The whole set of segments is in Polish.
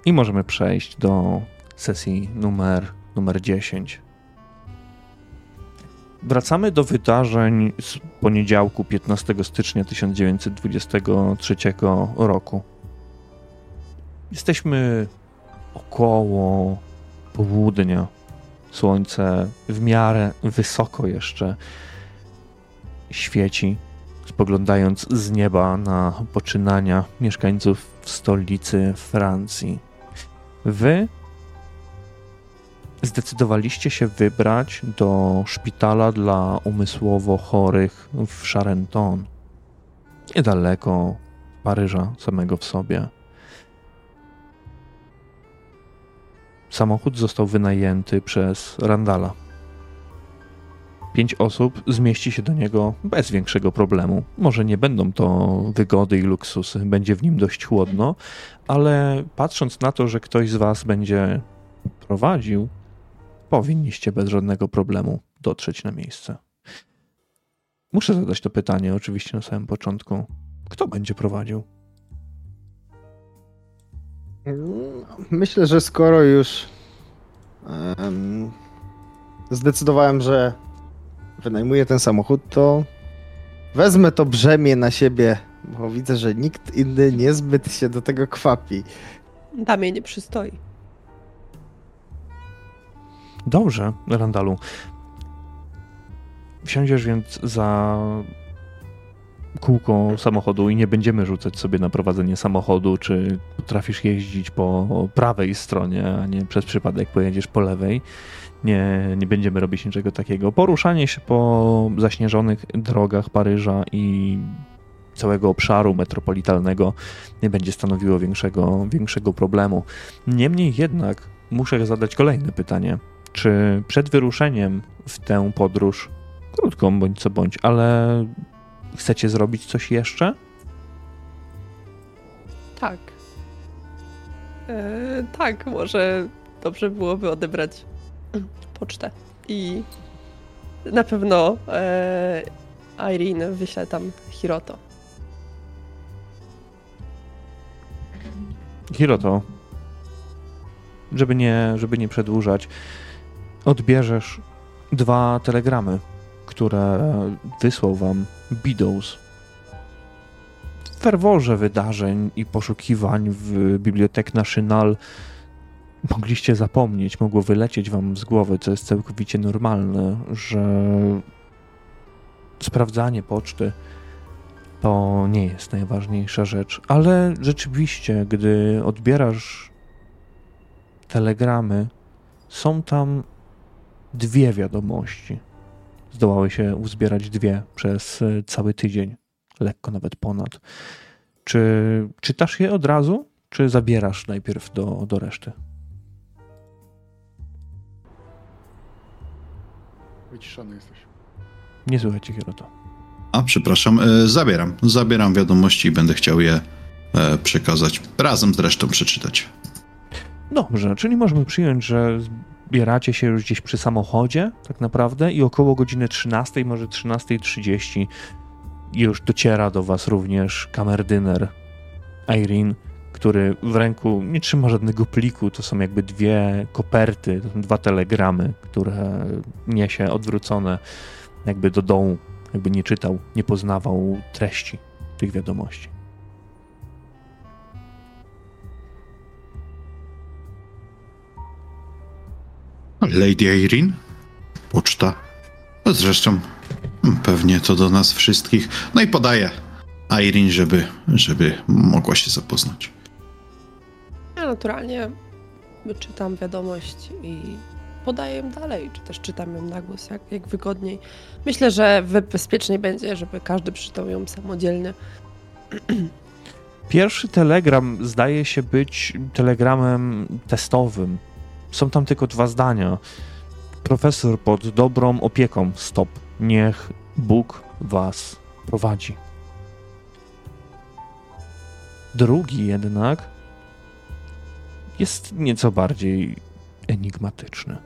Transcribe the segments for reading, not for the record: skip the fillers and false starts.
I możemy przejść do sesji numer 10. Wracamy do wydarzeń z poniedziałku 15 stycznia 1923 roku. Jesteśmy około południa. Słońce w miarę wysoko jeszcze świeci, spoglądając z nieba na poczynania mieszkańców w stolicy Francji. Wy zdecydowaliście się wybrać do szpitala dla umysłowo chorych w Charenton, niedaleko Paryża samego w sobie. Samochód został wynajęty przez Randala. 5 osób zmieści się do niego bez większego problemu. Może nie będą to wygody i luksusy, będzie w nim dość chłodno, ale patrząc na to, że ktoś z was będzie prowadził, powinniście bez żadnego problemu dotrzeć na miejsce. Muszę zadać to pytanie oczywiście na samym początku. Kto będzie prowadził? Myślę, że skoro już zdecydowałem, że wynajmuję ten samochód, to wezmę to brzemię na siebie, bo widzę, że nikt inny niezbyt się do tego kwapi. Damie nie przystoi. Dobrze, Randalu. Wsiądziesz więc za kółko samochodu i nie będziemy rzucać sobie na prowadzenie samochodu, czy potrafisz jeździć po prawej stronie, a nie przez przypadek pojedziesz po lewej. Nie będziemy robić niczego takiego. Poruszanie się po zaśnieżonych drogach Paryża i całego obszaru metropolitalnego nie będzie stanowiło większego problemu. Niemniej jednak muszę zadać kolejne pytanie. Czy przed wyruszeniem w tę podróż, krótką bądź co bądź, ale chcecie zrobić coś jeszcze? Tak. Tak, może dobrze byłoby odebrać pocztę. I na pewno Irene wyśle tam Hiroto. Hiroto, żeby nie przedłużać, odbierzesz 2 telegramy, które wysłał wam Beadles. W ferworze wydarzeń i poszukiwań w Bibliothèque Nationale mogliście zapomnieć, mogło wylecieć wam z głowy, co jest całkowicie normalne, że sprawdzanie poczty to nie jest najważniejsza rzecz, ale rzeczywiście, gdy odbierasz telegramy, są tam 2 wiadomości. Zdołały się uzbierać 2 przez cały tydzień, lekko nawet ponad. Czy czytasz je od razu, czy zabierasz najpierw do reszty? Wyciszony jesteś. Nie słychać cię, Hiroto. A, przepraszam, zabieram wiadomości i będę chciał je przekazać. Razem z resztą przeczytać. Dobrze, czyli możemy przyjąć, że zbieracie się już gdzieś przy samochodzie tak naprawdę i około godziny 13, może 13:30 już dociera do was również kamerdyner Irene, który w ręku nie trzyma żadnego pliku, to są jakby 2 koperty, to są 2 telegramy, które niesie odwrócone jakby do dołu, jakby nie czytał, nie poznawał treści tych wiadomości. Lady Irene? Poczta? Zresztą pewnie to do nas wszystkich. No i podaję Irene, żeby mogła się zapoznać. Ja naturalnie czytam wiadomość i podaję ją dalej, czy też czytam ją na głos, jak wygodniej. Myślę, że bezpieczniej będzie, żeby każdy przeczytał ją samodzielnie. Pierwszy telegram zdaje się być telegramem testowym. Są tam tylko 2 zdania. Profesor pod dobrą opieką. Stop. Niech Bóg was prowadzi. Drugi jednak jest nieco bardziej enigmatyczny.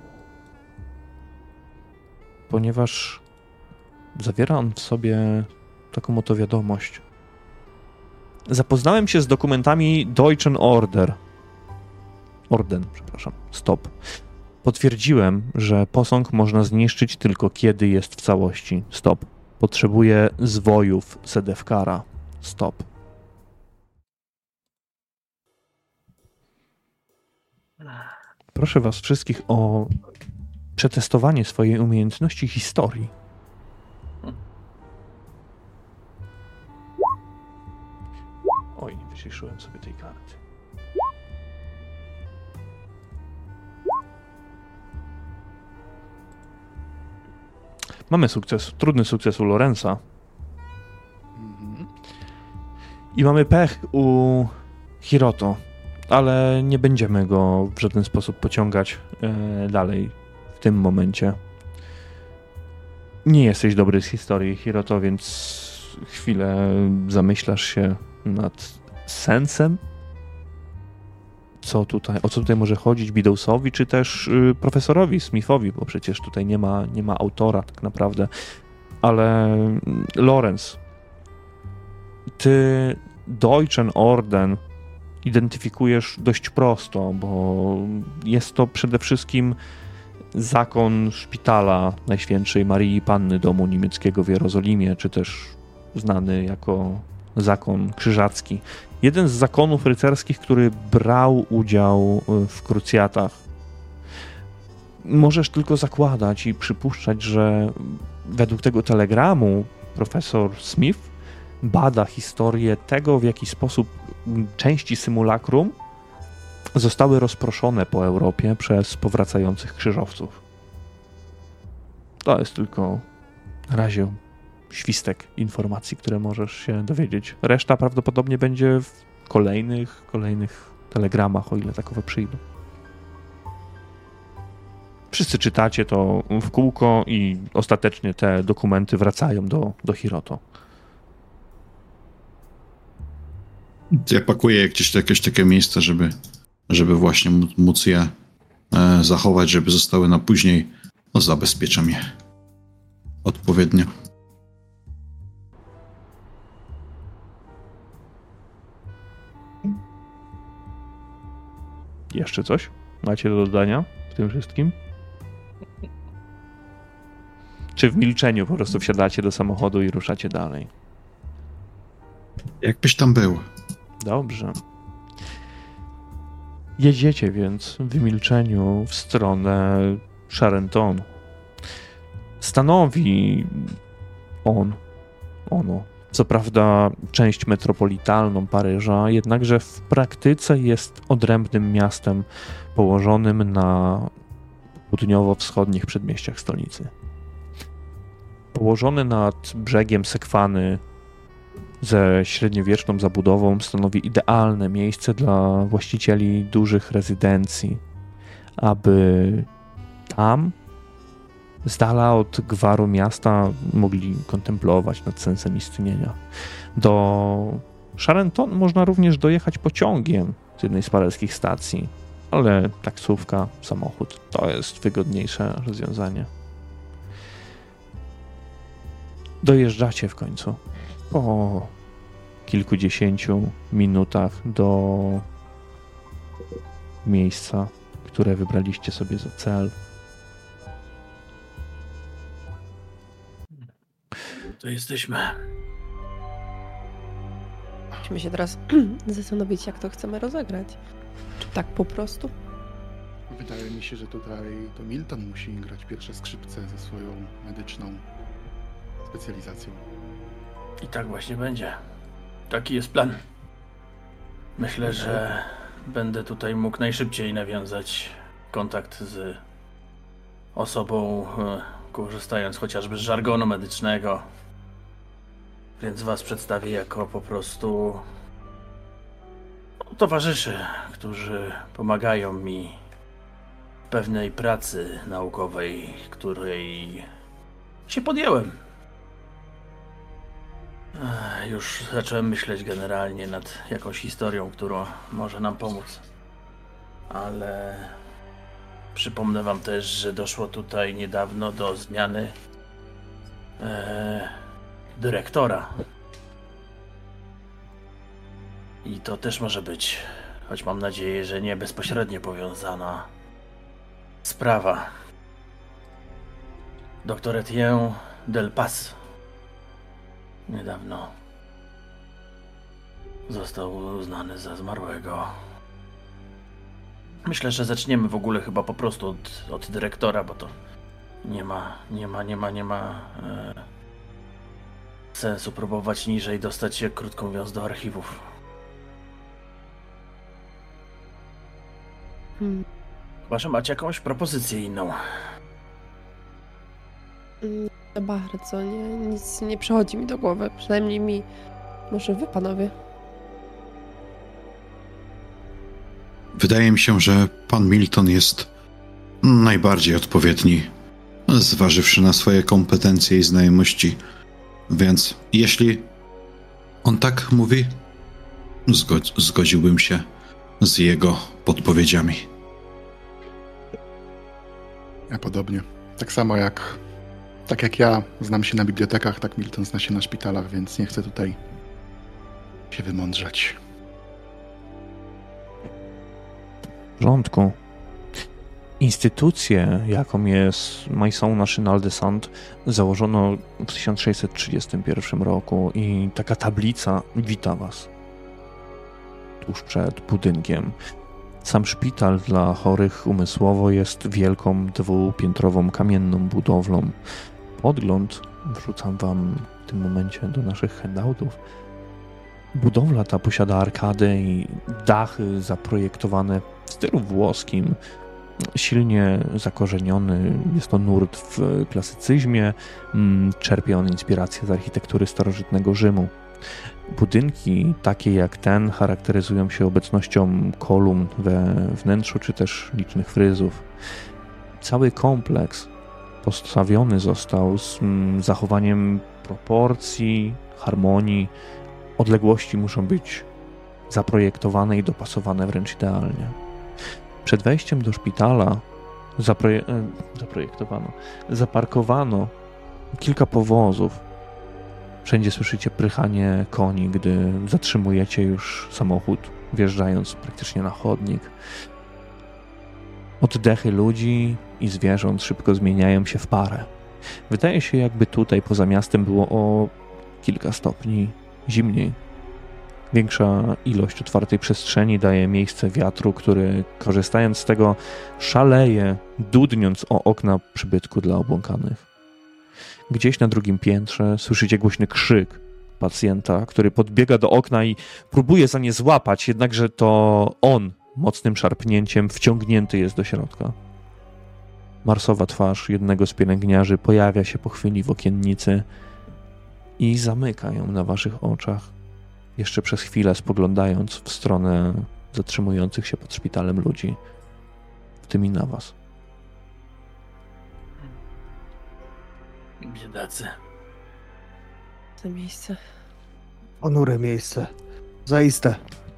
Ponieważ zawiera on w sobie taką oto wiadomość. Zapoznałem się z dokumentami Deutschen Order. Orden, przepraszam. Stop. Potwierdziłem, że posąg można zniszczyć tylko kiedy jest w całości. Stop. Potrzebuję zwojów Sedefkara. Stop. Proszę was wszystkich o przetestowanie swojej umiejętności historii. Oj, nie wyciszyłem sobie tej karty. Mamy sukces, trudny sukces u Lorenza. I mamy pech u Hiroto, ale nie będziemy go w żaden sposób pociągać dalej w tym momencie. Nie jesteś dobry z historii, Hiroto, więc chwilę zamyślasz się nad sensem. O co tutaj może chodzić Beatles'owi, czy też profesorowi Smithowi, bo przecież tutaj nie ma autora tak naprawdę. Ale Lorenz, ty Deutschen Orden identyfikujesz dość prosto, bo jest to przede wszystkim zakon szpitala Najświętszej Marii Panny Domu Niemieckiego w Jerozolimie, czy też znany jako zakon krzyżacki. Jeden z zakonów rycerskich, który brał udział w krucjatach. Możesz tylko zakładać i przypuszczać, że według tego telegramu profesor Smith bada historię tego, w jaki sposób części symulakrum zostały rozproszone po Europie przez powracających krzyżowców. To jest tylko na razie świstek informacji, które możesz się dowiedzieć. Reszta prawdopodobnie będzie w kolejnych telegramach, o ile takowe przyjdą. Wszyscy czytacie to w kółko i ostatecznie te dokumenty wracają do Hiroto. Ja pakuję jakieś takie miejsce, żeby właśnie móc je zachować, żeby zostały na później. No, zabezpieczam je odpowiednio. Jeszcze coś macie do dodania w tym wszystkim? Czy w milczeniu po prostu wsiadacie do samochodu i ruszacie dalej? Jakbyś tam był. Dobrze. Jedziecie więc w milczeniu w stronę Charenton. Stanowi ono, co prawda część metropolitalną Paryża, jednakże w praktyce jest odrębnym miastem położonym na południowo-wschodnich przedmieściach stolicy. Położony nad brzegiem Sekwany ze średniowieczną zabudową stanowi idealne miejsce dla właścicieli dużych rezydencji, aby tam, z dala od gwaru miasta, mogli kontemplować nad sensem istnienia. Do Charenton można również dojechać pociągiem z jednej z paryskich stacji, ale taksówka, samochód to jest wygodniejsze rozwiązanie. Dojeżdżacie w końcu po kilkudziesięciu minutach do miejsca, które wybraliście sobie za cel. To jesteśmy. Musimy się teraz zastanowić, jak to chcemy rozegrać. Czy tak po prostu? Wydaje mi się, że tutaj to Milton musi grać pierwsze skrzypce ze swoją medyczną specjalizacją. I tak właśnie będzie. Taki jest plan. Myślę, że będę tutaj mógł najszybciej nawiązać kontakt z osobą, korzystając chociażby z żargonu medycznego. Więc was przedstawię jako po prostu towarzyszy, którzy pomagają mi w pewnej pracy naukowej, której się podjęłem. Już zacząłem myśleć generalnie nad jakąś historią, która może nam pomóc. Ale przypomnę wam też, że doszło tutaj niedawno do zmiany dyrektora. I to też może być choć mam nadzieję, że nie bezpośrednio powiązana sprawa. Dr Etienne Del Paz niedawno został uznany za zmarłego. Myślę, że zaczniemy w ogóle chyba po prostu od dyrektora, bo to nie ma sensu próbować niżej dostać się, krótko mówiąc, do archiwów. Chyba, że macie jakąś propozycję inną. Bardzo, nic nie przychodzi mi do głowy, przynajmniej mi. Może wy, panowie? Wydaje mi się, że pan Milton jest najbardziej odpowiedni, zważywszy na swoje kompetencje i znajomości. Więc jeśli on tak mówi, zgodziłbym się z jego podpowiedziami. Ja podobnie. Tak samo jak ja znam się na bibliotekach, tak Milton zna się na szpitalach, więc nie chcę tutaj się wymądrzać. W porządku. Instytucję, jaką jest Maison National de Sante, założono w 1631 roku i taka tablica wita was tuż przed budynkiem. Sam szpital dla chorych umysłowo jest wielką, dwupiętrową kamienną budowlą. Podgląd wrzucam wam w tym momencie do naszych handoutów. Budowla ta posiada arkady i dachy zaprojektowane w stylu włoskim, silnie zakorzeniony. Jest to nurt w klasycyzmie, czerpie on inspirację z architektury starożytnego Rzymu. Budynki takie jak ten charakteryzują się obecnością kolumn we wnętrzu czy też licznych fryzów. Cały kompleks postawiony został z zachowaniem proporcji, harmonii. Odległości muszą być zaprojektowane i dopasowane wręcz idealnie. Przed wejściem do szpitala zaparkowano kilka powozów. Wszędzie słyszycie prychanie koni, gdy zatrzymujecie już samochód, wjeżdżając praktycznie na chodnik. Oddechy ludzi i zwierząt szybko zmieniają się w parę. Wydaje się, jakby tutaj poza miastem było o kilka stopni zimniej. Większa ilość otwartej przestrzeni daje miejsce wiatru, który, korzystając z tego, szaleje, dudniąc o okna przybytku dla obłąkanych. Gdzieś na drugim piętrze słyszycie głośny krzyk pacjenta, który podbiega do okna i próbuje za nie złapać, jednakże to on mocnym szarpnięciem wciągnięty jest do środka. Marsowa twarz jednego z pielęgniarzy pojawia się po chwili w okiennicy i zamyka ją na waszych oczach, jeszcze przez chwilę spoglądając w stronę zatrzymujących się pod szpitalem ludzi, w tym i na was. Biedacy. To miejsce. Ponure miejsce. Zaiste.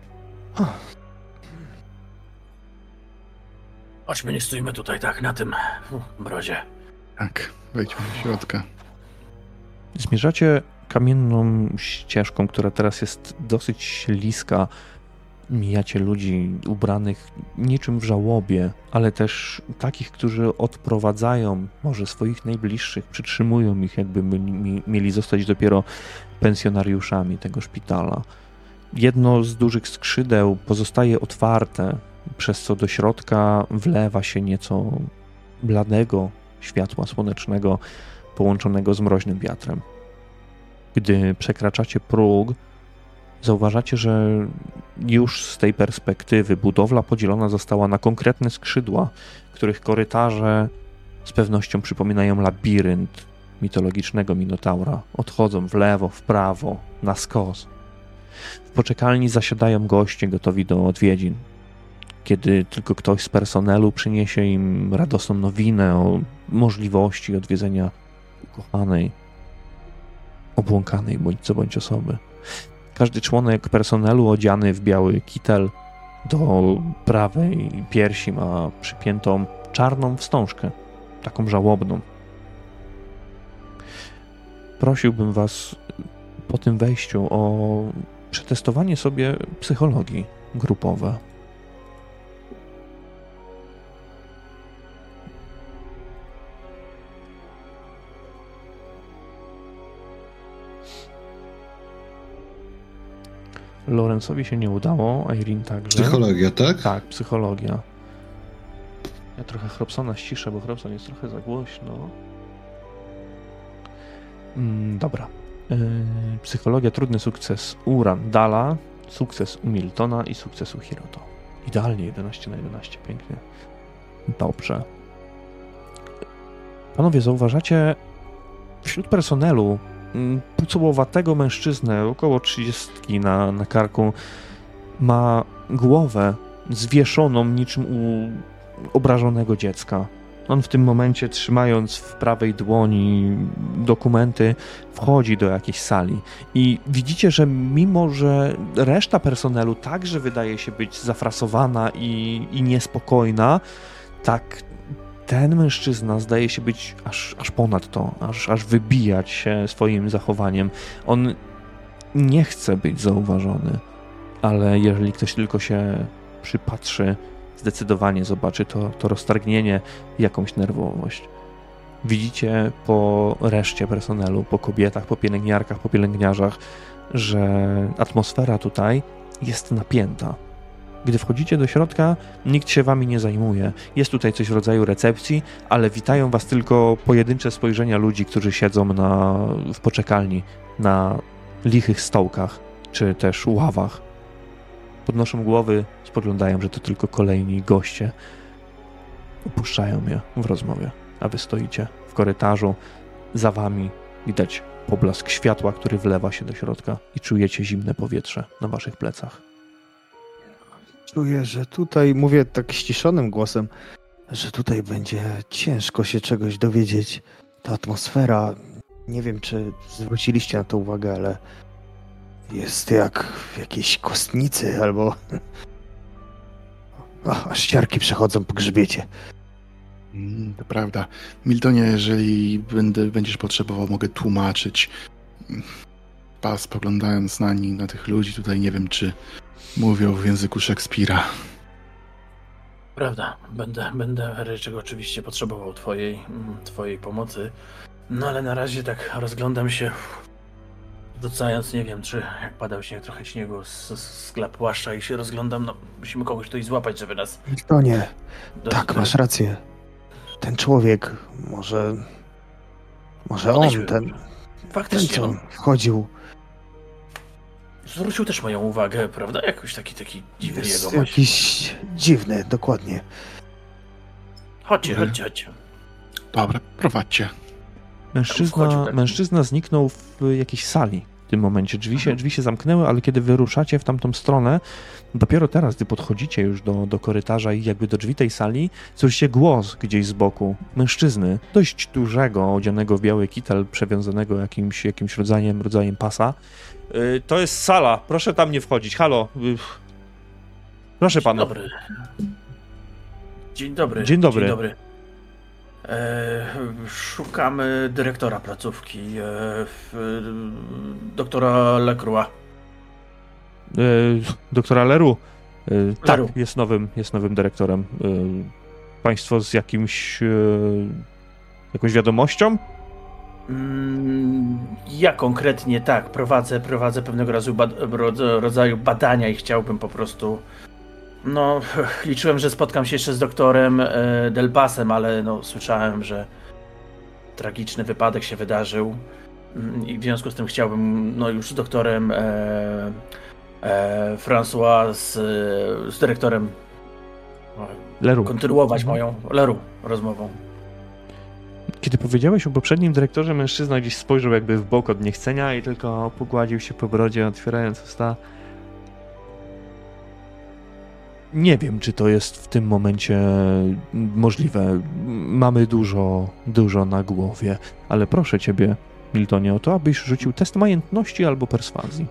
Chodźmy, nie stójmy tutaj tak na tym mrozie. Tak, wejdźmy do środka. Zmierzacie kamienną ścieżką, która teraz jest dosyć śliska. Mijacie ludzi ubranych niczym w żałobie, ale też takich, którzy odprowadzają może swoich najbliższych, przytrzymują ich, jakby mieli zostać dopiero pensjonariuszami tego szpitala. Jedno z dużych skrzydeł pozostaje otwarte, przez co do środka wlewa się nieco bladego światła słonecznego połączonego z mroźnym wiatrem. Gdy przekraczacie próg, zauważacie, że już z tej perspektywy budowla podzielona została na konkretne skrzydła, których korytarze z pewnością przypominają labirynt mitologicznego Minotaura. Odchodzą w lewo, w prawo, na skos. W poczekalni zasiadają goście gotowi do odwiedzin. Kiedy tylko ktoś z personelu przyniesie im radosną nowinę o możliwości odwiedzenia ukochanej, obłąkanej bądź co bądź osoby. Każdy członek personelu odziany w biały kitel do prawej piersi ma przypiętą czarną wstążkę, taką żałobną. Prosiłbym was po tym wejściu o przetestowanie sobie psychologii grupowe. Lorenzowi się nie udało, Irene także. Psychologia, tak? Tak, psychologia. Ja trochę Hropsona ściszę, bo Hropson jest trochę za głośno. Dobra. Psychologia, trudny sukces u Randala, sukces u Miltona i sukces u Hiroto. Idealnie 11/11, pięknie. Dobrze. Panowie, zauważacie wśród personelu pucołowatego mężczyznę, około 30 na karku, ma głowę zwieszoną niczym u obrażonego dziecka. On w tym momencie, trzymając w prawej dłoni dokumenty, wchodzi do jakiejś sali. I widzicie, że mimo, że reszta personelu także wydaje się być zafrasowana i niespokojna, tak ten mężczyzna zdaje się być aż ponad to, aż wybijać się swoim zachowaniem. On nie chce być zauważony, ale jeżeli ktoś tylko się przypatrzy, zdecydowanie zobaczy to roztargnienie, jakąś nerwowość. Widzicie po reszcie personelu, po kobietach, po pielęgniarkach, po pielęgniarzach, że atmosfera tutaj jest napięta. Gdy wchodzicie do środka, nikt się wami nie zajmuje. Jest tutaj coś w rodzaju recepcji, ale witają was tylko pojedyncze spojrzenia ludzi, którzy siedzą w poczekalni, na lichych stołkach, czy też ławach. Podnoszą głowy, spoglądają, że to tylko kolejni goście. Opuszczają je w rozmowie, a wy stoicie w korytarzu. Za wami widać poblask światła, który wlewa się do środka i czujecie zimne powietrze na waszych plecach. Czuję, że tutaj, mówię tak ściszonym głosem, że tutaj będzie ciężko się czegoś dowiedzieć. Ta atmosfera, nie wiem, czy zwróciliście na to uwagę, ale jest jak w jakiejś kostnicy albo... aż ciarki przechodzą po grzbiecie. To prawda. Miltonie, jeżeli będziesz potrzebował, mogę tłumaczyć. Spoglądając na tych ludzi tutaj, nie wiem, czy mówią w języku Szekspira. Prawda, będę czego oczywiście potrzebował twojej pomocy. No ale na razie tak rozglądam się, rzucając, nie wiem, czy jak padał śnieg, trochę śniegu z klap płaszcza i się rozglądam, no musimy kogoś tutaj złapać, żeby nas... Miltonie, tak, masz rację. Ten człowiek, może on, ten Faktycznie, co wchodził. Zwrócił też moją uwagę, prawda? Jakoś taki dziwny Jest jego jakiś dziwny, dokładnie. Chodźcie. Dobra, prowadźcie. Mężczyzna zniknął w jakiejś sali w tym momencie. Drzwi się zamknęły, ale kiedy wyruszacie w tamtą stronę, dopiero teraz, gdy podchodzicie już do korytarza i jakby do drzwi tej sali, słyszycie głos gdzieś z boku mężczyzny, dość dużego, odzianego w biały kitel, przewiązanego jakimś rodzajem pasa. To jest sala, proszę tam nie wchodzić, halo. Proszę pana. Dzień dobry. Dzień dobry. Szukamy dyrektora placówki, doktora Lecroix. Doktora Leroux? Tak, Leroux. jest nowym dyrektorem. Państwo z jakąś wiadomością? Ja konkretnie tak, prowadzę pewnego rodzaju badania i chciałbym po prostu... No, liczyłem, że spotkam się jeszcze z doktorem Delpasem, ale no, słyszałem, że tragiczny wypadek się wydarzył i w związku z tym chciałbym już z doktorem François, z dyrektorem Leroux. kontynuować moją Leroux rozmową. Kiedy powiedziałeś o poprzednim dyrektorze, mężczyzna gdzieś spojrzał jakby w bok od niechcenia i tylko pogładził się po brodzie, otwierając usta. Nie wiem, czy to jest w tym momencie możliwe. Mamy dużo na głowie, ale proszę ciebie, Miltonie, o to, abyś rzucił test majętności albo perswazji.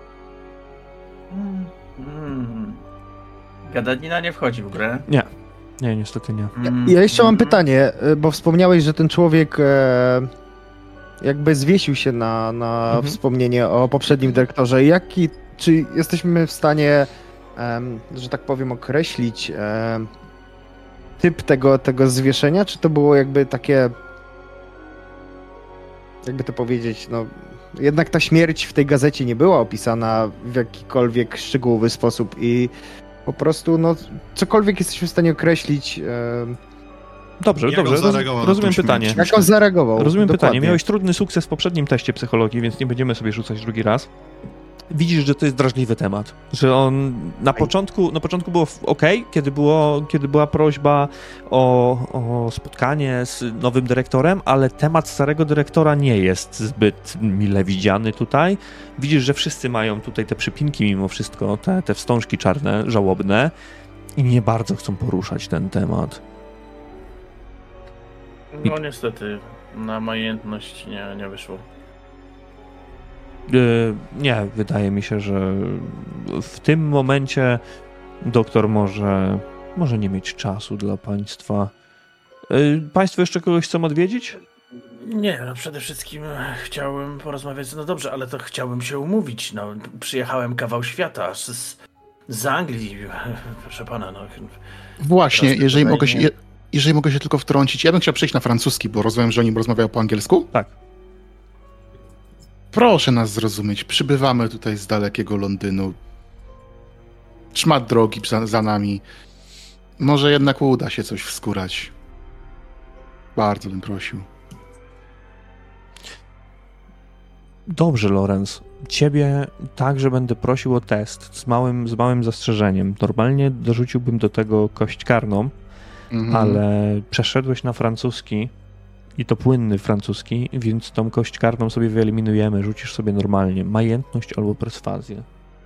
Gadanina nie wchodzi w grę. Nie, niestety nie. Ja jeszcze mam pytanie, bo wspomniałeś, że ten człowiek jakby zwiesił się na wspomnienie o poprzednim dyrektorze. Czy jesteśmy w stanie, że tak powiem, określić typ tego zwieszenia? Czy to było jakby takie, jakby to powiedzieć, jednak ta śmierć w tej gazecie nie była opisana w jakikolwiek szczegółowy sposób i po prostu, no, cokolwiek jesteśmy w stanie określić... Dobrze, Jak on zareagował na rozumiem tą pytanie. śmierć? Jak on zareagował. Rozumiem Dokładnie. pytanie. Miałeś trudny sukces w poprzednim teście psychologii, więc nie będziemy sobie rzucać drugi raz. Widzisz, że to jest drażliwy temat. Że on na początku było ok, kiedy była prośba o spotkanie z nowym dyrektorem, ale temat starego dyrektora nie jest zbyt mile widziany tutaj. Widzisz, że wszyscy mają tutaj te przypinki mimo wszystko, te wstążki czarne, żałobne i nie bardzo chcą poruszać ten temat. No niestety, na majętność nie wyszło. Nie, wydaje mi się, że w tym momencie doktor może nie mieć czasu dla państwa. Państwo jeszcze kogoś chcą odwiedzić? Nie, no przede wszystkim chciałbym porozmawiać, no dobrze, ale to chciałbym się umówić, no przyjechałem kawał świata, aż z Anglii, proszę pana, no. Właśnie, jeżeli mogę się tylko wtrącić, ja bym chciał przejść na francuski, bo rozumiem, że oni rozmawiają po angielsku? Tak. Proszę nas zrozumieć, przybywamy tutaj z dalekiego Londynu. Szmat drogi za nami. Może jednak uda się coś wskórać. Bardzo bym prosił. Dobrze, Lorenz. Ciebie także będę prosił o test z małym zastrzeżeniem. Normalnie dorzuciłbym do tego kość karną, ale przeszedłeś na francuski i to płynny francuski, więc tą kość karną sobie wyeliminujemy. Rzucisz sobie normalnie. Majętność albo perswazję.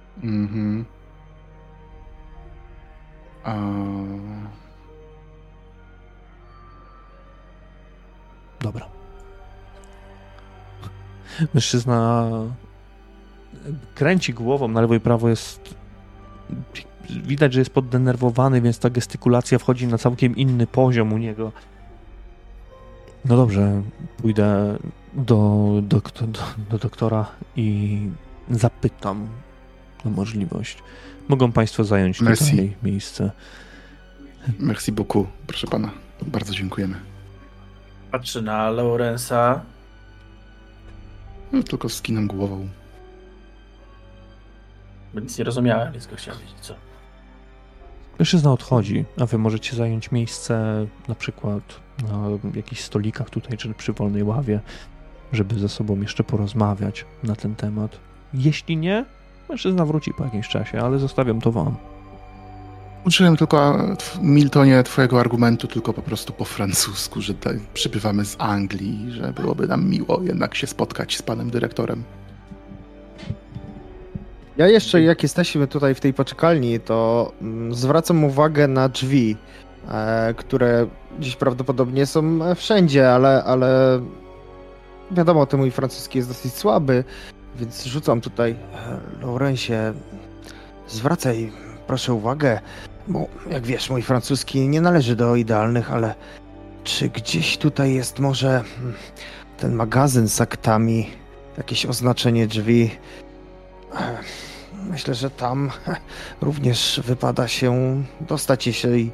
Dobra. Mężczyzna kręci głową na lewo i prawo, jest... Widać, że jest poddenerwowany, więc ta gestykulacja wchodzi na całkiem inny poziom u niego. No dobrze, pójdę do doktora i zapytam o możliwość. Mogą państwo zająć tutaj miejsce. Merci beaucoup, proszę pana. Bardzo dziękujemy. Patrzy na Lorenza. No, tylko skinam głową. Bo nic nie rozumiałem, więc go chciałem wiedzieć, co. Mężczyzna odchodzi, a wy możecie zająć miejsce na przykład na jakichś stolikach tutaj, czy przy wolnej ławie, żeby ze sobą jeszcze porozmawiać na ten temat. Jeśli nie, mężczyzna wróci po jakimś czasie, ale zostawiam to wam. Uczyłem tylko, Miltonie, twojego argumentu tylko po prostu po francusku, że przybywamy z Anglii, że byłoby nam miło jednak się spotkać z panem dyrektorem. Ja jeszcze, jak jesteśmy tutaj w tej poczekalni, to zwracam uwagę na drzwi, które dziś prawdopodobnie są wszędzie, ale wiadomo, ten mój francuski jest dosyć słaby, więc rzucam tutaj. Laurencie, zwracaj proszę uwagę, bo jak wiesz, mój francuski nie należy do idealnych, ale czy gdzieś tutaj jest może ten magazyn z aktami, jakieś oznaczenie drzwi? Myślę, że tam również wypada się dostać, jeśli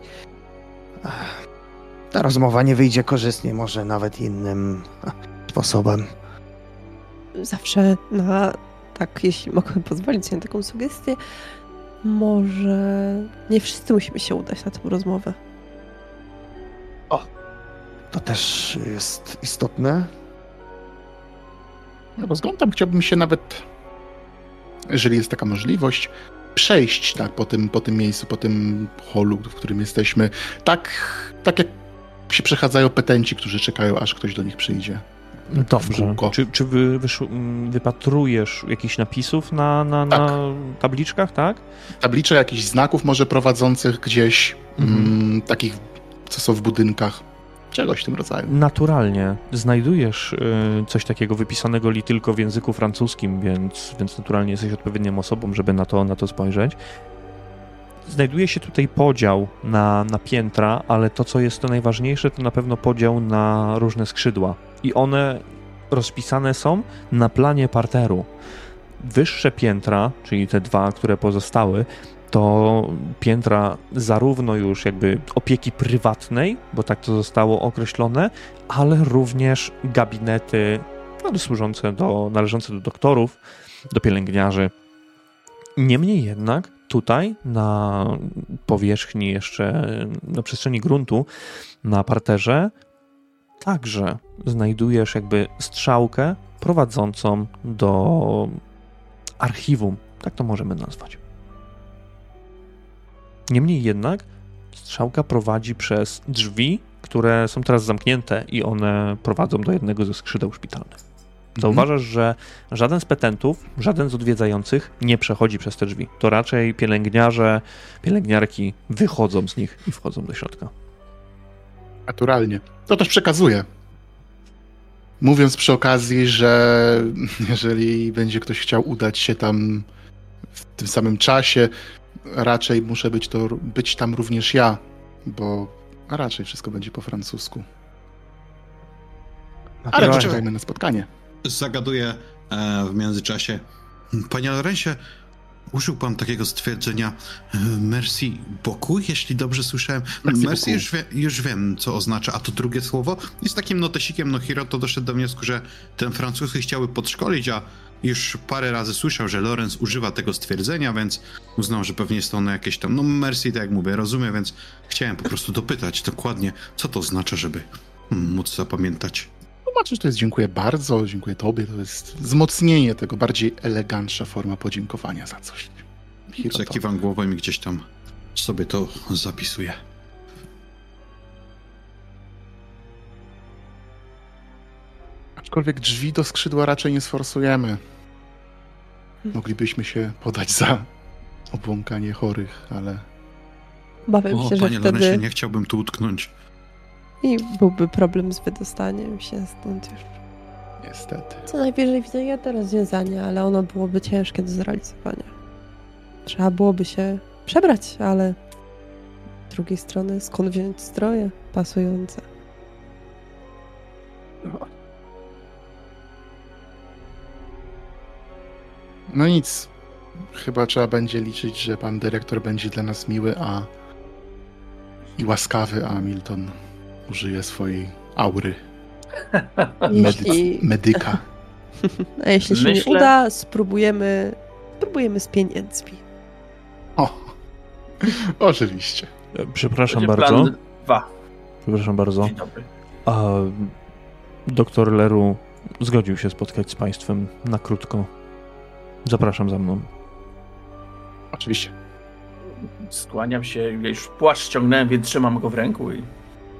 ta rozmowa nie wyjdzie korzystnie, może nawet innym sposobem. Zawsze tak, jeśli mogę pozwolić sobie na taką sugestię, może nie wszyscy musimy się udać na tę rozmowę. O, to też jest istotne. No, rozglądam, chciałbym się nawet, jeżeli jest taka możliwość, przejść tak, po tym miejscu, po tym holu, w którym jesteśmy. Tak jak się przechadzają petenci, którzy czekają, aż ktoś do nich przyjdzie. Dobrze. Czy wypatrujesz jakichś napisów na tabliczkach, tak? Tablicze jakichś znaków może prowadzących gdzieś, takich, co są w budynkach. Czegoś w tym rodzaju. Naturalnie. Znajdujesz coś takiego wypisanego li tylko w języku francuskim, więc naturalnie jesteś odpowiednią osobą, żeby na to spojrzeć. Znajduje się tutaj podział na piętra, ale to, co jest to najważniejsze, to na pewno podział na różne skrzydła. I one rozpisane są na planie parteru. Wyższe piętra, czyli te dwa, które pozostały, to piętra zarówno już jakby opieki prywatnej, bo tak to zostało określone, ale również gabinety należące do doktorów, do pielęgniarzy. Niemniej jednak tutaj na powierzchni jeszcze, na przestrzeni gruntu, na parterze także znajdujesz jakby strzałkę prowadzącą do archiwum. Tak to możemy nazwać. Niemniej jednak strzałka prowadzi przez drzwi, które są teraz zamknięte i one prowadzą do jednego ze skrzydeł szpitalnych. Zauważasz, że żaden z petentów, żaden z odwiedzających nie przechodzi przez te drzwi. To raczej pielęgniarki wychodzą z nich i wchodzą do środka. Naturalnie. To też przekazuję. Mówiąc przy okazji, że jeżeli będzie ktoś chciał udać się tam w tym samym czasie, raczej muszę być tam również ja, bo raczej wszystko będzie po francusku. Ale poczekajmy na spotkanie. Zagaduję w międzyczasie. Panie Lorencie, użył pan takiego stwierdzenia merci beaucoup, jeśli dobrze słyszałem. Merci już wiem, co oznacza, a to drugie słowo jest takim notesikiem. No Hiroto doszedł do wniosku, że ten francuski chciałby podszkolić, a już parę razy słyszał, że Lorenz używa tego stwierdzenia, więc uznał, że pewnie jest ono jakieś tam, no merci, tak jak mówię, rozumiem, więc chciałem po prostu dopytać dokładnie, co to oznacza, żeby móc zapamiętać. Zobaczysz, to jest dziękuję bardzo, dziękuję tobie, to jest wzmocnienie tego, bardziej elegancka forma podziękowania za coś. Zakiwam głową i gdzieś tam sobie to zapisuję. Aczkolwiek drzwi do skrzydła raczej nie sforsujemy. Moglibyśmy się podać za obłąkanie chorych, ale... Obawiam się, że panie wtedy... Lorencie, nie chciałbym tu utknąć. I byłby problem z wydostaniem się stąd już. Niestety. Co najwyżej widzę ja to rozwiązanie, ale ono byłoby ciężkie do zrealizowania. Trzeba byłoby się przebrać, ale z drugiej strony skąd wziąć stroje pasujące? No nic. Chyba trzeba będzie liczyć, że pan dyrektor będzie dla nas miły i łaskawy, a Milton użyje swojej aury medyka. A jeśli się nie uda, spróbujemy z pieniędzmi. Oczywiście. Przepraszam Będzie bardzo. Plan 2. Przepraszam bardzo. Dzień dobry. A doktor Leroux zgodził się spotkać z państwem na krótko. Zapraszam za mną. Oczywiście. Skłaniam się, ja już płaszcz ściągnąłem, więc trzymam go w ręku i...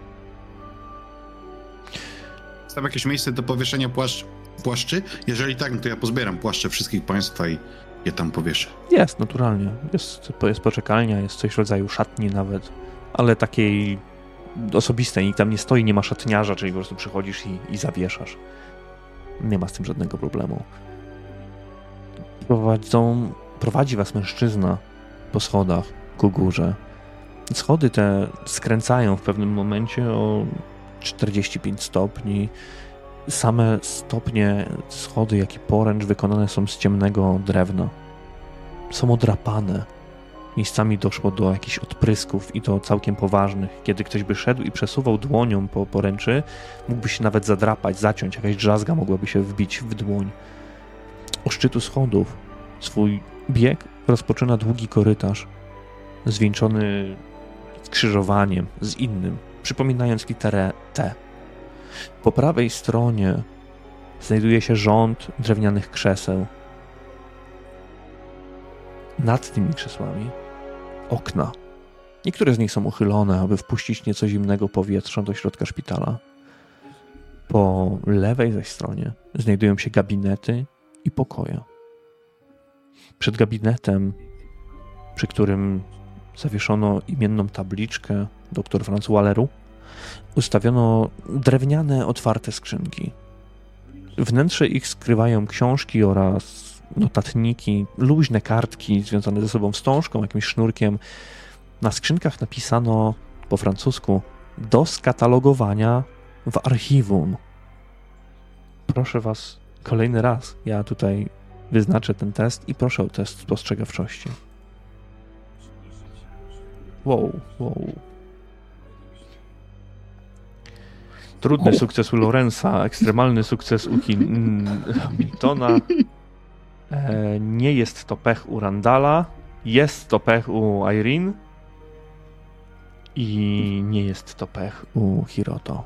Jest tam jakieś miejsce do powieszenia płaszczy? Jeżeli tak, no to ja pozbieram płaszcze wszystkich państwa i je tam powieszę. Jest, naturalnie. Jest poczekalnia, jest coś w rodzaju szatni nawet, ale takiej osobistej. Nikt tam nie stoi, nie ma szatniarza, czyli po prostu przychodzisz i zawieszasz. Nie ma z tym żadnego problemu. Prowadzi was mężczyzna po schodach ku górze. Schody te skręcają w pewnym momencie o 45 stopni. Same stopnie, schody, jak i poręcz wykonane są z ciemnego drewna. Są odrapane. Miejscami doszło do jakichś odprysków i to całkiem poważnych. Kiedy ktoś by szedł i przesuwał dłonią po poręczy, mógłby się nawet zadrapać, zaciąć. Jakaś drzazga mogłaby się wbić w dłoń. U szczytu schodów swój bieg rozpoczyna długi korytarz, zwieńczony skrzyżowaniem z innym, przypominając literę T. Po prawej stronie znajduje się rząd drewnianych krzeseł. Nad tymi krzesłami okna. Niektóre z nich są uchylone, aby wpuścić nieco zimnego powietrza do środka szpitala. Po lewej zaś stronie znajdują się gabinety i pokoje. Przed gabinetem, przy którym zawieszono imienną tabliczkę dr François Leroux, ustawiono drewniane, otwarte skrzynki. Wnętrze ich skrywają książki oraz notatniki, luźne kartki związane ze sobą wstążką, jakimś sznurkiem. Na skrzynkach napisano po francusku do skatalogowania w archiwum. Proszę was kolejny raz, ja tutaj wyznaczę ten test i proszę o test spostrzegawczości. Wow. Trudny sukces u Lorenza, ekstremalny sukces u Miltona. Nie jest to pech u Randala, jest to pech u Irene i nie jest to pech u Hiroto.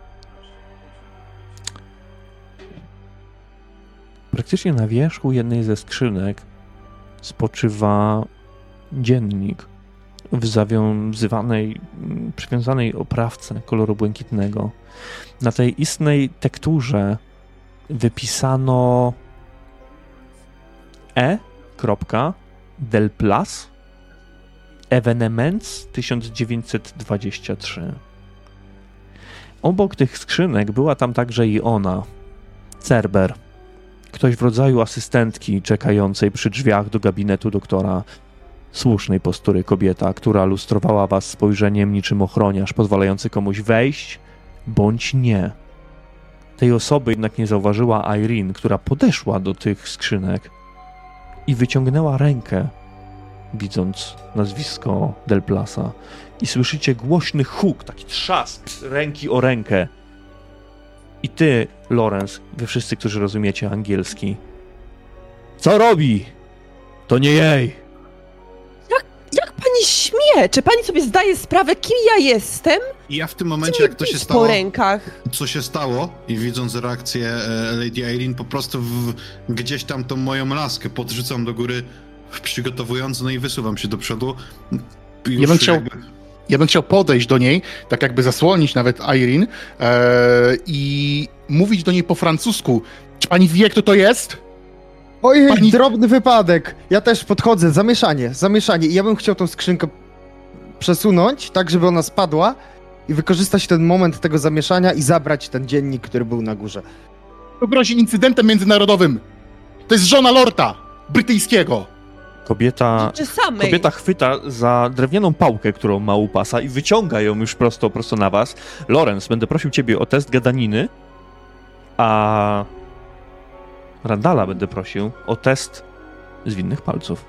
Praktycznie na wierzchu jednej ze skrzynek spoczywa dziennik w przywiązanej oprawce koloru błękitnego. Na tej istnej tekturze wypisano E.Delplas Evenements 1923. Obok tych skrzynek była tam także i ona, Cerber, ktoś w rodzaju asystentki czekającej przy drzwiach do gabinetu doktora. Słusznej postury kobieta, która lustrowała was spojrzeniem niczym ochroniarz, pozwalający komuś wejść bądź nie. Tej osoby jednak nie zauważyła Irene, która podeszła do tych skrzynek i wyciągnęła rękę, widząc nazwisko Delplasa. I słyszycie głośny huk, taki trzask ręki o rękę. I ty, Lorenz, wy wszyscy, którzy rozumiecie angielski. Co robi? To nie jej! Jak pani śmie? Czy pani sobie zdaje sprawę, kim ja jestem? I ja w tym momencie, jak to się stało, po rękach. co się stało i widząc reakcję Lady Irene, po prostu gdzieś tam tą moją laskę podrzucam do góry, przygotowując, no i wysuwam się do przodu. Ja bym chciał podejść do niej, tak jakby zasłonić nawet Irene i mówić do niej po francusku. Czy pani wie, kto to jest? Ojej, drobny wypadek. Ja też podchodzę, zamieszanie. I ja bym chciał tą skrzynkę przesunąć, tak żeby ona spadła i wykorzystać ten moment tego zamieszania i zabrać ten dziennik, który był na górze. To grozi incydentem międzynarodowym. To jest żona lorda brytyjskiego. Kobieta chwyta za drewnianą pałkę, którą ma u pasa i wyciąga ją już prosto na was. Lorenz, będę prosił ciebie o test gadaniny, a Randala będę prosił o test zwinnych palców.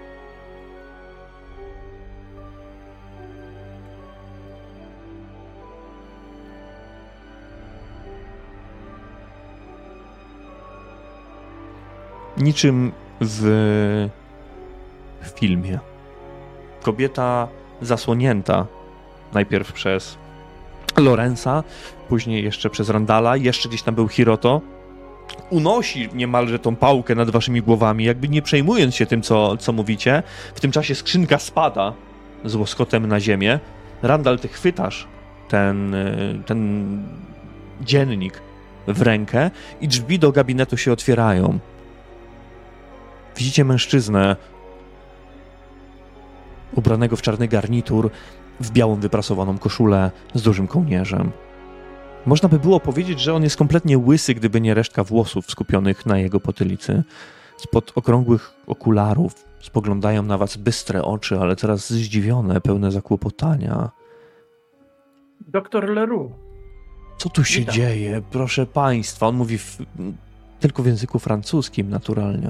Niczym w filmie. Kobieta zasłonięta najpierw przez Lorenza, później jeszcze przez Randala, jeszcze gdzieś tam był Hiroto, unosi niemalże tą pałkę nad waszymi głowami, jakby nie przejmując się tym, co mówicie. W tym czasie skrzynka spada z łoskotem na ziemię. Randall, ty chwytasz ten dziennik w rękę i drzwi do gabinetu się otwierają. Widzicie mężczyznę ubranego w czarny garnitur, w białą wyprasowaną koszulę z dużym kołnierzem. Można by było powiedzieć, że on jest kompletnie łysy, gdyby nie resztka włosów skupionych na jego potylicy. Spod okrągłych okularów spoglądają na was bystre oczy, ale coraz zdziwione, pełne zakłopotania. Doktor Leroux. Co tu się dzieje? Proszę państwa, on mówi tylko w języku francuskim, naturalnie.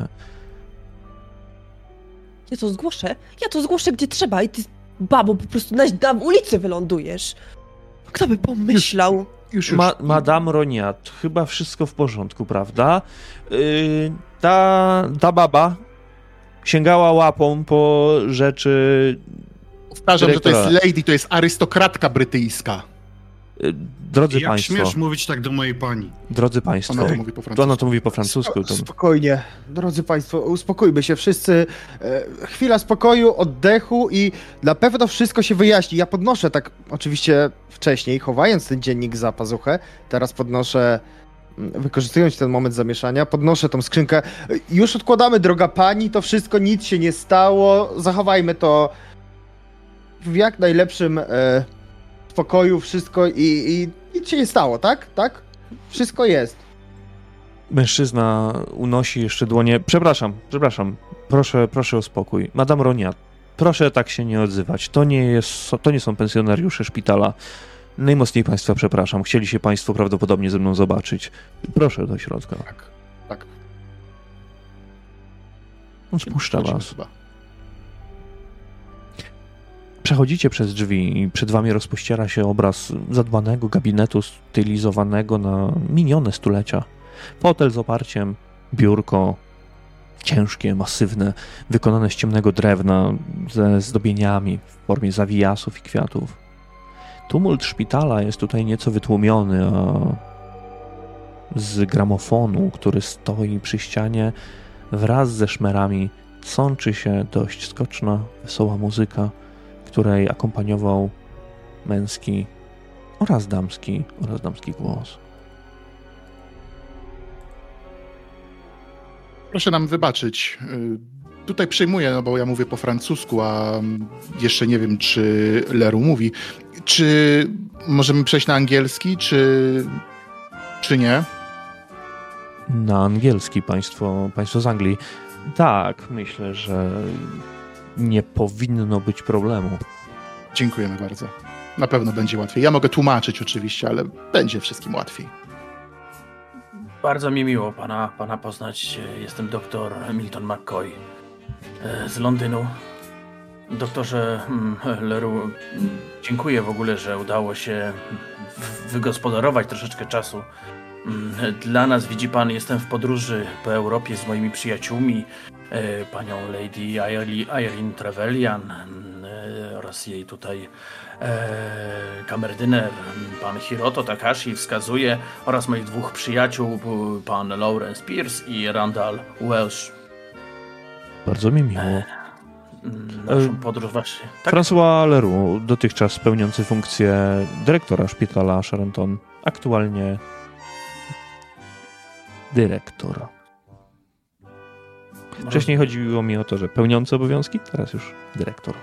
Ja to zgłoszę gdzie trzeba i ty, babo, po prostu na ulicy wylądujesz. Kto by pomyślał? Już. Madame Roniat, chyba wszystko w porządku, prawda? Ta baba sięgała łapą po rzeczy... Powtarzam, że to jest lady, to jest arystokratka brytyjska. Drodzy Jak państwo... śmiesz mówić tak do mojej pani? Drodzy państwo... Ona to mówi po francusku. Spokojnie. Drodzy państwo, uspokójmy się wszyscy. Chwila spokoju, oddechu i na pewno wszystko się wyjaśni. Ja podnoszę tak, oczywiście wcześniej, chowając ten dziennik za pazuchę. Teraz podnoszę, wykorzystując ten moment zamieszania, podnoszę tą skrzynkę. Już odkładamy, droga pani, to wszystko, nic się nie stało. Zachowajmy to w jak najlepszym spokoju, wszystko i nic się nie stało, tak? Tak? Wszystko jest. Mężczyzna unosi jeszcze dłonie. Przepraszam. Proszę o spokój. Madame Roniat, proszę tak się nie odzywać. To nie są pensjonariusze szpitala. Najmocniej państwa przepraszam. Chcieli się państwo prawdopodobnie ze mną zobaczyć. Proszę do środka. Tak. On spuszcza was. Chyba. Przechodzicie przez drzwi i przed wami rozpościera się obraz zadbanego gabinetu stylizowanego na minione stulecia. Fotel z oparciem, biurko, ciężkie, masywne, wykonane z ciemnego drewna, ze zdobieniami w formie zawijasów i kwiatów. Tumult szpitala jest tutaj nieco wytłumiony, a z gramofonu, który stoi przy ścianie, wraz ze szmerami sączy się dość skoczna, wesoła muzyka, której akompaniował męski oraz damski głos. Proszę nam wybaczyć. Tutaj przyjmuję, no bo ja mówię po francusku, a jeszcze nie wiem, czy Leru mówi. Czy możemy przejść na angielski, czy nie? Na angielski państwo z Anglii. Tak, myślę, że nie powinno być problemu. Dziękujemy bardzo. Na pewno będzie łatwiej. Ja mogę tłumaczyć oczywiście, ale będzie wszystkim łatwiej. Bardzo mi miło pana poznać. Jestem doktor Milton McCoy z Londynu. Doktorze Leru, dziękuję w ogóle, że udało się wygospodarować troszeczkę czasu. Dla nas, widzi pan, jestem w podróży po Europie z moimi przyjaciółmi, panią Lady Irene Trevelyan oraz jej tutaj kamerdyner, pan Hiroto Takashi wskazuje, oraz moich dwóch przyjaciół, pan Lawrence Pierce i Randall Welsh. Bardzo mi miło. Naszą podróż właśnie. Tak? François Leroux, dotychczas pełniący funkcję dyrektora szpitala Charenton, aktualnie dyrektor. Wcześniej chodziło mi o to, że pełniący obowiązki, teraz już dyrektor.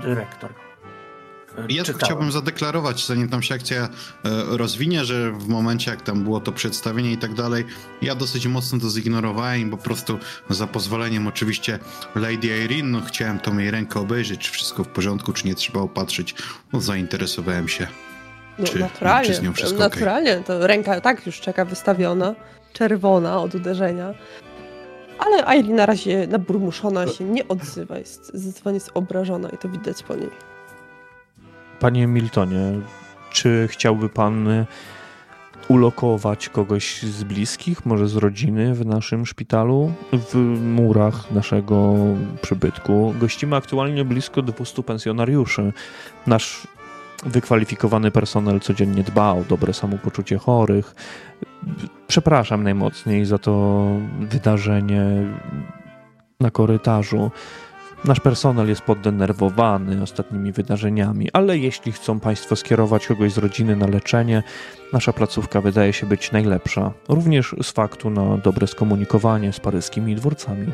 Ja chciałbym zadeklarować, zanim tam się akcja rozwinie, że w momencie, jak tam było to przedstawienie i tak dalej, ja dosyć mocno to zignorowałem i po prostu za pozwoleniem oczywiście Lady Irene, no chciałem tą jej rękę obejrzeć, czy wszystko w porządku, czy nie trzeba opatrzyć. No, zainteresowałem się, czy z nią wszystko naturalnie. Okay. To ręka tak już czeka wystawiona, czerwona od uderzenia. Ale Irene na razie naburmuszona się nie odzywa, zdecydowanie jest obrażona i to widać po niej. Panie Miltonie, czy chciałby pan ulokować kogoś z bliskich, może z rodziny w naszym szpitalu? W murach naszego przybytku gościmy aktualnie blisko 200 pensjonariuszy. Nasz wykwalifikowany personel codziennie dba o dobre samopoczucie chorych. Przepraszam najmocniej za to wydarzenie na korytarzu. Nasz personel jest poddenerwowany ostatnimi wydarzeniami, ale jeśli chcą państwo skierować kogoś z rodziny na leczenie, nasza placówka wydaje się być najlepsza. Również z faktu na dobre skomunikowanie z paryskimi dworcami.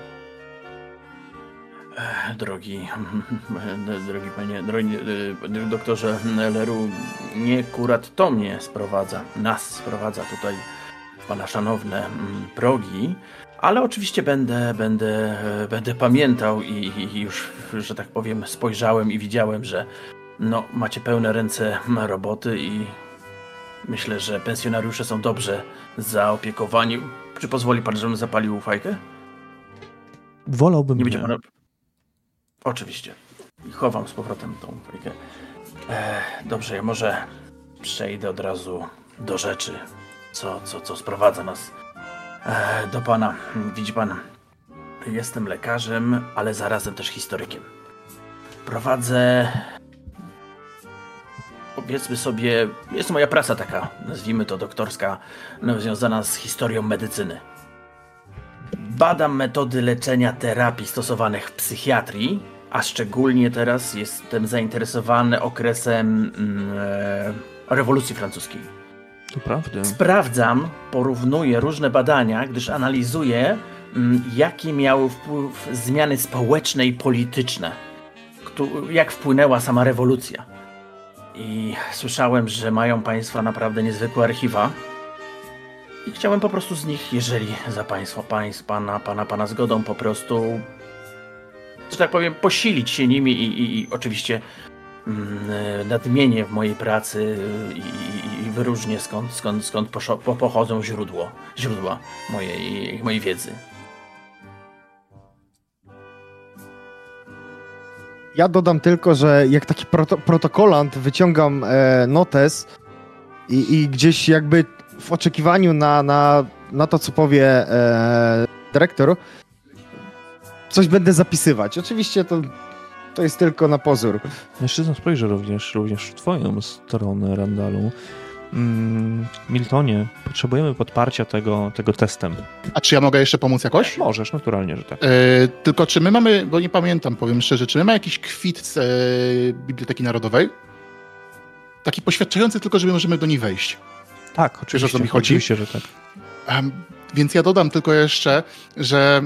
Drogi doktorze Leroux, nie akurat to nas sprowadza tutaj w pana szanowne progi, ale oczywiście będę pamiętał i już, że tak powiem, spojrzałem i widziałem, że no, macie pełne ręce roboty i myślę, że pensjonariusze są dobrze zaopiekowani. Czy pozwoli pan, żebym zapalił fajkę? Wolałbym nie. Będzie pan... Oczywiście. Chowam z powrotem tą fajkę. Dobrze, ja może przejdę od razu do rzeczy, co sprowadza nas do pana. Widzi pan, jestem lekarzem, ale zarazem też historykiem. Prowadzę, powiedzmy sobie, jest moja praca taka, nazwijmy to doktorska, związana z historią medycyny. Badam metody leczenia terapii stosowanych w psychiatrii, a szczególnie teraz jestem zainteresowany okresem rewolucji francuskiej. To prawda. Sprawdzam, porównuję różne badania, gdyż analizuję, jaki miały wpływ zmiany społeczne i polityczne, jak wpłynęła sama rewolucja. I słyszałem, że mają państwo naprawdę niezwykłe archiwa. I chciałem po prostu z nich, jeżeli za pana zgodą, po prostu, że tak powiem, posilić się nimi i oczywiście nadmienię w mojej pracy i wyróżnię skąd pochodzą źródła mojej wiedzy. Ja dodam tylko, że jak taki protokolant wyciągam notes i gdzieś jakby w oczekiwaniu na to, co powie dyrektor, coś będę zapisywać. Oczywiście to jest tylko na pozór. Mężczyzna spojrzy również w twoją stronę, Randalu. Miltonie, potrzebujemy podparcia tego testem. A czy ja mogę jeszcze pomóc jakoś? Możesz, naturalnie, że tak. Tylko czy my mamy, bo nie pamiętam, powiem szczerze, czy my mamy jakiś kwit z Biblioteki Narodowej? Taki poświadczający tylko, że my możemy do niej wejść. Tak, oczywiście. Wiesz, o co mi chodzi? Oczywiście, że tak. Więc ja dodam tylko jeszcze, że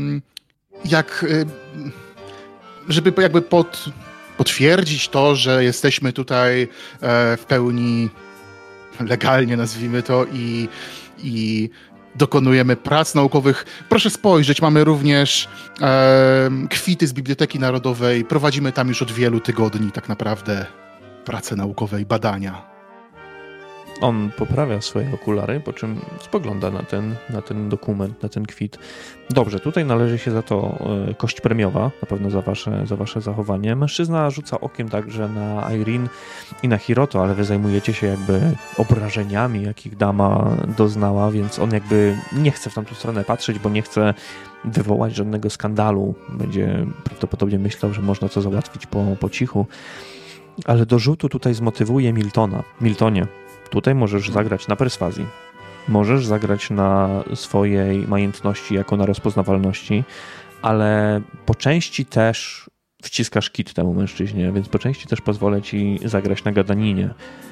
żeby jakby potwierdzić to, że jesteśmy tutaj w pełni legalnie, nazwijmy to, i dokonujemy prac naukowych. Proszę spojrzeć, mamy również kwity z Biblioteki Narodowej. Prowadzimy tam już od wielu tygodni tak naprawdę prace naukowe i badania. On poprawia swoje okulary, po czym spogląda na ten dokument, na ten kwit. Dobrze, tutaj należy się za to kość premiowa, na pewno za wasze zachowanie. Mężczyzna rzuca okiem także na Irene i na Hiroto, ale wy zajmujecie się jakby obrażeniami, jakich dama doznała, więc on jakby nie chce w tamtą stronę patrzeć, bo nie chce wywołać żadnego skandalu. Będzie prawdopodobnie myślał, że można to załatwić po cichu. Ale do rzutu tutaj zmotywuje Miltona. Miltonie, tutaj możesz zagrać na perswazji. Możesz zagrać na swojej majętności jako na rozpoznawalności, ale po części też wciskasz kit temu mężczyźnie, więc po części też pozwolę ci zagrać na gadaninie.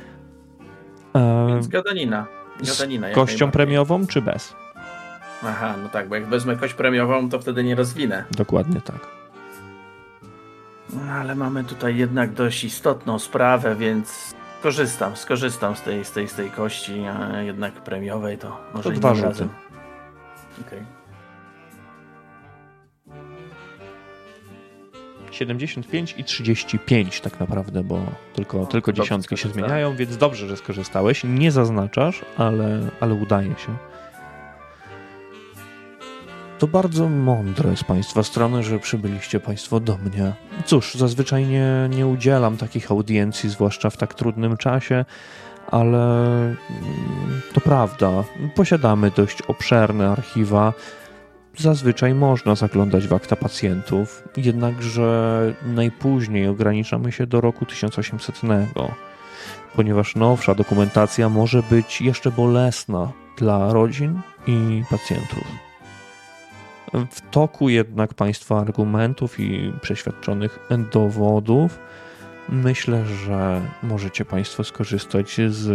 Więc gadanina. Z kością premiową czy bez? Aha, no tak, bo jak wezmę kość premiową, to wtedy nie rozwinę. Dokładnie tak. No, ale mamy tutaj jednak dość istotną sprawę, więc skorzystam z tej kości, a jednak premiowej to może to 2 rzuty. Razem. Okay. 75 i 35 tak naprawdę, bo tylko dziesiątki się zmieniają, więc dobrze, że skorzystałeś. Nie zaznaczasz, ale udaje się. To bardzo mądre z Państwa strony, że przybyliście Państwo do mnie. Cóż, zazwyczaj nie udzielam takich audiencji, zwłaszcza w tak trudnym czasie, ale to prawda. Posiadamy dość obszerne archiwa. Zazwyczaj można zaglądać w akta pacjentów, jednakże najpóźniej ograniczamy się do roku 1800, ponieważ nowsza dokumentacja może być jeszcze bolesna dla rodzin i pacjentów. W toku jednak Państwa argumentów i przeświadczonych dowodów myślę, że możecie Państwo skorzystać z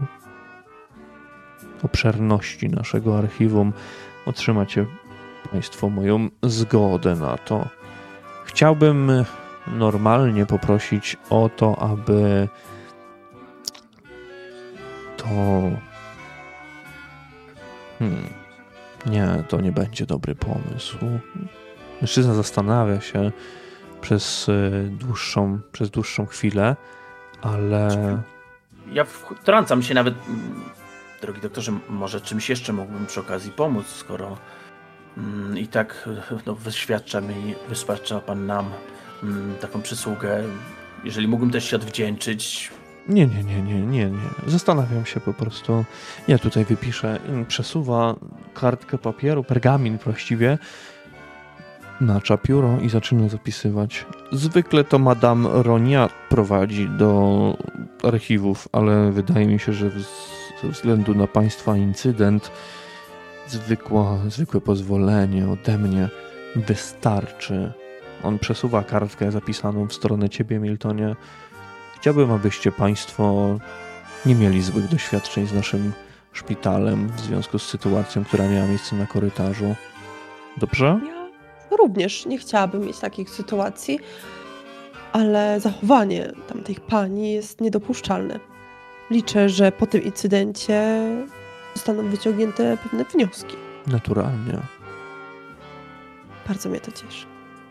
obszerności naszego archiwum. Otrzymacie Państwo moją zgodę na to. Chciałbym normalnie poprosić o to, aby to... Nie, to nie będzie dobry pomysł. Mężczyzna zastanawia się przez dłuższą chwilę, ale... Ja wtrącam się nawet, drogi doktorze, może czymś jeszcze mógłbym przy okazji pomóc, skoro i tak wyświadcza pan nam taką przysługę. Jeżeli mógłbym też się odwdzięczyć... Nie. Zastanawiam się po prostu. Ja tutaj wypiszę. Przesuwa kartkę papieru, pergamin właściwie, macza pióro i zaczyna zapisywać. Zwykle to Madame Ronia prowadzi do archiwów, ale wydaje mi się, że ze względu na Państwa incydent zwykłe pozwolenie ode mnie wystarczy. On przesuwa kartkę zapisaną w stronę ciebie, Miltonie. Chciałbym, abyście Państwo nie mieli złych doświadczeń z naszym szpitalem w związku z sytuacją, która miała miejsce na korytarzu. Dobrze? Ja również nie chciałabym mieć takich sytuacji, ale zachowanie tamtej pani jest niedopuszczalne. Liczę, że po tym incydencie zostaną wyciągnięte pewne wnioski. Naturalnie. Bardzo mnie to cieszy.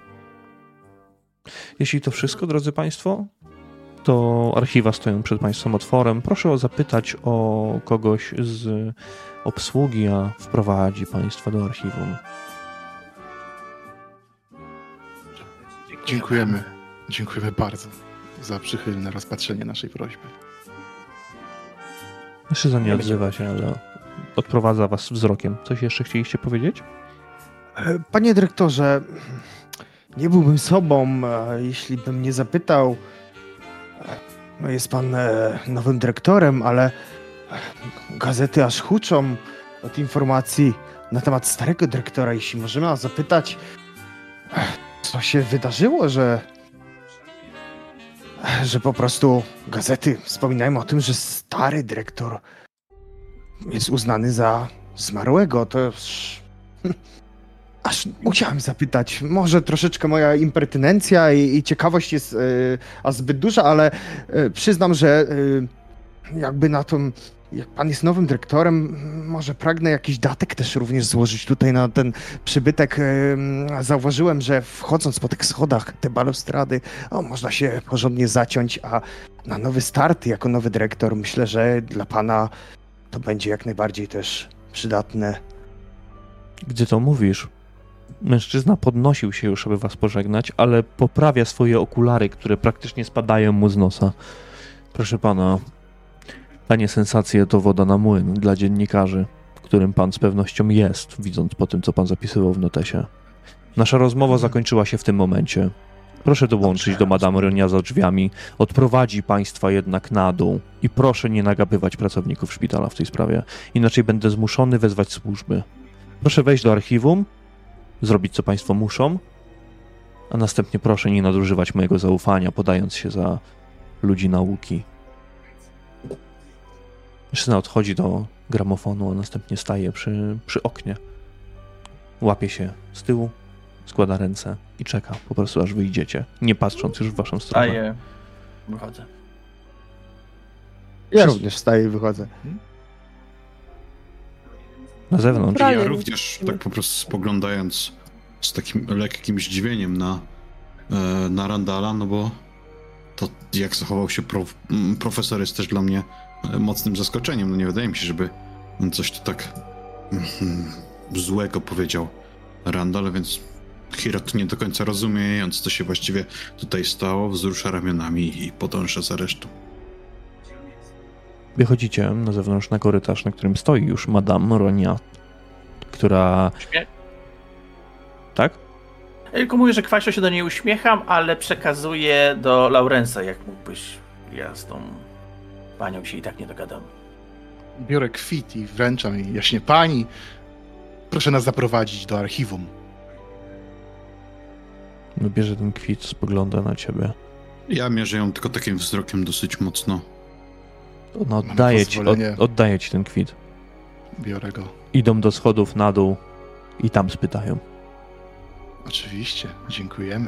Jeśli to wszystko, drodzy Państwo, to archiwa stoją przed Państwem otworem. Proszę zapytać o kogoś z obsługi, a wprowadzi Państwa do archiwum. Dziękujemy. Dziękujemy bardzo za przychylne rozpatrzenie naszej prośby. Mężczyzna nie odzywa się, ale odprowadza was wzrokiem. Coś jeszcze chcieliście powiedzieć? Panie dyrektorze, nie byłbym sobą, jeśli bym nie zapytał. No jest pan nowym dyrektorem, ale gazety aż huczą od informacji na temat starego dyrektora. Jeśli możemy zapytać, co się wydarzyło, że po prostu gazety wspominają o tym, że stary dyrektor jest uznany za zmarłego. To już... Aż musiałem zapytać. Może troszeczkę moja impertynencja i ciekawość jest zbyt duża, ale przyznam, że jakby na to, jak pan jest nowym dyrektorem, może pragnę jakiś datek też również złożyć tutaj na ten przybytek. Zauważyłem, że wchodząc po tych schodach, te balustrady, można się porządnie zaciąć, a na nowy start jako nowy dyrektor myślę, że dla pana to będzie jak najbardziej też przydatne. Gdy to mówisz, mężczyzna podnosił się już, aby was pożegnać, ale poprawia swoje okulary, które praktycznie spadają mu z nosa. Proszę pana, tanie sensacje to woda na młyn dla dziennikarzy, którym pan z pewnością jest, widząc po tym, co pan zapisywał w notesie. Nasza rozmowa zakończyła się w tym momencie. Proszę dołączyć do Madame Ronia za drzwiami. Odprowadzi państwa jednak na dół. I proszę nie nagabywać pracowników szpitala w tej sprawie. Inaczej będę zmuszony wezwać służby. Proszę wejść do archiwum, zrobić co państwo muszą, a następnie proszę nie nadużywać mojego zaufania, podając się za ludzi nauki. Mężczyzna odchodzi do gramofonu, a następnie staje przy oknie. Łapie się z tyłu, składa ręce i czeka po prostu, aż wyjdziecie, nie patrząc już w waszą stronę. Wstaję, wychodzę. Ja również wstaję i wychodzę. Na zewnątrz. Ja również tak po prostu spoglądając z takim lekkim zdziwieniem na Randala, no bo to jak zachował się profesor jest też dla mnie mocnym zaskoczeniem. No nie wydaje mi się, żeby coś tu tak złego powiedział Randall, więc Hirat nie do końca rozumiejąc, co się właściwie tutaj stało, wzrusza ramionami i podąża za resztą. Wychodzicie na zewnątrz na korytarz, na którym stoi już Madame Ronia, która... Tak? Ja tylko mówię, że kwaśno się do niej uśmiecham, ale przekazuję do Laurensa, jak mógłbyś. Ja z tą panią się i tak nie dogadam. Biorę kwit i wręczam jej. Jaśnie pani, proszę nas zaprowadzić do archiwum. No bierze ten kwit, spogląda na ciebie. Ja mierzę ją tylko takim wzrokiem dosyć mocno. Ona oddaje ci ten kwit. Biorę go. Idą do schodów na dół i tam spytają. Oczywiście, dziękujemy.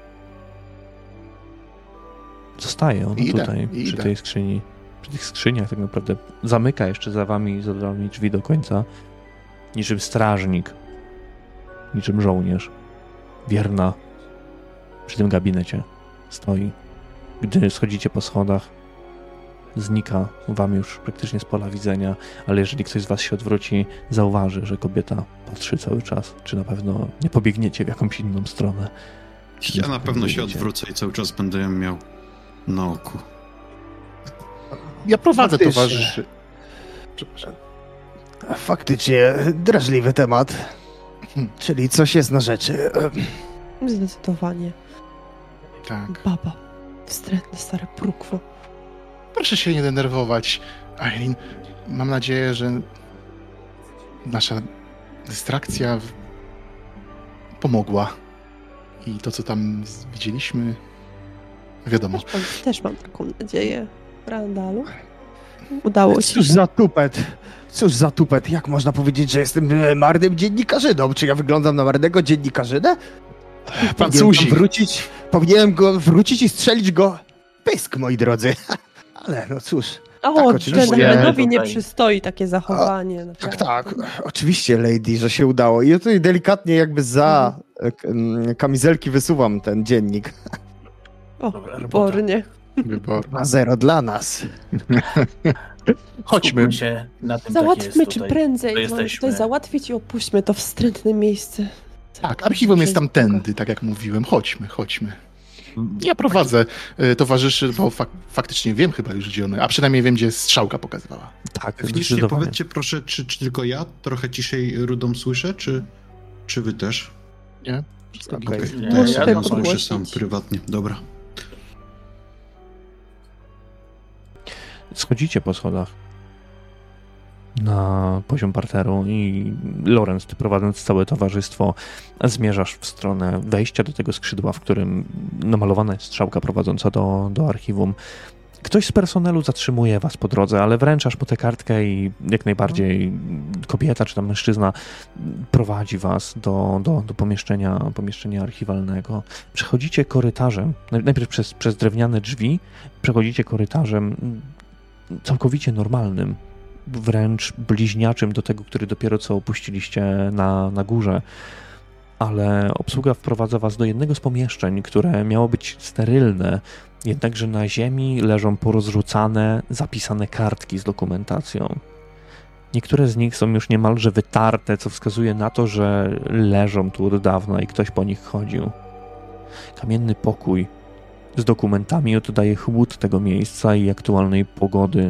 Zostaje on tutaj przy tej skrzyni. Przy tych skrzyniach tak naprawdę zamyka jeszcze za wami drzwi do końca. Niczym strażnik. Niczym żołnierz. Wierna. Przy tym gabinecie stoi. Gdy schodzicie po schodach, znika wam już praktycznie z pola widzenia, ale jeżeli ktoś z was się odwróci, zauważy, że kobieta patrzy cały czas. Czy na pewno nie pobiegniecie w jakąś inną stronę? Ja na pewno się odwrócę i cały czas będę ją miał na oku. Ja prowadzę towarzyszy. Przepraszam. Faktycznie drażliwy temat. Czyli coś jest na rzeczy. Zdecydowanie. Tak. Baba. Wstrętne stare prukwo. Proszę się nie denerwować, Aileen. Mam nadzieję, że nasza dystrakcja pomogła. I to, co tam widzieliśmy, wiadomo. Też mam taką nadzieję, Randalu. Udało się. Cóż za tupet. Jak można powiedzieć, że jestem marnym dziennikarzyną? Czy ja wyglądam na marnego dziennikarzynę? Powinienem go wrócić i strzelić go pysk, moi drodzy. Ale no cóż. Gentlemanowi nie przystoi takie zachowanie. Tak. Oczywiście, lady, że się udało. I ja tutaj delikatnie jakby za kamizelki wysuwam ten dziennik. O, wybornie. 2-0 dla nas. Chodźmy. Się na tym, załatwmy tak czy tutaj, prędzej. Mamy tutaj załatwić i opuśćmy to wstrętne miejsce. Tak, archiwum jest tamtędy, tak jak mówiłem. Chodźmy. Ja prowadzę towarzyszy, bo faktycznie wiem chyba już, gdzie one, a przynajmniej wiem, gdzie strzałka pokazywała. Tak, Technicznie zdecydowanie. powiedzcie proszę, czy tylko ja trochę ciszej Rudą słyszę, czy wy też? Nie? Okej. Nie, Muszę ja sobie mam Słyszę podgłosić. sam prywatnie, dobra. Schodzicie po schodach na poziom parteru i Lorenz, ty prowadząc całe towarzystwo, zmierzasz w stronę wejścia do tego skrzydła, w którym namalowana jest strzałka prowadząca do archiwum. Ktoś z personelu zatrzymuje was po drodze, ale wręczasz mu tę kartkę i jak najbardziej kobieta czy tam mężczyzna prowadzi was do pomieszczenia archiwalnego. Przechodzicie korytarzem, najpierw przez drewniane drzwi, przechodzicie korytarzem całkowicie normalnym, wręcz bliźniaczym do tego, który dopiero co opuściliście na górze. Ale obsługa wprowadza was do jednego z pomieszczeń, które miało być sterylne, jednakże na ziemi leżą porozrzucane, zapisane kartki z dokumentacją. Niektóre z nich są już niemalże wytarte, co wskazuje na to, że leżą tu od dawna i ktoś po nich chodził. Kamienny pokój z dokumentami oddaje chłód tego miejsca i aktualnej pogody.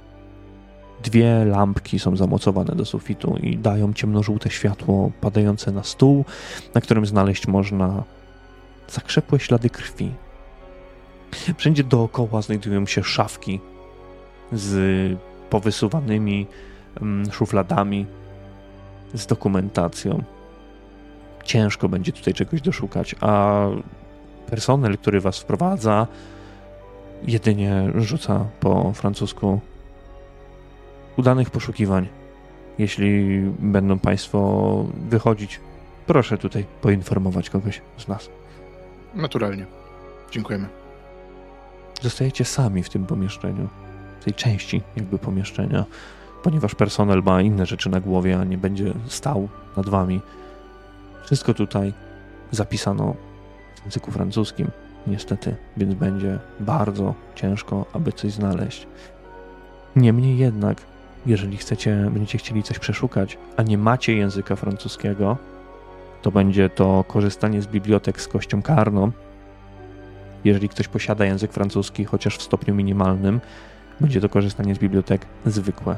2 lampki są zamocowane do sufitu i dają ciemnożółte światło padające na stół, na którym znaleźć można zakrzepłe ślady krwi. Wszędzie dookoła znajdują się szafki z powysuwanymi szufladami, z dokumentacją. Ciężko będzie tutaj czegoś doszukać, a personel, który was wprowadza, jedynie rzuca po francusku: udanych poszukiwań. Jeśli będą państwo wychodzić, proszę tutaj poinformować kogoś z nas. Naturalnie. Dziękujemy. Zostajecie sami w tym pomieszczeniu, w tej części jakby pomieszczenia, ponieważ personel ma inne rzeczy na głowie, a nie będzie stał nad wami. Wszystko tutaj zapisano w języku francuskim, niestety, więc będzie bardzo ciężko, aby coś znaleźć. Niemniej jednak, jeżeli będziecie chcieli coś przeszukać, a nie macie języka francuskiego, to będzie to korzystanie z bibliotek z kością karną. Jeżeli ktoś posiada język francuski, chociaż w stopniu minimalnym, będzie to korzystanie z bibliotek zwykłe.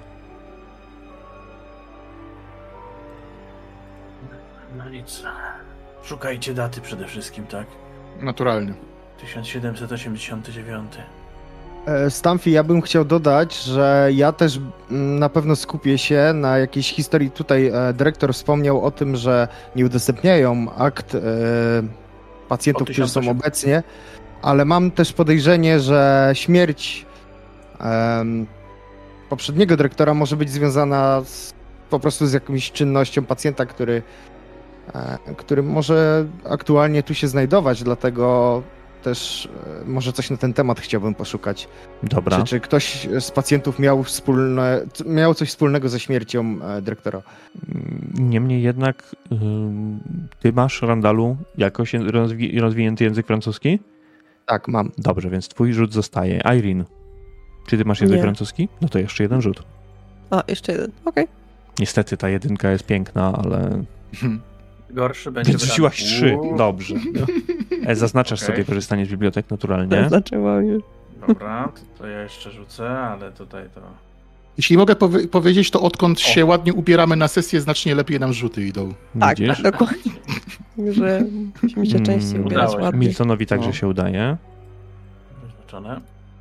No nic. Szukajcie daty przede wszystkim, tak? Naturalnie. 1789. Stamfi, ja bym chciał dodać, że ja też na pewno skupię się na jakiejś historii. Tutaj dyrektor wspomniał o tym, że nie udostępniają akt pacjentów, którzy są obecnie, ale mam też podejrzenie, że śmierć poprzedniego dyrektora może być związana po prostu z jakąś czynnością pacjenta, który może aktualnie tu się znajdować, dlatego też może coś na ten temat chciałbym poszukać. Dobra. Czy ktoś z pacjentów miał coś wspólnego ze śmiercią dyrektora? Niemniej jednak ty masz, Randalu, jakoś rozwinięty język francuski? Tak, mam. Dobrze, więc twój rzut zostaje. Irene, czy ty masz język Nie. francuski? No to jeszcze jeden rzut. A, jeszcze jeden. Okej. Niestety ta jedynka jest piękna, ale... Gorszy będzie. Więc rzuciłaś 3. Uuu. Dobrze. Zaznaczasz Okej. sobie korzystanie z bibliotek naturalnie. Zaczęłam już. Dobra, to ja jeszcze rzucę, ale tutaj to... Jeśli mogę powiedzieć, to odkąd się ładnie ubieramy na sesję, znacznie lepiej nam rzuty idą. Tak, Widzisz? dokładnie. Że musimy się częściej ubierać udało się. ładnie. Miltonowi także No. się udaje. Zaznaczone.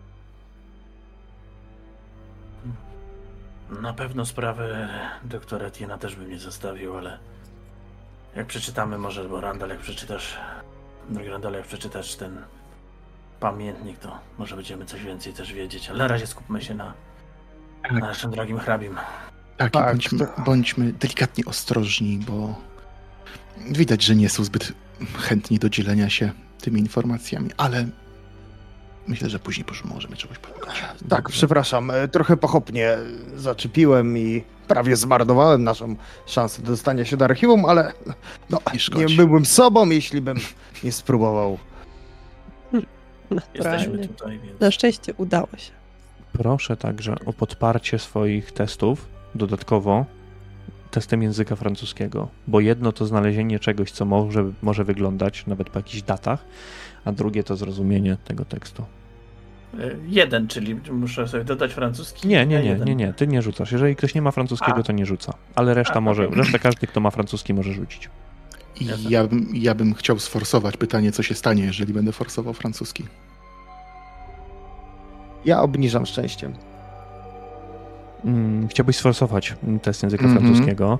Na pewno sprawę doktora Etiena też bym nie zostawił, ale jak przeczytamy może, bo Randall, jak przeczytasz, drogi Randall, jak przeczytasz ten pamiętnik, to może będziemy coś więcej też wiedzieć, ale na razie skupmy się na naszym drogim hrabim. Tak, Tak, i bądźmy delikatnie ostrożni, bo widać, że nie są zbyt chętni do dzielenia się tymi informacjami, ale myślę, że później możemy czegoś powiedzieć. Tak, przepraszam, trochę pochopnie zaczepiłem i prawie zmarnowałem naszą szansę dostania się do archiwum, ale no, Nie szkodzi. nie byłbym sobą, jeśli bym nie spróbował. Jesteśmy Naturalnie. tutaj, więc... Na szczęście udało się. Proszę także o podparcie swoich testów dodatkowo testem języka francuskiego, bo jedno to znalezienie czegoś, co może wyglądać nawet po jakichś datach, a drugie to zrozumienie tego tekstu. 1, czyli muszę sobie dodać francuski? Nie, ty nie rzucasz. Jeżeli ktoś nie ma francuskiego, to nie rzuca, ale reszta każdy, kto ma francuski, może rzucić. Ja bym chciał sforsować pytanie, co się stanie, jeżeli będę forsował francuski. Ja obniżam szczęściem. Chciałbyś sforsować test języka francuskiego.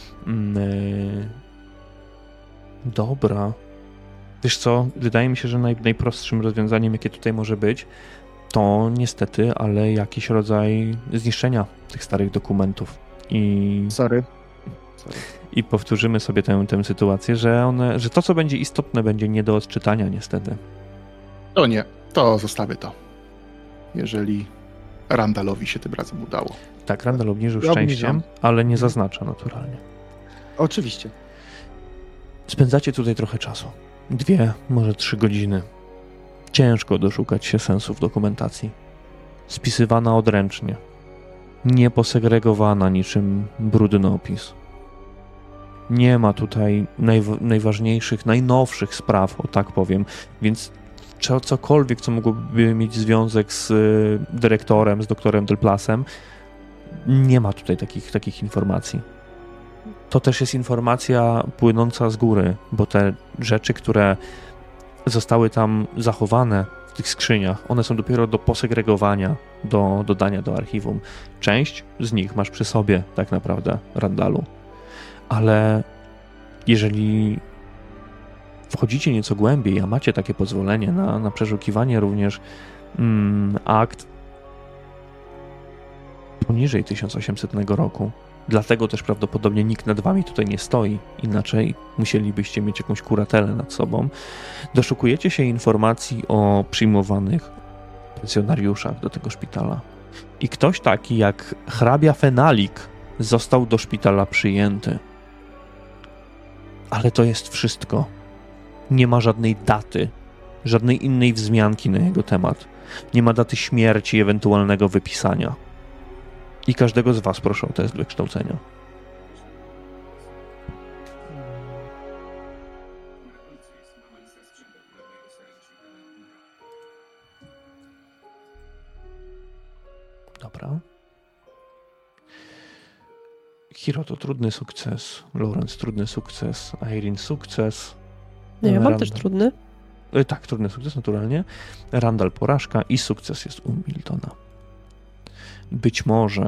Dobra. Wiesz co, wydaje mi się, że najprostszym rozwiązaniem, jakie tutaj może być, to niestety, ale jakiś rodzaj zniszczenia tych starych dokumentów. Sorry. I powtórzymy sobie tę sytuację, że to, co będzie istotne, będzie nie do odczytania niestety. To nie, to zostawię to. Jeżeli Randalowi się tym razem udało. Tak, Randal obniżył szczęściem, ale nie zaznacza naturalnie. Oczywiście. Spędzacie tutaj trochę czasu. 2, może 3 godziny. Ciężko doszukać się sensów dokumentacji. Spisywana odręcznie. Nieposegregowana niczym brudny opis. Nie ma tutaj najważniejszych, najnowszych spraw, o tak powiem, więc cokolwiek, co mogłoby mieć związek z dyrektorem, z doktorem Delplasem, nie ma tutaj takich informacji. To też jest informacja płynąca z góry, bo te rzeczy, które zostały tam zachowane w tych skrzyniach, one są dopiero do posegregowania, do dodania do archiwum. Część z nich masz przy sobie tak naprawdę, Randalu. Ale jeżeli wchodzicie nieco głębiej, a macie takie pozwolenie na przeszukiwanie również akt poniżej 1800 roku, dlatego też prawdopodobnie nikt nad wami tutaj nie stoi, inaczej musielibyście mieć jakąś kuratelę nad sobą, doszukujecie się informacji o przyjmowanych pensjonariuszach do tego szpitala. I ktoś taki jak hrabia Fenalik został do szpitala przyjęty. Ale to jest wszystko. Nie ma żadnej daty, żadnej innej wzmianki na jego temat. Nie ma daty śmierci, ewentualnego wypisania. I każdego z was proszę o test wykształcenia. Dobra. Hiro to trudny sukces, Lawrence trudny sukces, Irene sukces. Nie, ja mam też trudny. Tak, trudny sukces naturalnie. Randall porażka i sukces jest u Miltona. Być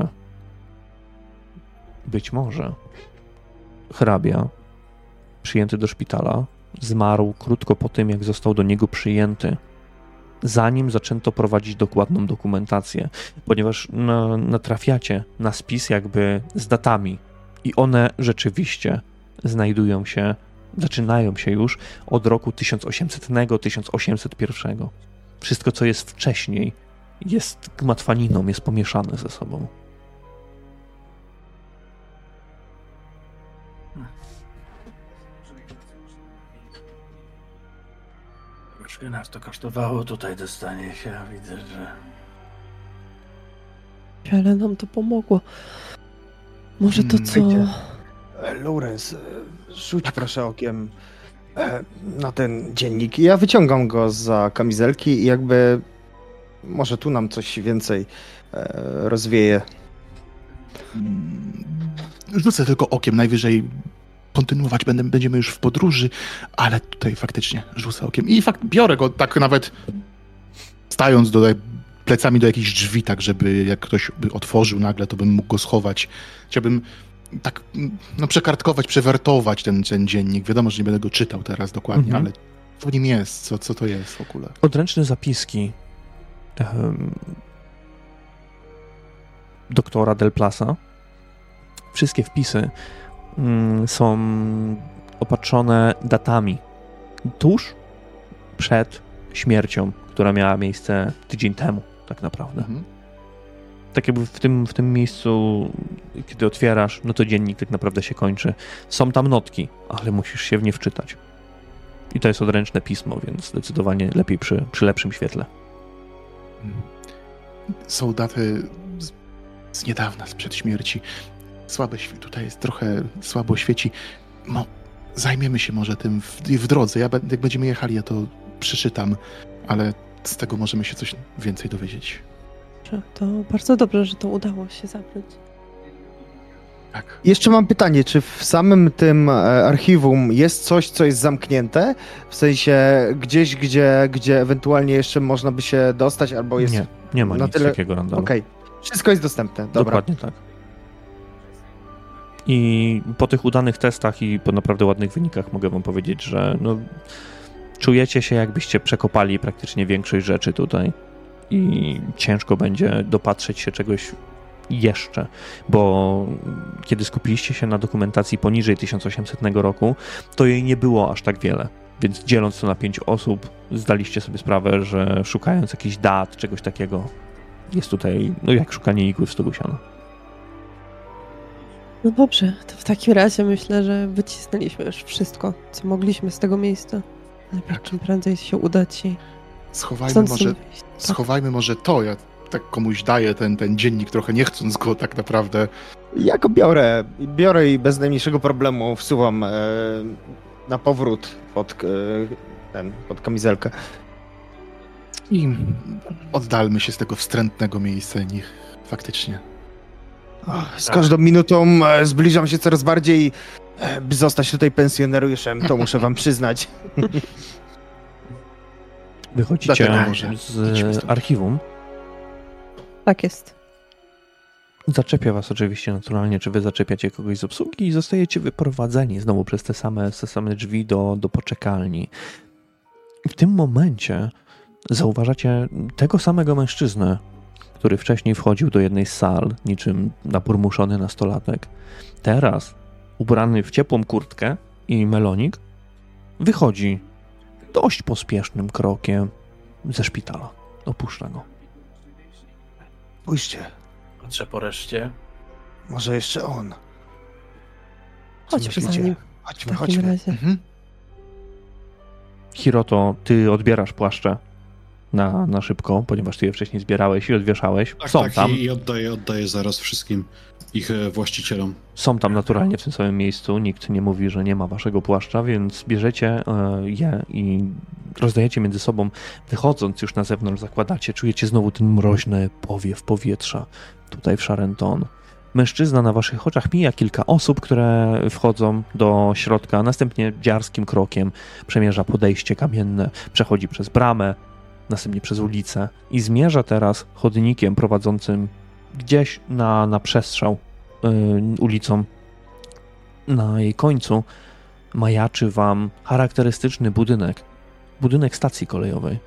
może hrabia przyjęty do szpitala zmarł krótko po tym, jak został do niego przyjęty, zanim zaczęto prowadzić dokładną dokumentację, ponieważ natrafiacie na spis jakby z datami i one rzeczywiście zaczynają się już od roku 1800-1801. Wszystko, co jest wcześniej, jest gmatwaniną, jest pomieszane ze sobą. Troszkę nas to kosztowało, tutaj dostanie się, widzę, że... Ale nam to pomogło. Może to co... Lawrence, rzuć proszę okiem na ten dziennik. Ja wyciągam go za kamizelki i jakby może tu nam coś więcej rozwieje. Rzucę tylko okiem, najwyżej kontynuować będziemy już w podróży, ale tutaj faktycznie rzucę okiem. I biorę go tak nawet stając plecami do jakichś drzwi, tak żeby jak ktoś by otworzył nagle, to bym mógł go schować. Chciałbym tak przekartkować, przewertować ten dziennik. Wiadomo, że nie będę go czytał teraz dokładnie, ale co w nim jest? Co to jest w ogóle? Odręczne zapiski doktora Delplasa. Wszystkie wpisy są opatrzone datami tuż przed śmiercią, która miała miejsce tydzień temu tak naprawdę. Tak jakby w tym miejscu, kiedy otwierasz, no to dziennik tak naprawdę się kończy. Są tam notki, ale musisz się w nie wczytać. I to jest odręczne pismo, więc zdecydowanie lepiej przy lepszym świetle. Są daty z niedawna, sprzed śmierci. tutaj jest trochę słabo świeci. No, zajmiemy się może tym w drodze. Jak będziemy jechali, ja to przeczytam, ale z tego możemy się coś więcej dowiedzieć. To bardzo dobrze, że to udało się zabrać. Tak. Jeszcze mam pytanie, czy w samym tym archiwum jest coś, co jest zamknięte? W sensie gdzieś, gdzie ewentualnie jeszcze można by się dostać, albo jest... Nie ma na nic tyle... takiego, Randall. Okej. Wszystko jest dostępne, dobra. Dokładnie tak. I po tych udanych testach i po naprawdę ładnych wynikach mogę wam powiedzieć, że czujecie się, jakbyście przekopali praktycznie większość rzeczy tutaj i ciężko będzie dopatrzeć się czegoś jeszcze, bo kiedy skupiliście się na dokumentacji poniżej 1800 roku, to jej nie było aż tak wiele. Więc dzieląc to na 5 osób, zdaliście sobie sprawę, że szukając jakichś dat, czegoś takiego, jest tutaj, jak szukanie igły w stogu siana. No dobrze, to w takim razie myślę, że wycisnęliśmy już wszystko, co mogliśmy z tego miejsca. Lepiej czym prędzej się udać i Schowajmy może to. Ja tak komuś daję ten dziennik, trochę nie chcąc go tak naprawdę. Ja go biorę i bez najmniejszego problemu wsuwam na powrót pod kamizelkę. I oddalmy się z tego wstrętnego miejsca, niech faktycznie. Z każdą minutą zbliżam się coraz bardziej, by zostać tutaj pensjonariuszem, to muszę wam przyznać. Wychodzicie z archiwum. Tak jest. Zaczepia was oczywiście naturalnie, czy wy zaczepiacie kogoś z obsługi i zostajecie wyprowadzeni znowu przez te same drzwi do poczekalni. W tym momencie zauważacie tego samego mężczyznę, który wcześniej wchodził do jednej z sal, niczym naburmuszony nastolatek. Teraz, ubrany w ciepłą kurtkę i melonik, wychodzi dość pospiesznym krokiem ze szpitala. Opuszcza go. Pójście. Patrzę po reszcie. Może jeszcze on. Chodźmy za nim. Chodźmy. Mhm. Hiroto, ty odbierasz płaszcze na szybko, ponieważ ty je wcześniej zbierałeś i odwieszałeś. Tak, tam. I oddaję zaraz wszystkim ich właścicielom. Są tam naturalnie w tym samym miejscu. Nikt nie mówi, że nie ma waszego płaszcza, więc bierzecie je i rozdajecie między sobą. Wychodząc już na zewnątrz, zakładacie, czujecie znowu ten mroźny powiew powietrza tutaj w Charenton. Mężczyzna na waszych oczach mija kilka osób, które wchodzą do środka, następnie dziarskim krokiem przemierza podejście kamienne, przechodzi przez bramę, następnie przez ulicę i zmierza teraz chodnikiem prowadzącym gdzieś na przestrzał ulicą. Na jej końcu majaczy wam charakterystyczny budynek stacji kolejowej.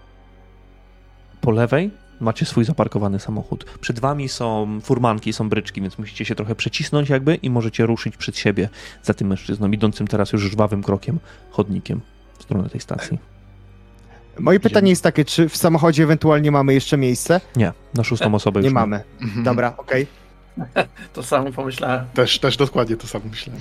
Po lewej macie swój zaparkowany samochód. Przed wami są furmanki, są bryczki, więc musicie się trochę przecisnąć jakby i możecie ruszyć przed siebie za tym mężczyzną, idącym teraz już żwawym krokiem, chodnikiem w stronę tej stacji. Moje pytanie jest takie, czy w samochodzie ewentualnie mamy jeszcze miejsce? Nie, na 6. osobę już nie mamy. Dobra, okej. To samo pomyślałem. Też dokładnie to samo myślałem.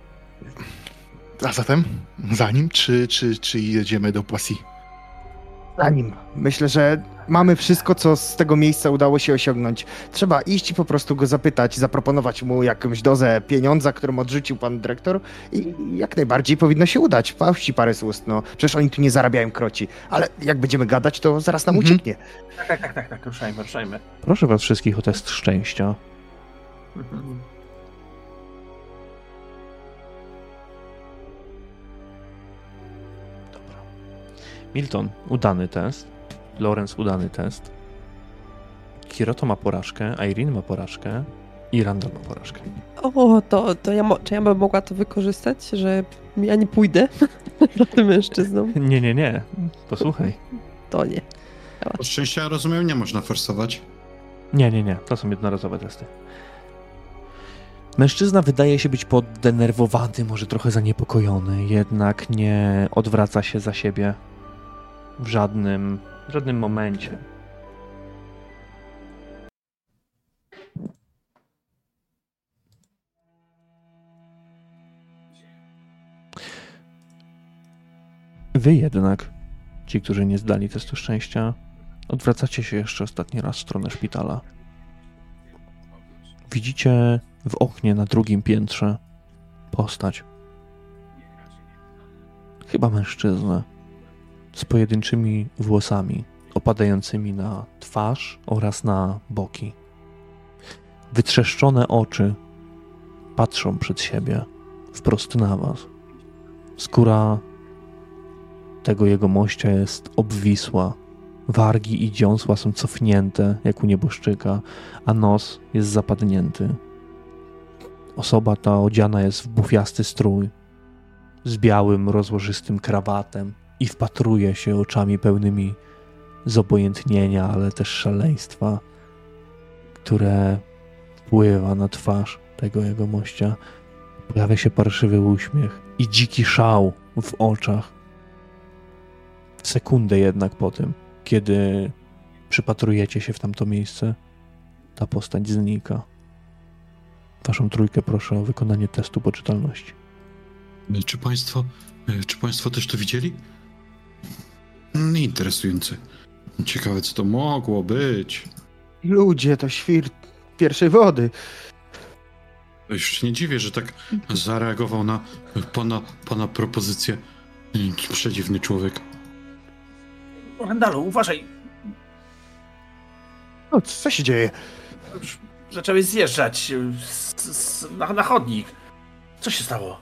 A zatem za nim, czy jedziemy do Poissy? Za nim. Myślę, że mamy wszystko, co z tego miejsca udało się osiągnąć. Trzeba iść i po prostu go zapytać, zaproponować mu jakąś dozę pieniądza, którą odrzucił pan dyrektor i jak najbardziej powinno się udać. Puści parę z ust, no. Przecież oni tu nie zarabiają kroci. Ale jak będziemy gadać, to zaraz nam ucieknie. Tak, ruszajmy. Proszę was wszystkich o test szczęścia. Dobra. Milton, udany test. Lorenz, udany test. Hiroto ma porażkę, Irene ma porażkę i Randall ma porażkę. O, czy ja bym mogła to wykorzystać, że ja nie pójdę za tym mężczyzną? Nie. Posłuchaj. To nie. Od szczęścia, rozumiem, nie można forsować. Nie. To są jednorazowe testy. Mężczyzna wydaje się być poddenerwowany, może trochę zaniepokojony, jednak nie odwraca się za siebie w żadnym momencie. Wy jednak, ci, którzy nie zdali testu szczęścia, odwracacie się jeszcze ostatni raz w stronę szpitala. Widzicie w oknie na drugim piętrze postać. Chyba mężczyznę z pojedynczymi włosami opadającymi na twarz oraz na boki. Wytrzeszczone oczy patrzą przed siebie, wprost na was. Skóra tego jegomościa jest obwisła. Wargi i dziąsła są cofnięte, jak u nieboszczyka, a nos jest zapadnięty. Osoba ta odziana jest w bufiasty strój, z białym, rozłożystym krawatem i wpatruje się oczami pełnymi zobojętnienia, ale też szaleństwa, które wpływa na twarz tego jegomościa. Pojawia się parszywy uśmiech i dziki szał w oczach. W sekundę jednak po tym, kiedy przypatrujecie się w tamto miejsce, ta postać znika. Waszą trójkę proszę o wykonanie testu poczytalności. Czy państwo też to widzieli? Interesujące. Ciekawe, co to mogło być. Ludzie, to świr pierwszej wody. Już się nie dziwię, że tak zareagował na pana propozycję. Przedziwny człowiek. Randalu, uważaj. No, co się dzieje? Zacząłeś zjeżdżać na chodnik. Co się stało?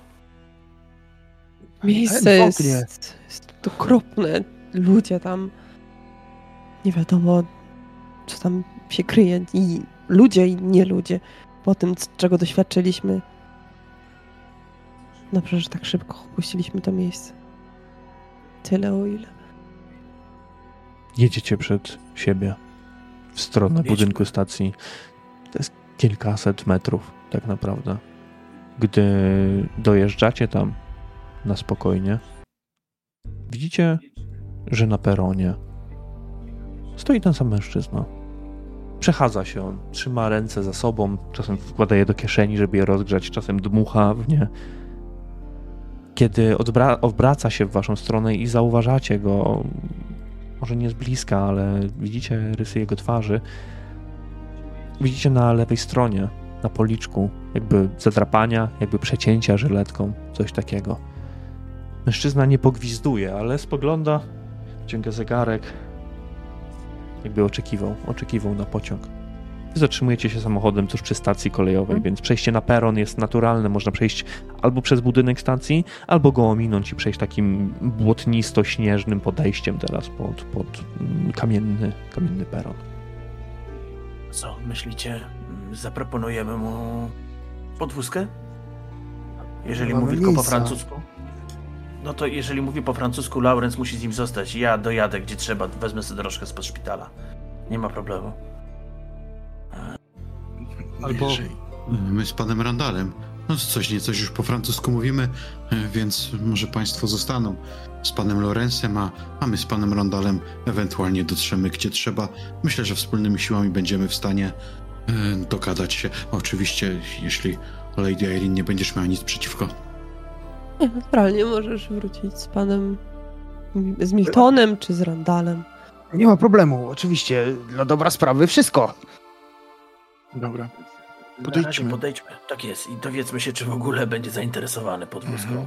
Miejsce jest okropne. Ludzie tam... Nie wiadomo, co tam się kryje. I ludzie, i nie ludzie. Po tym, czego doświadczyliśmy. Dobrze, że tak szybko opuściliśmy to miejsce. Tyle o ile. Jedziecie przed siebie w stronę budynku stacji. To jest kilkaset metrów tak naprawdę. Gdy dojeżdżacie tam na spokojnie, widzicie, że na peronie stoi ten sam mężczyzna. Przechadza się on, trzyma ręce za sobą, czasem wkłada je do kieszeni, żeby je rozgrzać, czasem dmucha w nie. Kiedy obraca się w waszą stronę i zauważacie go, może nie z bliska, ale widzicie rysy jego twarzy, widzicie na lewej stronie, na policzku, jakby zadrapania, jakby przecięcia żyletką, coś takiego. Mężczyzna nie pogwizduje, ale spogląda, wyciąga zegarek, jakby oczekiwał na pociąg. Wy zatrzymujecie się samochodem tuż przy stacji kolejowej, więc przejście na peron jest naturalne. Można przejść albo przez budynek stacji, albo go ominąć i przejść takim błotnisto-śnieżnym podejściem teraz pod kamienny peron. Co, myślicie, zaproponujemy mu podwózkę? Jeżeli mówi tylko po francusku? No to jeżeli mówi po francusku, Lawrence musi z nim zostać. Ja dojadę gdzie trzeba, wezmę sobie dorożkę spod szpitala. Nie ma problemu. Albo my z panem Randalem. No coś już po francusku mówimy, więc może państwo zostaną z panem Lawrencem, a my z panem Randalem ewentualnie dotrzemy gdzie trzeba. Myślę, że wspólnymi siłami będziemy w stanie dogadać się. Oczywiście, jeśli Lady Irene nie będziesz miała nic przeciwko. Naturalnie możesz wrócić z Miltonem czy z Randalem. Nie ma problemu, oczywiście. Dla dobra sprawy wszystko. Dobra. Podejdźmy. Tak jest. I dowiedzmy się, czy w ogóle będzie zainteresowany podwózką.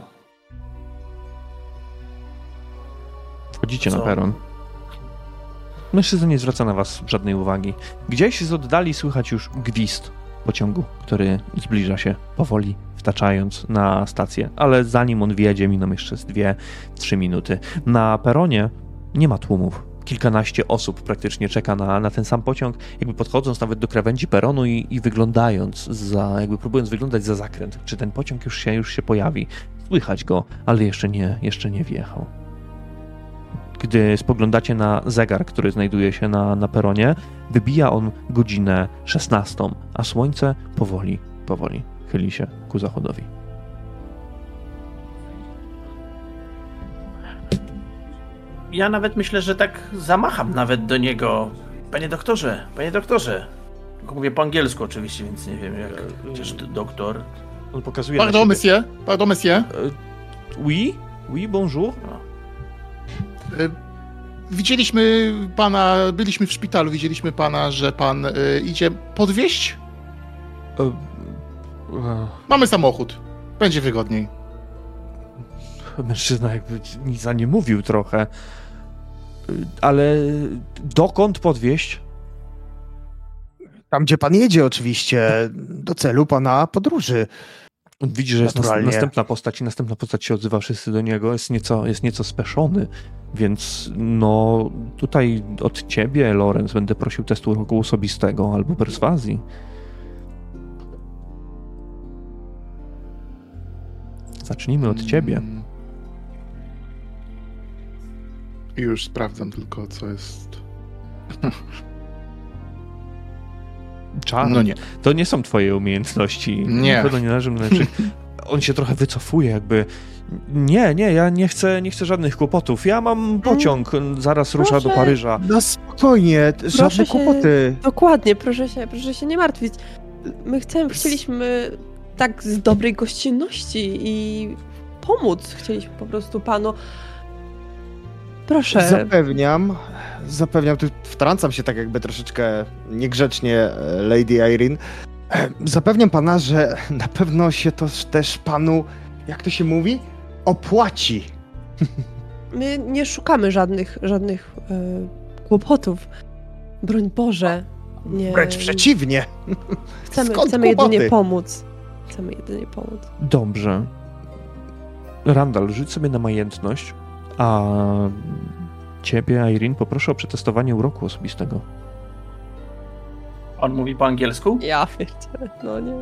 Wchodzicie na peron. Mężczyzna nie zwraca na was żadnej uwagi. Gdzieś z oddali słychać już gwizd pociągu, który zbliża się powoli, wtaczając na stację. Ale zanim on wjedzie, miną jeszcze z 2-3 minuty. Na peronie nie ma tłumów. Kilkanaście osób praktycznie czeka na ten sam pociąg, jakby podchodząc nawet do krawędzi peronu i wyglądając jakby próbując wyglądać za zakręt, czy ten pociąg już się pojawi. Słychać go, ale jeszcze nie wjechał. Gdy spoglądacie na zegar, który znajduje się na peronie, wybija on godzinę 16, a słońce powoli chyli się ku zachodowi. Ja nawet myślę, że tak zamacham nawet do niego. Panie doktorze. Tylko mówię po angielsku oczywiście, więc nie wiem jak. Chociaż doktor. On pokazuje Pardon, monsieur. Oui, bonjour. Widzieliśmy pana, byliśmy w szpitalu, widzieliśmy pana, że pan idzie podwieźć? Mamy samochód. Będzie wygodniej. Mężczyzna jakby nic nie mówił trochę. Ale dokąd podwieźć? Tam, gdzie pan jedzie oczywiście, do celu pana podróży. Widzi, że jest Naturalnie. następna postać i następna postać się odzywa wszyscy do niego. Jest nieco speszony, więc no tutaj od ciebie, Lorenz, będę prosił testu roku osobistego albo perswazji. Zacznijmy od ciebie. Już sprawdzam tylko, co jest... Czar. No nie. To nie są twoje umiejętności. Nie. Na pewno nie należy najlepszych. On się trochę wycofuje, jakby. Nie, ja nie chcę żadnych kłopotów. Ja mam pociąg, zaraz rusza do Paryża. No spokojnie, żadne kłopoty. Dokładnie, proszę się nie martwić. My chcieliśmy tak z dobrej gościnności i pomóc. Chcieliśmy po prostu panu. Proszę. Zapewniam, tu wtrącam się tak jakby troszeczkę niegrzecznie, Lady Irene. Zapewniam pana, że na pewno się to też panu, jak to się mówi, opłaci. My nie szukamy żadnych kłopotów. Broń Boże. Nie. Wręcz przeciwnie. Chcemy jedynie pomóc. Dobrze. Randall, rzuć sobie na majętność, a ciebie, Irene, poproszę o przetestowanie uroku osobistego. On mówi po angielsku? Ja pierdzielę, no nie.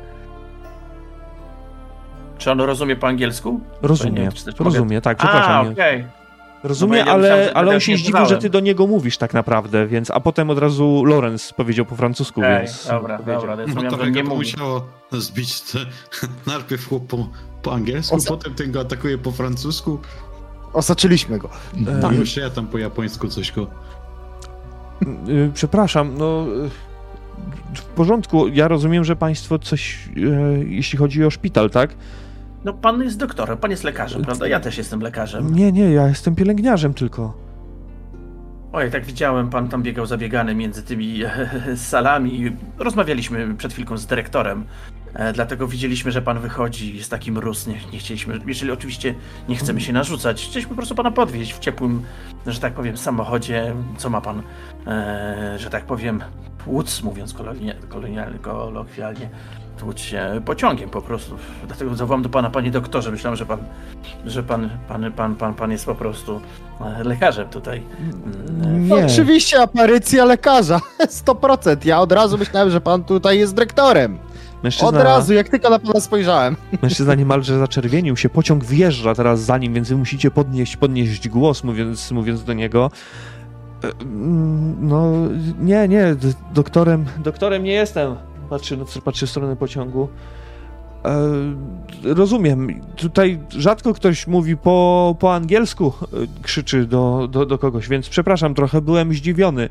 Czy on rozumie po angielsku? Rozumie, tak, przepraszam. Okej. Rozumie, No ale on się zdziwił, że ty do niego mówisz tak naprawdę, więc, a potem od razu Lorenz powiedział po francusku, więc... Dobra, No to nie musiało zbić najpierw chłop po angielsku, potem ten go atakuje po francusku. Osaczyliśmy go. Już ja tam po japońsku coś go... Przepraszam, no... W porządku, ja rozumiem, że państwo coś, jeśli chodzi o szpital, tak? No pan jest doktorem, pan jest lekarzem, prawda? Ja też jestem lekarzem. Nie, ja jestem pielęgniarzem tylko. Oj, tak widziałem, pan tam biegał zabiegany między tymi salami. Rozmawialiśmy przed chwilką z dyrektorem, dlatego widzieliśmy, że pan wychodzi, jest taki mróz, nie chcieliśmy, jeżeli oczywiście nie chcemy się narzucać, chcieliśmy po prostu pana podwieźć w ciepłym, że tak powiem, samochodzie. Co ma pan, że tak powiem, tłuc, mówiąc kolokwialnie, tłuc się pociągiem po prostu. Dlatego zawołam do pana, panie doktorze, myślałem, że pan jest po prostu lekarzem tutaj. Nie. Oczywiście, aparycja lekarza, 100%. Ja od razu myślałem, że pan tutaj jest dyrektorem. Od razu, jak tylko na pana spojrzałem. Mężczyzna niemalże zaczerwienił się, pociąg wjeżdża teraz za nim, więc wy musicie podnieść głos, mówiąc do niego. No, nie, doktorem nie jestem. Patrzy w stronę pociągu. Rozumiem, tutaj rzadko ktoś mówi po angielsku, krzyczy do kogoś, więc przepraszam, trochę byłem zdziwiony.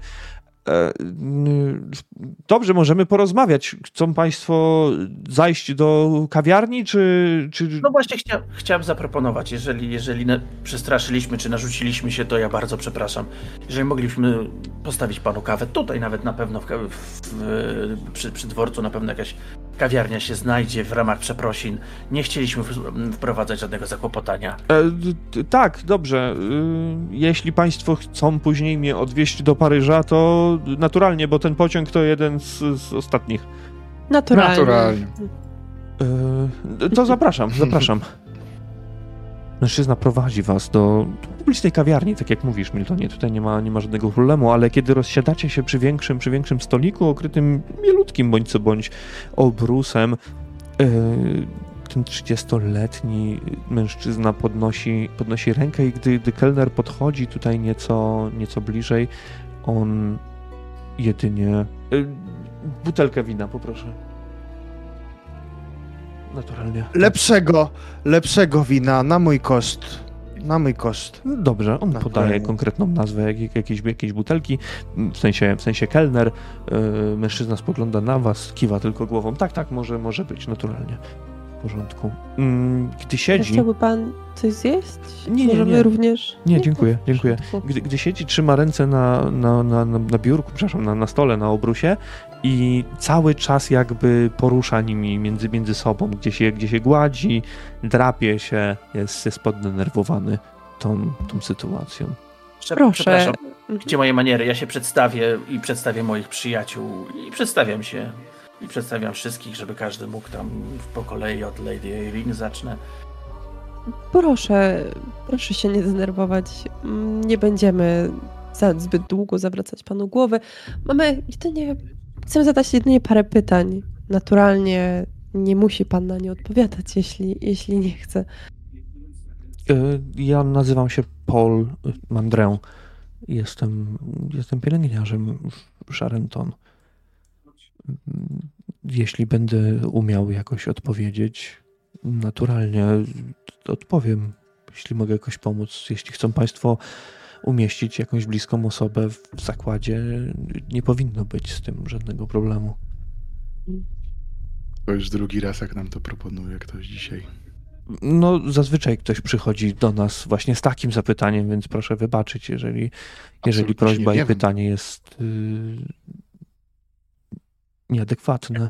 Dobrze, możemy porozmawiać. Chcą państwo zajść do kawiarni, czy... No właśnie chciałem zaproponować, jeżeli przestraszyliśmy, czy narzuciliśmy się, to ja bardzo przepraszam. Jeżeli moglibyśmy postawić panu kawę, tutaj nawet na pewno przy dworcu na pewno jakaś kawiarnia się znajdzie w ramach przeprosin. Nie chcieliśmy wprowadzać żadnego zakłopotania. Tak, dobrze. Jeśli państwo chcą później mnie odwieźć do Paryża, to naturalnie, bo ten pociąg to jeden z ostatnich. Naturalnie. To zapraszam. Mężczyzna prowadzi was do publicznej kawiarni, tak jak mówisz, Miltonie. Tutaj nie ma żadnego problemu, ale kiedy rozsiadacie się przy większym stoliku, okrytym mielutkim bądź co bądź obrusem, ten 30-letni mężczyzna podnosi rękę i gdy kelner podchodzi tutaj nieco bliżej, on jedynie... butelkę wina, poproszę. Naturalnie. Lepszego wina, na mój koszt. Dobrze, on podaje konkretną nazwę jakiejś butelki, w sensie kelner. Mężczyzna spogląda na was, kiwa tylko głową. Tak, może być, naturalnie. porządku. Gdy siedzi... Chciałby pan coś zjeść? Nie, Możemy również... Nie, dziękuję. To... Gdy siedzi, trzyma ręce na biurku, przepraszam, na stole, na obrusie i cały czas jakby porusza nimi między sobą, gdzie się gładzi, drapie się, jest poddenerwowany tą sytuacją. Proszę. Przepraszam, gdzie moje maniery? Ja się przedstawię i przedstawię moich przyjaciół i przedstawiam się. I przedstawiam wszystkich, żeby każdy mógł tam po kolei od Lady Irene zacznę. Proszę się nie denerwować. Nie będziemy zbyt długo zawracać panu głowy. Chcę zadać jedynie parę pytań. Naturalnie nie musi pan na nie odpowiadać, jeśli nie chce. Ja nazywam się Paul Mandrę. Jestem pielęgniarzem w Charenton. Jeśli będę umiał jakoś odpowiedzieć, naturalnie odpowiem. Jeśli mogę jakoś pomóc, jeśli chcą państwo umieścić jakąś bliską osobę w zakładzie, nie powinno być z tym żadnego problemu. To już drugi raz, jak nam to proponuje ktoś dzisiaj. No, zazwyczaj ktoś przychodzi do nas właśnie z takim zapytaniem, więc proszę wybaczyć, jeżeli prośba i pytanie jest nieadekwatne.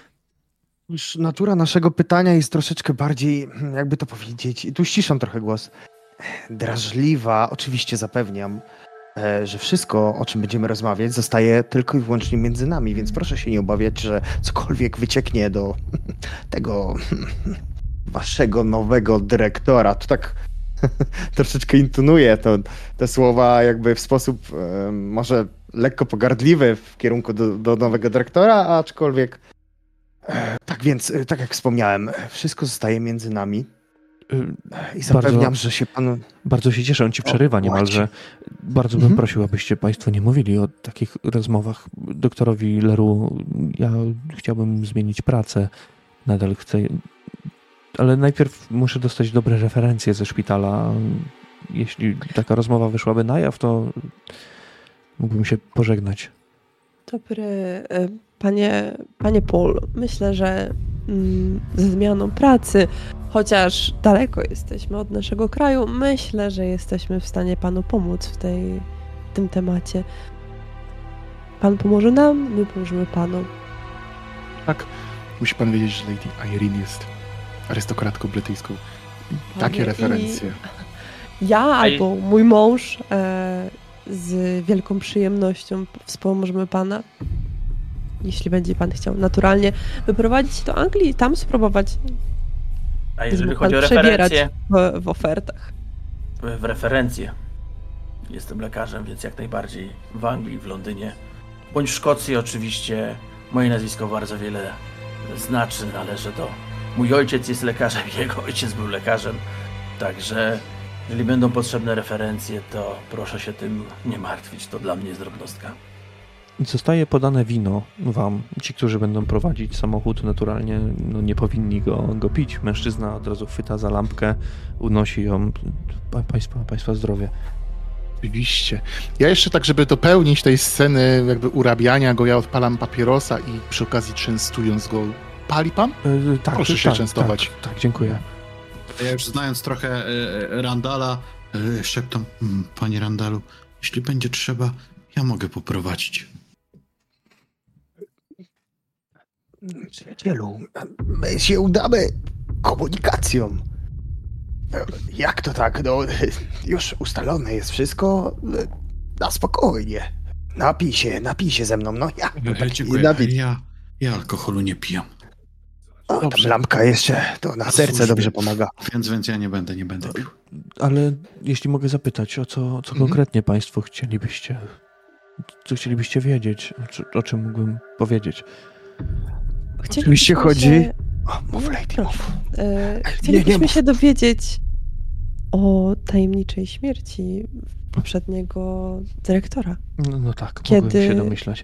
Już natura naszego pytania jest troszeczkę bardziej, jakby to powiedzieć, i tu ściszam trochę głos, drażliwa. Oczywiście zapewniam, że wszystko, o czym będziemy rozmawiać, zostaje tylko i wyłącznie między nami, więc proszę się nie obawiać, że cokolwiek wycieknie do tego waszego nowego dyrektora. To tak troszeczkę intonuję te słowa jakby w sposób może lekko pogardliwy w kierunku do nowego dyrektora, aczkolwiek tak więc, tak jak wspomniałem, wszystko zostaje między nami i zapewniam, że się panu... Bardzo się cieszę, on ci przerywa niemalże. Bardzo bym prosił, abyście państwo nie mówili o takich rozmowach. Doktorowi Leroux, ja chciałbym zmienić pracę. Nadal chcę... Ale najpierw muszę dostać dobre referencje ze szpitala. Jeśli taka rozmowa wyszłaby na jaw, to mógłbym się pożegnać. Dobry, panie Paul, myślę, że ze zmianą pracy, chociaż daleko jesteśmy od naszego kraju, myślę, że jesteśmy w stanie panu pomóc w tym temacie. Pan pomoże nam, my pomożemy panu. Tak, musi pan wiedzieć, że Lady Irene jest arystokratką brytyjską. Takie referencje. Ja albo mój mąż z wielką przyjemnością wspomożemy pana, jeśli będzie pan chciał naturalnie wyprowadzić się do Anglii i tam spróbować. A jeżeli chodzi o referencje? W ofertach. W referencje. Jestem lekarzem, więc jak najbardziej w Anglii, w Londynie, bądź w Szkocji oczywiście. Moje nazwisko bardzo wiele znaczy, należy do... Mój ojciec jest lekarzem, jego ojciec był lekarzem, także jeżeli będą potrzebne referencje, to proszę się tym nie martwić, to dla mnie jest drobnostka. Zostaje podane wino wam. Ci, którzy będą prowadzić samochód, naturalnie nie powinni go pić. Mężczyzna od razu chwyta za lampkę, unosi ją. Państwa zdrowie. Oczywiście. Ja jeszcze tak, żeby dopełnić tej sceny jakby urabiania go, ja odpalam papierosa i przy okazji częstując go. Pali pan? Tak, proszę się częstować. Tak, dziękuję. Ja już znając trochę Randala, szeptam, panie Randalu, jeśli będzie trzeba, ja mogę poprowadzić. Przyjacielu, my się udamy komunikacją. Jak to tak? No, już ustalone jest wszystko. Na spokojnie. Napij się ze mną. No jak? Dziękuję. Ja alkoholu nie pijam. O, tam lampka jeszcze, to na serce dobrze pomaga. Więc ja nie będę pił. Ale jeśli mogę zapytać, o co konkretnie państwo chcielibyście? Co chcielibyście wiedzieć? O czym mógłbym powiedzieć? Oczywiście chodzi... Mów, Lady, mów. Chcielibyśmy się dowiedzieć o tajemniczej śmierci poprzedniego dyrektora. No tak, mogłem się domyślać.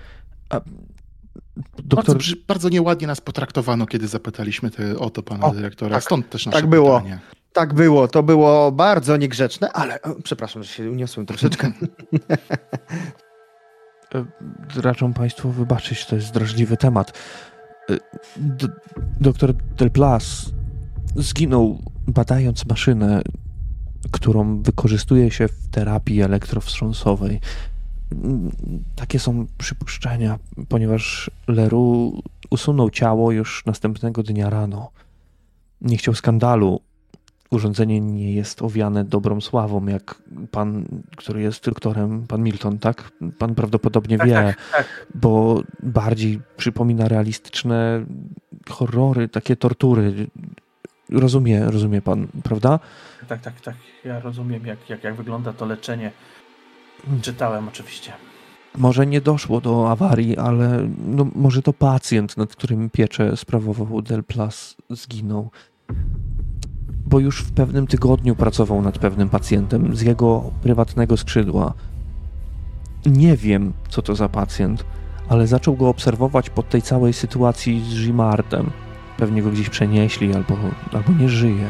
Doktor... Bardzo nieładnie nas potraktowano, kiedy zapytaliśmy o to pana dyrektora. Tak, stąd też nasze pytanie. Tak było. To było bardzo niegrzeczne, ale przepraszam, że się uniosłem troszeczkę. Raczą państwo wybaczyć, to jest drażliwy temat. Doktor Delplas zginął badając maszynę, którą wykorzystuje się w terapii elektrowstrząsowej. Takie są przypuszczenia, ponieważ Leroux usunął ciało już następnego dnia rano. Nie chciał skandalu. Urządzenie nie jest owiane dobrą sławą, jak pan, który jest doktorem, pan Milton, tak? Pan prawdopodobnie wie, Tak. bo bardziej przypomina realistyczne horrory, takie tortury. Rozumie pan, prawda? Tak. Ja rozumiem, jak wygląda to leczenie. Czytałem oczywiście. Może nie doszło do awarii, ale no, może to pacjent, nad którym pieczę sprawował Delplas, zginął. Bo już w pewnym tygodniu pracował nad pewnym pacjentem z jego prywatnego skrzydła. Nie wiem, co to za pacjent, ale zaczął go obserwować pod tej całej sytuacji z Gimartem. Pewnie go gdzieś przenieśli albo nie żyje.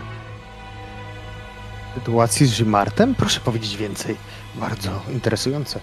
Sytuacji z Gimartem? Proszę powiedzieć więcej. Bardzo interesujące.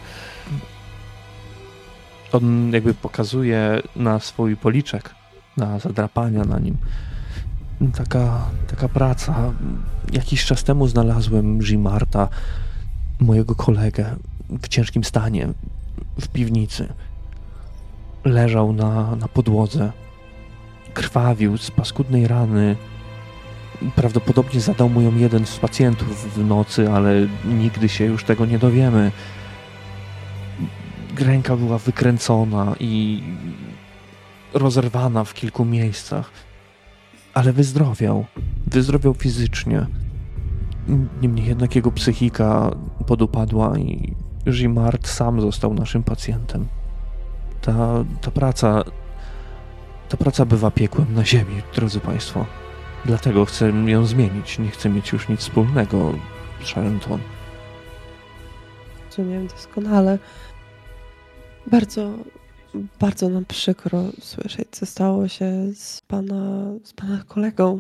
On jakby pokazuje na swój policzek, na zadrapania na nim. Taka praca. Jakiś czas temu znalazłem Gimarta, mojego kolegę, w ciężkim stanie, w piwnicy. Leżał na podłodze. Krwawił z paskudnej rany. Prawdopodobnie zadał mu ją jeden z pacjentów w nocy, ale nigdy się już tego nie dowiemy. Ręka była wykręcona i rozerwana w kilku miejscach. Ale wyzdrowiał. Wyzdrowiał fizycznie. Niemniej jednak jego psychika podupadła i Gimart sam został naszym pacjentem. Ta praca bywa piekłem na ziemi, drodzy państwo. Dlatego chcę ją zmienić. Nie chcę mieć już nic wspólnego z Charenton. Rozumiem doskonale. Bardzo nam przykro słyszeć, co stało się z pana kolegą.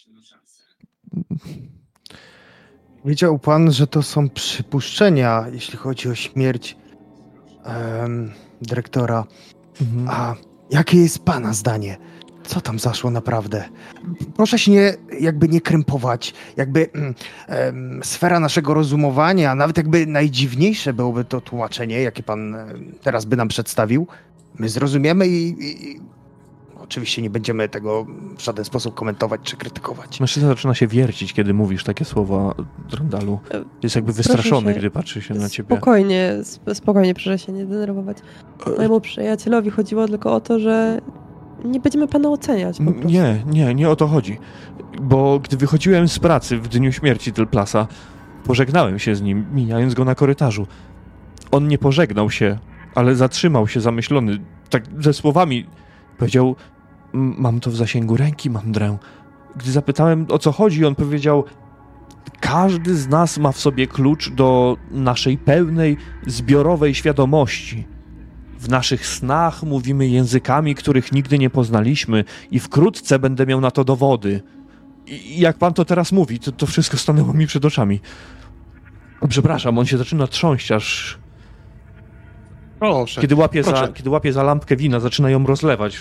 Wiedział pan, że to są przypuszczenia, jeśli chodzi o śmierć dyrektora. Mhm. A jakie jest pana zdanie? Co tam zaszło naprawdę? Proszę się nie krępować. Sfera naszego rozumowania, nawet najdziwniejsze byłoby to tłumaczenie, jakie pan teraz by nam przedstawił. My zrozumiemy i oczywiście nie będziemy tego w żaden sposób komentować czy krytykować. Mężczyzna zaczyna się wiercić, kiedy mówisz takie słowa, Drondalu. Jest jakby wystraszony, gdy patrzy się na ciebie. Spokojnie, proszę się nie denerwować. Mojemu przyjacielowi chodziło tylko o to, że nie będziemy pana oceniać po prostu. Nie o to chodzi. Bo gdy wychodziłem z pracy w dniu śmierci Delplasa, pożegnałem się z nim, mijając go na korytarzu. On nie pożegnał się, ale zatrzymał się zamyślony, tak ze słowami. Powiedział, mam to w zasięgu ręki, Mandrę. Gdy zapytałem, o co chodzi, on powiedział, każdy z nas ma w sobie klucz do naszej pełnej, zbiorowej świadomości. W naszych snach mówimy językami, których nigdy nie poznaliśmy i wkrótce będę miał na to dowody. I jak pan to teraz mówi, to wszystko stanęło mi przed oczami. Przepraszam, on się zaczyna trząść, aż... Proszę. Kiedy łapie za lampkę wina, zaczyna ją rozlewać.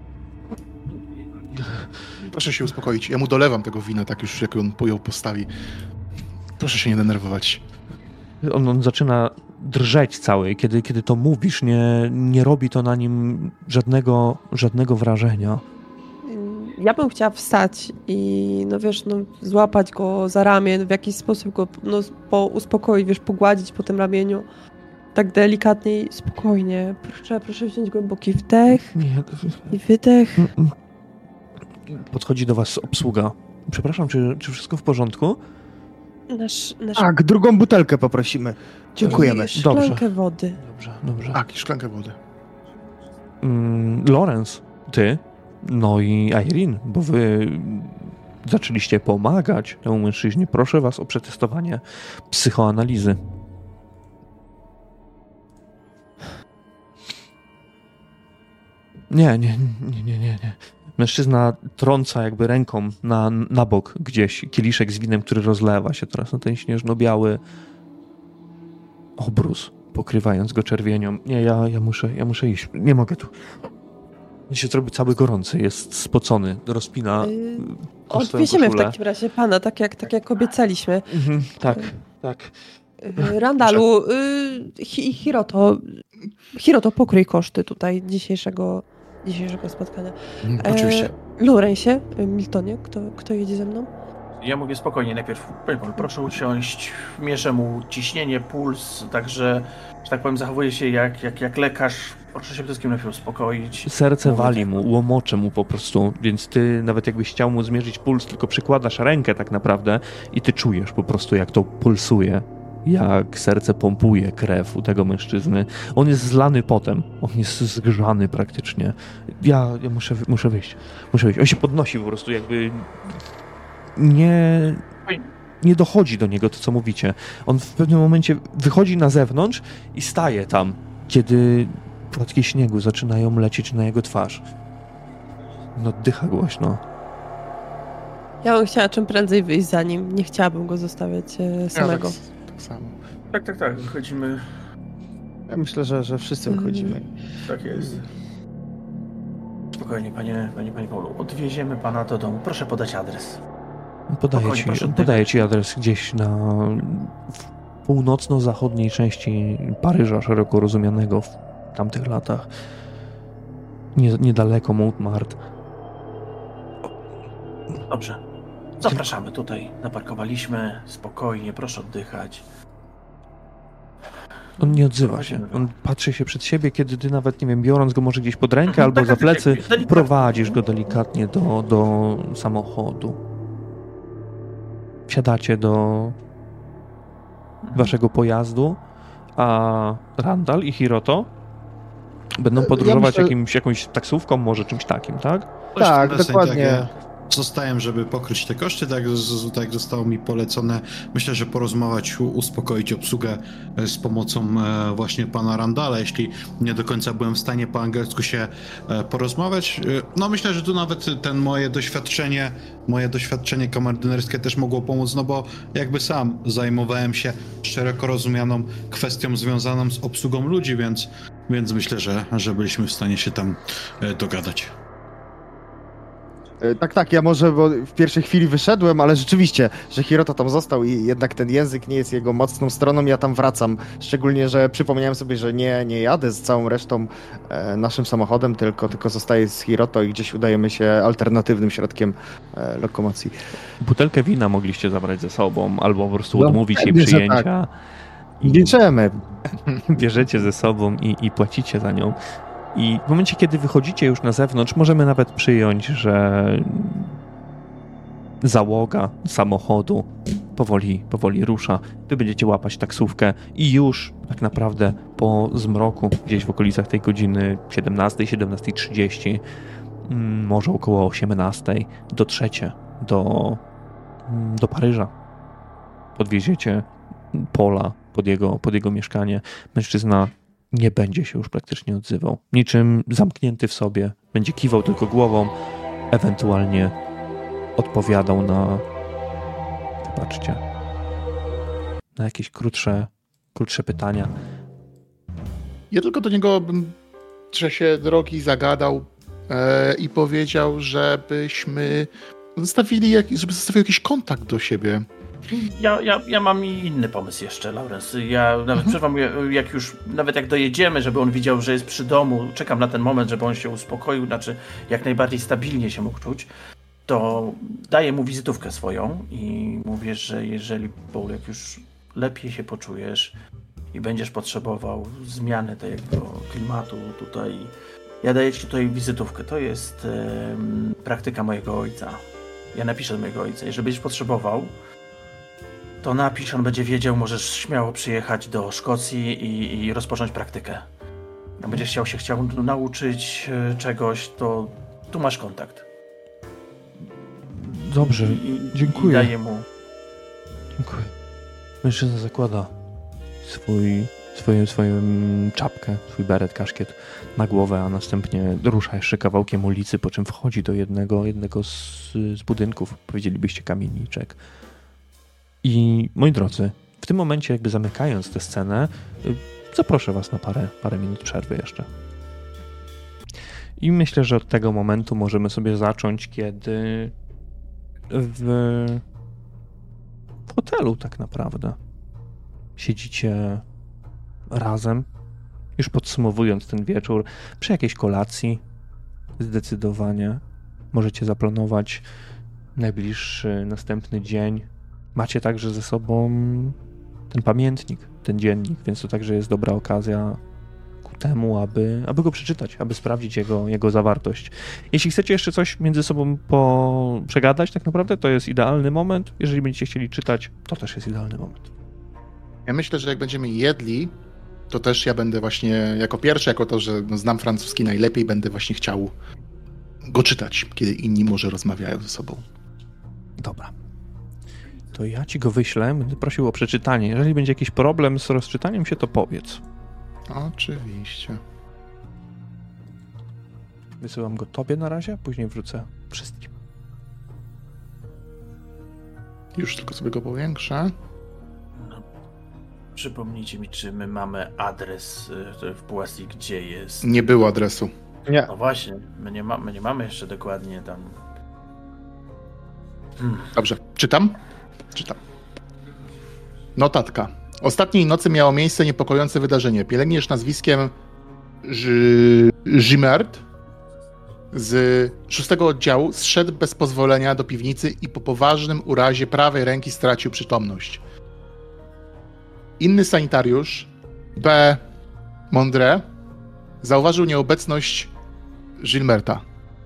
Proszę się uspokoić. Ja mu dolewam tego wina, tak już jak on ją postawi. Proszę się nie denerwować. On zaczyna drżeć cały. Kiedy to mówisz, nie robi to na nim żadnego wrażenia. Ja bym chciała wstać i złapać go za ramię, w jakiś sposób go uspokoić, pogładzić po tym ramieniu. Tak delikatnie i spokojnie. Proszę wziąć głęboki wdech i wydech. Podchodzi do was obsługa. Przepraszam, czy wszystko w porządku? Tak, drugą butelkę poprosimy. Dziękujemy. Szklankę wody. Dobrze. Tak, i szklankę wody. Lorenz, ty, no i Irene, bo wy zaczęliście pomagać temu mężczyźnie. Proszę was o przetestowanie psychoanalizy. Nie. Mężczyzna trąca jakby ręką na bok gdzieś kieliszek z winem, który rozlewa się teraz na ten śnieżno-biały obrus, pokrywając go czerwienią. Nie, ja muszę iść. Nie mogę tu. On się zrobi cały gorący, jest spocony, rozpina Odwieziemy w takim razie pana, tak jak obiecaliśmy. Tak. Randalu i Hiroto, pokryj koszty tutaj dzisiejszego spotkania. Oczywiście. Lorensie, Miltonie, kto jedzie ze mną? Ja mówię spokojnie najpierw. Proszę usiąść, mierzę mu ciśnienie, puls, także, że tak powiem, zachowuję się jak lekarz. Proszę się przede wszystkim najpierw uspokoić. Serce wali mu, łomocze mu po prostu, więc ty nawet jakbyś chciał mu zmierzyć puls, tylko przykładasz rękę tak naprawdę i ty czujesz po prostu, jak to pulsuje, jak serce pompuje krew u tego mężczyzny. On jest zlany potem, on jest zgrzany praktycznie. Ja muszę wyjść. On się podnosi po prostu, jakby nie dochodzi do niego to, co mówicie. On w pewnym momencie wychodzi na zewnątrz i staje tam, kiedy płatki śniegu zaczynają lecieć na jego twarz. No, oddycha głośno. Ja bym chciała czym prędzej wyjść za nim. Nie chciałabym go zostawiać samego. Ja tak samo. Tak, wychodzimy. Ja myślę, że wszyscy wychodzimy. Tak jest. Spokojnie, panie Paulu. Odwieziemy pana do domu. Proszę podać adres. Podaję ci adres gdzieś w północno-zachodniej części Paryża, szeroko rozumianego w tamtych latach. Niedaleko Montmartre. Dobrze. Zapraszamy tutaj. Zaparkowaliśmy. Spokojnie, proszę oddychać. On nie odzywa się. On patrzy się przed siebie, kiedy ty nawet, nie wiem, biorąc go może gdzieś pod rękę albo za plecy, prowadzisz go delikatnie do samochodu. Wsiadacie do waszego pojazdu, a Randall i Hiroto będą podróżować jakąś taksówką, może czymś takim, tak? Tak, dokładnie. Zostałem, żeby pokryć te koszty, tak jak zostało mi polecone. Myślę, że porozmawiać, uspokoić obsługę z pomocą właśnie pana Randala, jeśli nie do końca byłem w stanie po angielsku się porozmawiać. No myślę, że tu nawet moje doświadczenie kamerdynerskie też mogło pomóc, no bo jakby sam zajmowałem się szeroko rozumianą kwestią związaną z obsługą ludzi, więc myślę, że byliśmy w stanie się tam dogadać. Tak, ja może bo w pierwszej chwili wyszedłem, ale rzeczywiście, że Hiroto tam został i jednak ten język nie jest jego mocną stroną, ja tam wracam. Szczególnie, że przypomniałem sobie, że nie jadę z całą resztą naszym samochodem, tylko zostaję z Hiroto i gdzieś udajemy się alternatywnym środkiem lokomocji. Butelkę wina mogliście zabrać ze sobą, albo po prostu odmówić jej przyjęcia. Tak. Liczymy. Bierzecie ze sobą i płacicie za nią. I w momencie, kiedy wychodzicie już na zewnątrz, możemy nawet przyjąć, że załoga samochodu powoli rusza. Wy będziecie łapać taksówkę i już tak naprawdę po zmroku, gdzieś w okolicach tej godziny 17, 17:30, może około 18, dotrzecie do Paryża. Podwieziecie Pola pod jego mieszkanie. Mężczyzna nie będzie się już praktycznie odzywał. Niczym zamknięty w sobie. Będzie kiwał tylko głową, ewentualnie odpowiadał na jakieś krótsze pytania. Ja tylko do niego bym w czasie drogi zagadał i powiedział, żebyśmy zostawili jakiś kontakt do siebie. Ja mam inny pomysł jeszcze, Laurens. Ja nawet przerwam, nawet jak dojedziemy, żeby on widział, że jest przy domu, czekam na ten moment, żeby on się uspokoił, znaczy jak najbardziej stabilnie się mógł czuć, to daję mu wizytówkę swoją i mówię, że jeżeli, Paul, jak już lepiej się poczujesz i będziesz potrzebował zmiany tego klimatu tutaj, ja daję ci tutaj wizytówkę. To jest praktyka mojego ojca. Ja napiszę do mojego ojca. Jeżeli będziesz potrzebował, to napisz, on będzie wiedział, możesz śmiało przyjechać do Szkocji i rozpocząć praktykę. Jak będziesz chciał nauczyć czegoś, to tu masz kontakt. Dobrze, dziękuję. I daję mu. Dziękuję. Mężczyzna zakłada swoją czapkę, swój beret, kaszkiet na głowę, a następnie rusza jeszcze kawałkiem ulicy, po czym wchodzi do jednego z budynków, powiedzielibyście kamieniczek. I moi drodzy, w tym momencie jakby zamykając tę scenę, zaproszę was na parę minut przerwy jeszcze. I myślę, że od tego momentu możemy sobie zacząć, kiedy w hotelu tak naprawdę siedzicie razem, już podsumowując ten wieczór, przy jakiejś kolacji zdecydowanie możecie zaplanować najbliższy, następny dzień. Macie także ze sobą ten pamiętnik, ten dziennik, więc to także jest dobra okazja ku temu, aby go przeczytać, aby sprawdzić jego zawartość. Jeśli chcecie jeszcze coś między sobą przegadać, tak naprawdę to jest idealny moment. Jeżeli będziecie chcieli czytać, to też jest idealny moment. Ja myślę, że jak będziemy jedli, to też ja będę właśnie jako pierwszy, jako to, że znam francuski najlepiej, będę właśnie chciał go czytać, kiedy inni może rozmawiają ze sobą. Dobra. To ja ci go wyślę, będę prosił o przeczytanie. Jeżeli będzie jakiś problem z rozczytaniem się, to powiedz. Oczywiście. Wysyłam go tobie na razie, później wrzucę wszystkim. Już tylko sobie go powiększę. No, przypomnijcie mi, czy my mamy adres w Poissy, gdzie jest... Nie było adresu. Nie. No właśnie, my nie mamy jeszcze dokładnie tam... Dobrze, czytam? Czytam. Notatka. Ostatniej nocy miało miejsce niepokojące wydarzenie. Pielęgniarz nazwiskiem Gimert z 6 oddziału zszedł bez pozwolenia do piwnicy i po poważnym urazie prawej ręki stracił przytomność. Inny sanitariusz, B. Mondre, zauważył nieobecność Gilmerta.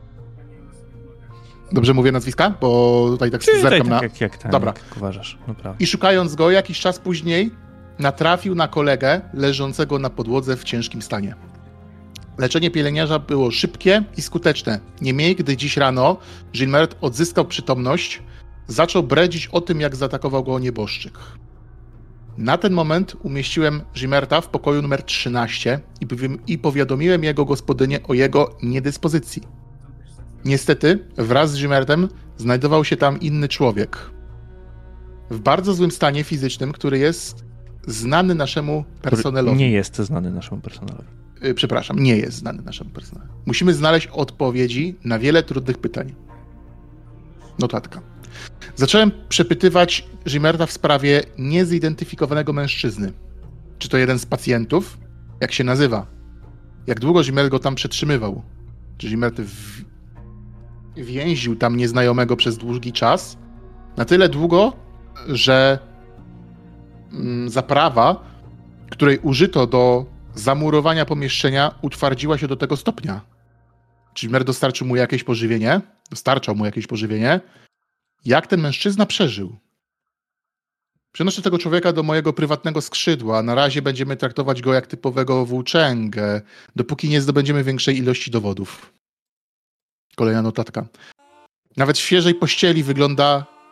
Dobrze mówię nazwiska? Bo tutaj tak zerkam na... Dobra. Jak uważasz, naprawdę. I szukając go jakiś czas później, natrafił na kolegę leżącego na podłodze w ciężkim stanie. Leczenie pielęgniarza było szybkie i skuteczne. Niemniej, gdy dziś rano Gilmert odzyskał przytomność, zaczął bredzić o tym, jak zaatakował go nieboszczyk. Na ten moment umieściłem Gilmerta w pokoju numer 13 i powiadomiłem jego gospodynię o jego niedyspozycji. Niestety, wraz z Gilmertem znajdował się tam inny człowiek. W bardzo złym stanie fizycznym, który jest znany naszemu personelowi. Nie jest znany naszemu personelowi. Przepraszam, nie jest znany naszemu personelowi. Musimy znaleźć odpowiedzi na wiele trudnych pytań. Notatka. Zacząłem przepytywać Gilmerta w sprawie niezidentyfikowanego mężczyzny. Czy to jeden z pacjentów? Jak się nazywa? Jak długo Gilmert go tam przetrzymywał? Czy Gilmert więził tam nieznajomego przez długi czas? Na tyle długo, że zaprawa, której użyto do zamurowania pomieszczenia, utwardziła się do tego stopnia. Czy Gilmert dostarczał mu jakieś pożywienie? Jak ten mężczyzna przeżył? Przenoszę tego człowieka do mojego prywatnego skrzydła. Na razie będziemy traktować go jak typowego włóczęgę, dopóki nie zdobędziemy większej ilości dowodów. Kolejna notatka. Nawet w świeżej pościeli wygląd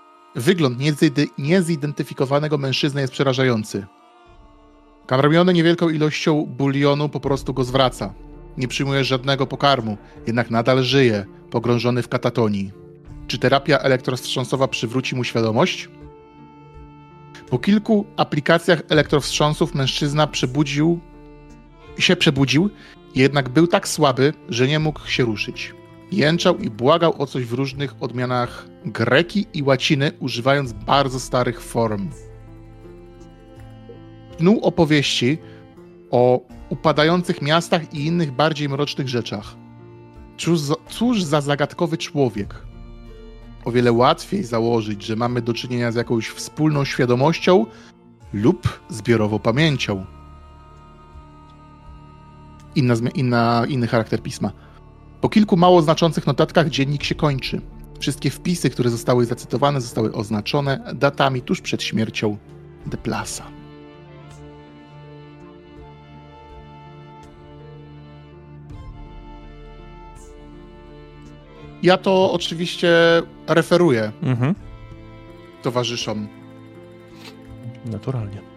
niezidentyfikowanego mężczyzny jest przerażający. Karmiony niewielką ilością bulionu po prostu go zwraca. Nie przyjmuje żadnego pokarmu, jednak nadal żyje, pogrążony w katatonii. Czy terapia elektrowstrząsowa przywróci mu świadomość? Po kilku aplikacjach elektrowstrząsów mężczyzna przebudził, jednak był tak słaby, że nie mógł się ruszyć. Jęczał i błagał o coś w różnych odmianach greki i łaciny, używając bardzo starych form. Snuł opowieści o upadających miastach i innych bardziej mrocznych rzeczach. Cóż za zagadkowy człowiek. O wiele łatwiej założyć, że mamy do czynienia z jakąś wspólną świadomością lub zbiorową pamięcią. Inny charakter pisma. Po kilku mało znaczących notatkach dziennik się kończy. Wszystkie wpisy, które zostały zacytowane, zostały oznaczone datami tuż przed śmiercią de Plasa. Ja to oczywiście referuję towarzyszom. Naturalnie.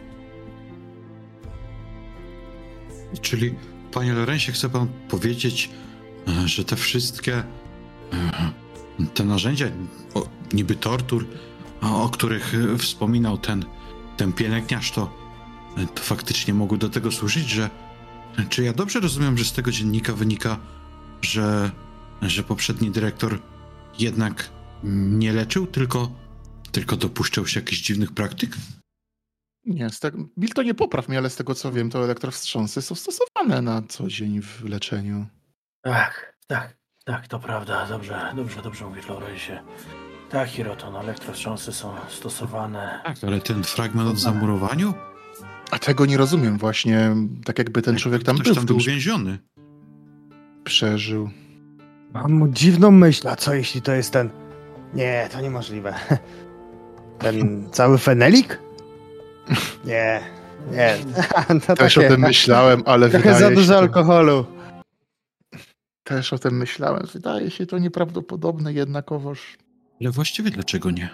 Czyli, panie Lorencie, chce pan powiedzieć, że te wszystkie te narzędzia, niby tortur, o których wspominał ten pielęgniarz, to faktycznie mogły do tego służyć, że... Czy ja dobrze rozumiem, że z tego dziennika wynika, że poprzedni dyrektor jednak nie leczył, tylko dopuszczał się jakichś dziwnych praktyk? Nie, Bill, to nie popraw mnie, ale z tego co wiem, to elektrowstrząsy są stosowane na co dzień w leczeniu. Tak, to prawda. Dobrze mówisz, Lorenzie. Tak, Hiroton, elektrowstrząsy są stosowane. Tak, ale ten fragment o zamurowaniu? A tego nie rozumiem właśnie, tak jakby ten człowiek tam był. Ktoś tam był więziony. Przeżył. Mam mu dziwną myśl, a co jeśli to jest ten... Nie, to niemożliwe. Ten cały fenelik? Nie. To Też takie... o tym myślałem, ale Trochę wydaje za dużo się... alkoholu. Też o tym myślałem. Wydaje się to nieprawdopodobne jednakowoż. Ale właściwie dlaczego nie?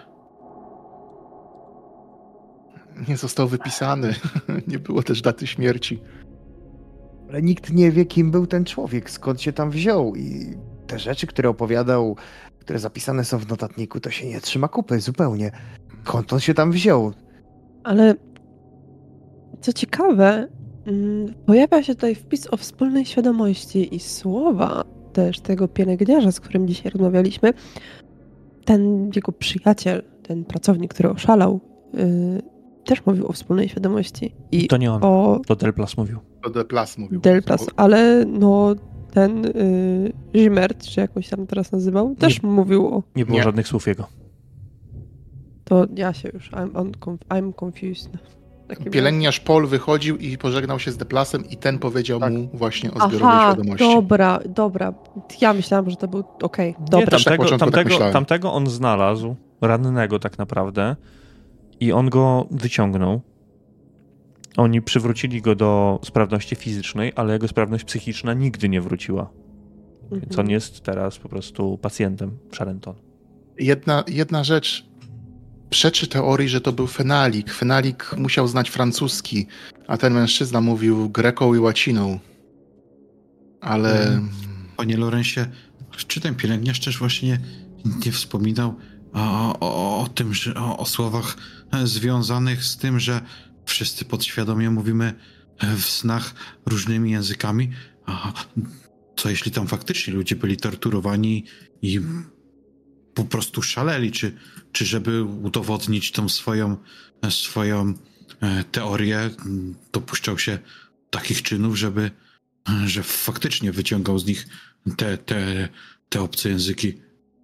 Nie został wypisany. Nie było też daty śmierci. Ale nikt nie wie, kim był ten człowiek, skąd się tam wziął i te rzeczy, które opowiadał, które zapisane są w notatniku, to się nie trzyma kupy zupełnie. Skąd on się tam wziął? Ale co ciekawe, pojawia się tutaj wpis o wspólnej świadomości i słowa też tego pielęgniarza, z którym dzisiaj rozmawialiśmy. Ten jego przyjaciel, ten pracownik, który oszalał, też mówił o wspólnej świadomości. I to nie on, to Delplas mówił. To Delplas mówił. Delplas, ale no ten Zimert, czy jakoś tam teraz nazywał, też mówił o... Nie było żadnych słów jego. To ja się już... I'm confused. Pielęgniarz Paul wychodził i pożegnał się z Deplasem i ten powiedział mu właśnie o zbiorowej świadomości. Dobra. Ja myślałam, że to był... Okej, dobra. Tamtego on znalazł, rannego tak naprawdę, i on go wyciągnął. Oni przywrócili go do sprawności fizycznej, ale jego sprawność psychiczna nigdy nie wróciła. Więc on jest teraz po prostu pacjentem Charenton. Jedna rzecz przeczy teorii, że to był Fenalik. Fenalik musiał znać francuski, a ten mężczyzna mówił greką i łaciną. Ale... Panie Lorenzie, czy ten pielęgniarz też właśnie nie wspominał o tym, że o słowach związanych z tym, że wszyscy podświadomie mówimy w snach różnymi językami? A co jeśli tam faktycznie ludzie byli torturowani i po prostu szaleli? Czy żeby udowodnić tą swoją teorię, dopuszczał się takich czynów, że faktycznie wyciągał z nich te obce języki?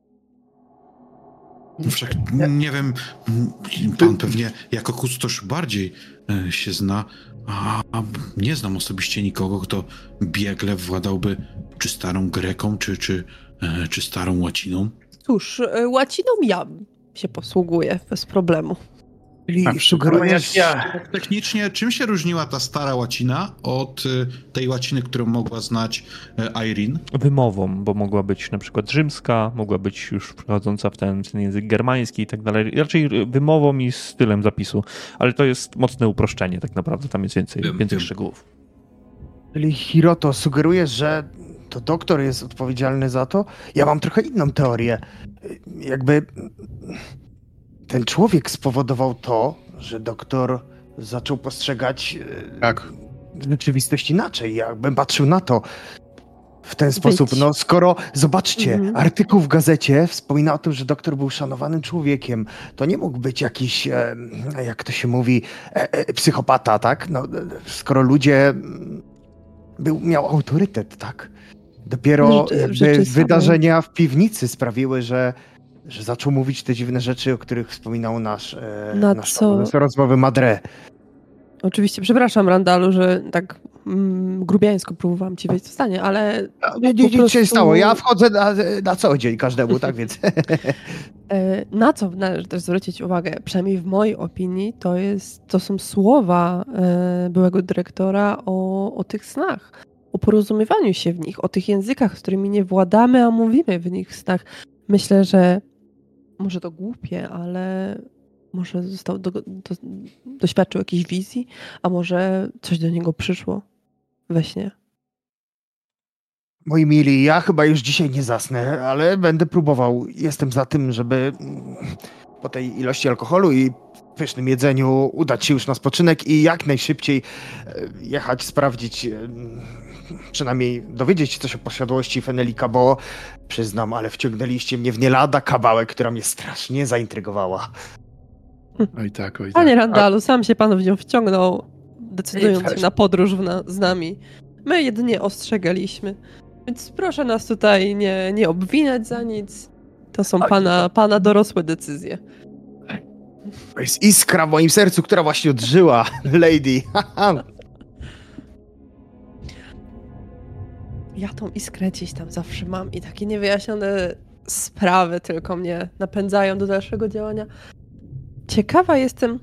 Wszak nie wiem, pan pewnie jako kustosz bardziej się zna, a nie znam osobiście nikogo, kto biegle władałby czy starą greką, czy starą łaciną. Cóż, łaciną ja się posługuję bez problemu. Czyli sugerujesz... Technicznie, czym się różniła ta stara łacina od tej łaciny, którą mogła znać Irene? Wymową, bo mogła być na przykład rzymska, mogła być już wchodząca w ten język germański i tak dalej. Raczej wymową i stylem zapisu. Ale to jest mocne uproszczenie tak naprawdę, tam jest więcej szczegółów. Czyli Hiroto, sugerujesz, że to doktor jest odpowiedzialny za to? Ja mam trochę inną teorię. Jakby... Ten człowiek spowodował to, że doktor zaczął postrzegać rzeczywistość inaczej. Ja bym patrzył na to w ten sposób. No skoro, zobaczcie, artykuł w gazecie wspomina o tym, że doktor był szanowanym człowiekiem, to nie mógł być jakiś, jak to się mówi, psychopata, tak? No, skoro ludzie... miał autorytet, tak? Dopiero wydarzenia w piwnicy sprawiły, że zaczął mówić te dziwne rzeczy, o których wspominał nasz rozmowy Madre. Oczywiście, przepraszam, Randalu, że tak grubiańsko próbowałam ci wejść w stanie, ale... Nic się nie stało, ja wchodzę na co dzień każdemu, tak więc... Na co należy też zwrócić uwagę, przynajmniej w mojej opinii, to są słowa byłego dyrektora o tych snach, o porozumiewaniu się w nich, o tych językach, z którymi nie władamy, a mówimy w nich snach. Myślę, że może to głupie, ale może doświadczył jakiejś wizji, a może coś do niego przyszło we śnie. Moi mili, ja chyba już dzisiaj nie zasnę, ale będę próbował. Jestem za tym, żeby po tej ilości alkoholu i pysznym jedzeniu, udać się już na spoczynek i jak najszybciej jechać, sprawdzić, przynajmniej dowiedzieć się coś o posiadłości Fenelika, bo przyznam, ale wciągnęliście mnie w nie lada kawałek, która mnie strasznie zaintrygowała. Oj tak. Panie Randalu, sam się pan w nią wciągnął, decydując się na podróż z nami. My jedynie ostrzegaliśmy. Więc proszę nas tutaj nie obwinać za nic. To są pana dorosłe decyzje. To jest iskra w moim sercu, która właśnie odżyła, lady. Ja tą iskrę gdzieś tam zawsze mam i takie niewyjaśnione sprawy tylko mnie napędzają do dalszego działania. Ciekawa jestem,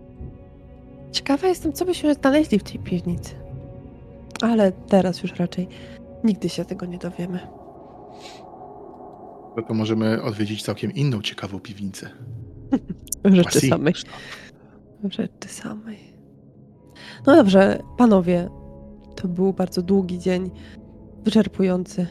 co byśmy znaleźli w tej piwnicy. Ale teraz już raczej nigdy się tego nie dowiemy. No to możemy odwiedzić całkiem inną ciekawą piwnicę. Rzeczy samej. No dobrze, panowie, to był bardzo długi dzień, wyczerpujący.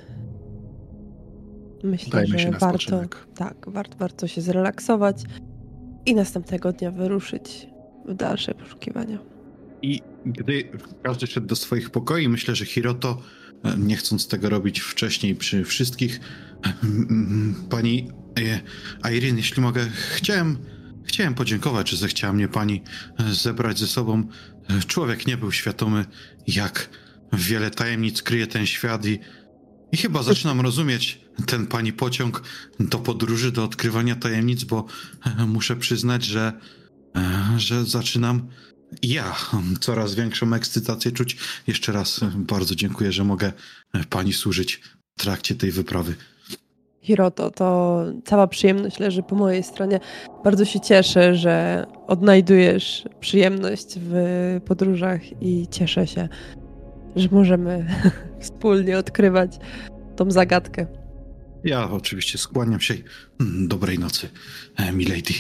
Myślę, że warto się zrelaksować i następnego dnia wyruszyć w dalsze poszukiwania. I gdy każdy szedł do swoich pokoi, myślę, że Hiroto, nie chcąc tego robić wcześniej przy wszystkich, pani Irene, jeśli mogę, chciałem podziękować, że zechciała mnie pani zebrać ze sobą. Człowiek nie był świadomy, jak wiele tajemnic kryje ten świat i chyba zaczynam rozumieć ten pani pociąg do podróży, do odkrywania tajemnic, bo muszę przyznać, że zaczynam coraz większą ekscytację czuć. Jeszcze raz bardzo dziękuję, że mogę pani służyć w trakcie tej wyprawy. Hiroto, to cała przyjemność leży po mojej stronie. Bardzo się cieszę, że odnajdujesz przyjemność w podróżach i cieszę się, że możemy wspólnie odkrywać tą zagadkę. Ja oczywiście skłaniam się. Dobrej nocy, milady.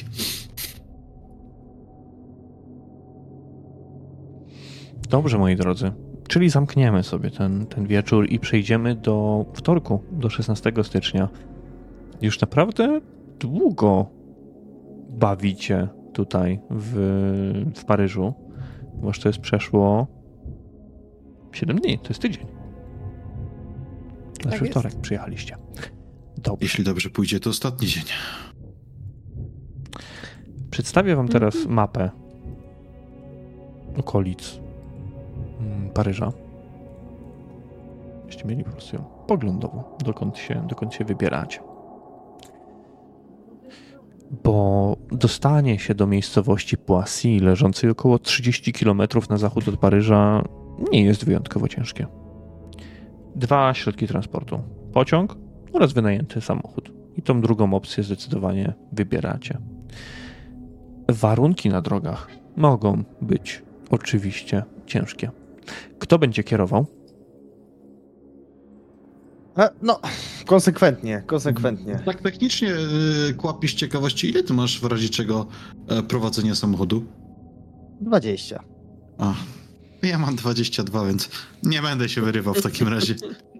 Dobrze, moi drodzy. Czyli zamkniemy sobie ten wieczór i przejdziemy do wtorku, do 16 stycznia. Już naprawdę długo bawicie tutaj w Paryżu, bo to jest przeszło 7 dni, to jest tydzień. Znaczy wtorek przyjechaliście. Dobrze. Jeśli dobrze pójdzie, to ostatni dzień. Przedstawię wam teraz mapę okolic Paryża. Byście mieli po prostu ją poglądowo, dokąd się wybieracie. Bo dostanie się do miejscowości Poissy, leżącej około 30 km na zachód od Paryża, nie jest wyjątkowo ciężkie. 2 środki transportu. Pociąg oraz wynajęty samochód. I tą drugą opcję zdecydowanie wybieracie. Warunki na drogach mogą być oczywiście ciężkie. Kto będzie kierował? No, konsekwentnie. Tak technicznie, kłapisz ciekawości, ile ty masz w razie czego prowadzenia samochodu? 20. Ja mam 22, więc nie będę się wyrywał w takim razie.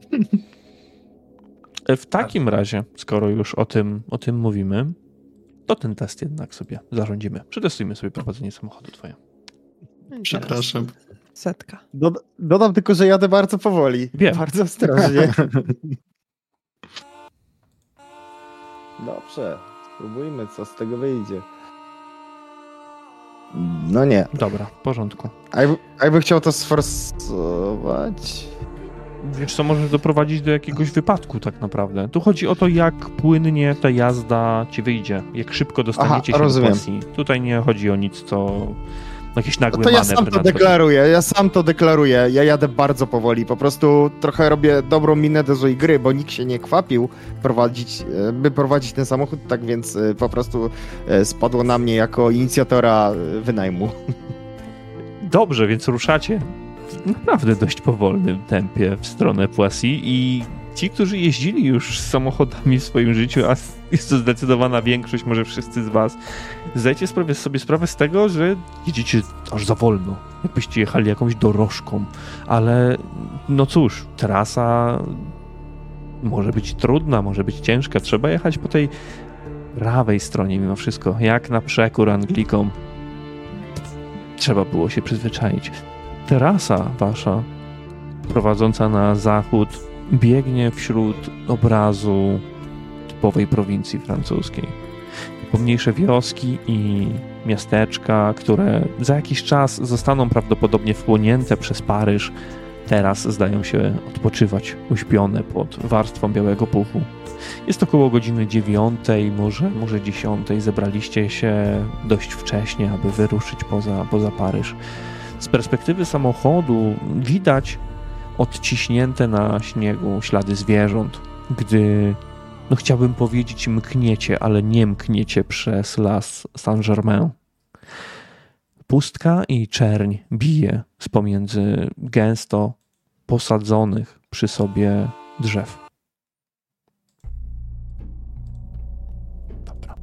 W takim razie, skoro już o tym mówimy, to ten test jednak sobie zarządzimy. Przetestujmy sobie prowadzenie samochodu twoje. Przepraszam. 100. Dodam tylko, że jadę bardzo powoli. Wiem. Bardzo ostrożnie. Dobrze. Spróbujmy, co z tego wyjdzie. No nie. Dobra, w porządku. A jakby chciał to sforsować? Wiesz co, możesz doprowadzić do jakiegoś wypadku tak naprawdę. Tu chodzi o to, jak płynnie ta jazda ci wyjdzie. Jak szybko dostaniecie się do Poissy. Tutaj nie chodzi o nic, co... Jakieś nagłe manewry. Ja sam to deklaruję. Ja jadę bardzo powoli. Po prostu trochę robię dobrą minę do złej gry, bo nikt się nie kwapił by prowadzić ten samochód, tak więc po prostu spadło na mnie jako inicjatora wynajmu. Dobrze, więc ruszacie w naprawdę dość powolnym tempie w stronę Poissy i ci, którzy jeździli już samochodami w swoim życiu, a jest to zdecydowana większość, może wszyscy z was, zdajcie sobie sprawę z tego, że jedziecie aż za wolno, jakbyście jechali jakąś dorożką, ale no cóż, trasa może być trudna, może być ciężka, trzeba jechać po tej prawej stronie mimo wszystko, jak na przekór Anglikom. trzeba było się przyzwyczaić. Trasa wasza, prowadząca na zachód, biegnie wśród obrazu typowej prowincji francuskiej. Pomniejsze wioski i miasteczka, które za jakiś czas zostaną prawdopodobnie wchłonięte przez Paryż, teraz zdają się odpoczywać uśpione pod warstwą białego puchu. Jest około godziny 9, może 10. Zebraliście się dość wcześnie, aby wyruszyć poza Paryż. Z perspektywy samochodu widać odciśnięte na śniegu ślady zwierząt, gdy, chciałbym powiedzieć, mkniecie, ale nie mkniecie przez las Saint-Germain. Pustka i czerń bije z pomiędzy gęsto posadzonych przy sobie drzew. Dobra.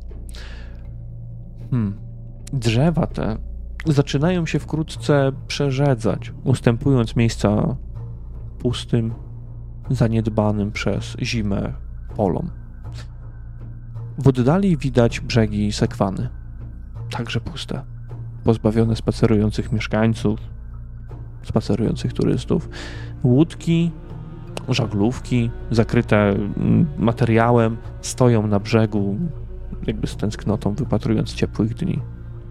Drzewa te zaczynają się wkrótce przerzedzać, ustępując miejsca pustym, zaniedbanym przez zimę polom. W oddali widać brzegi Sekwany, także puste, pozbawione spacerujących mieszkańców, spacerujących turystów. Łódki, żaglówki zakryte materiałem stoją na brzegu, jakby z tęsknotą wypatrując ciepłych dni.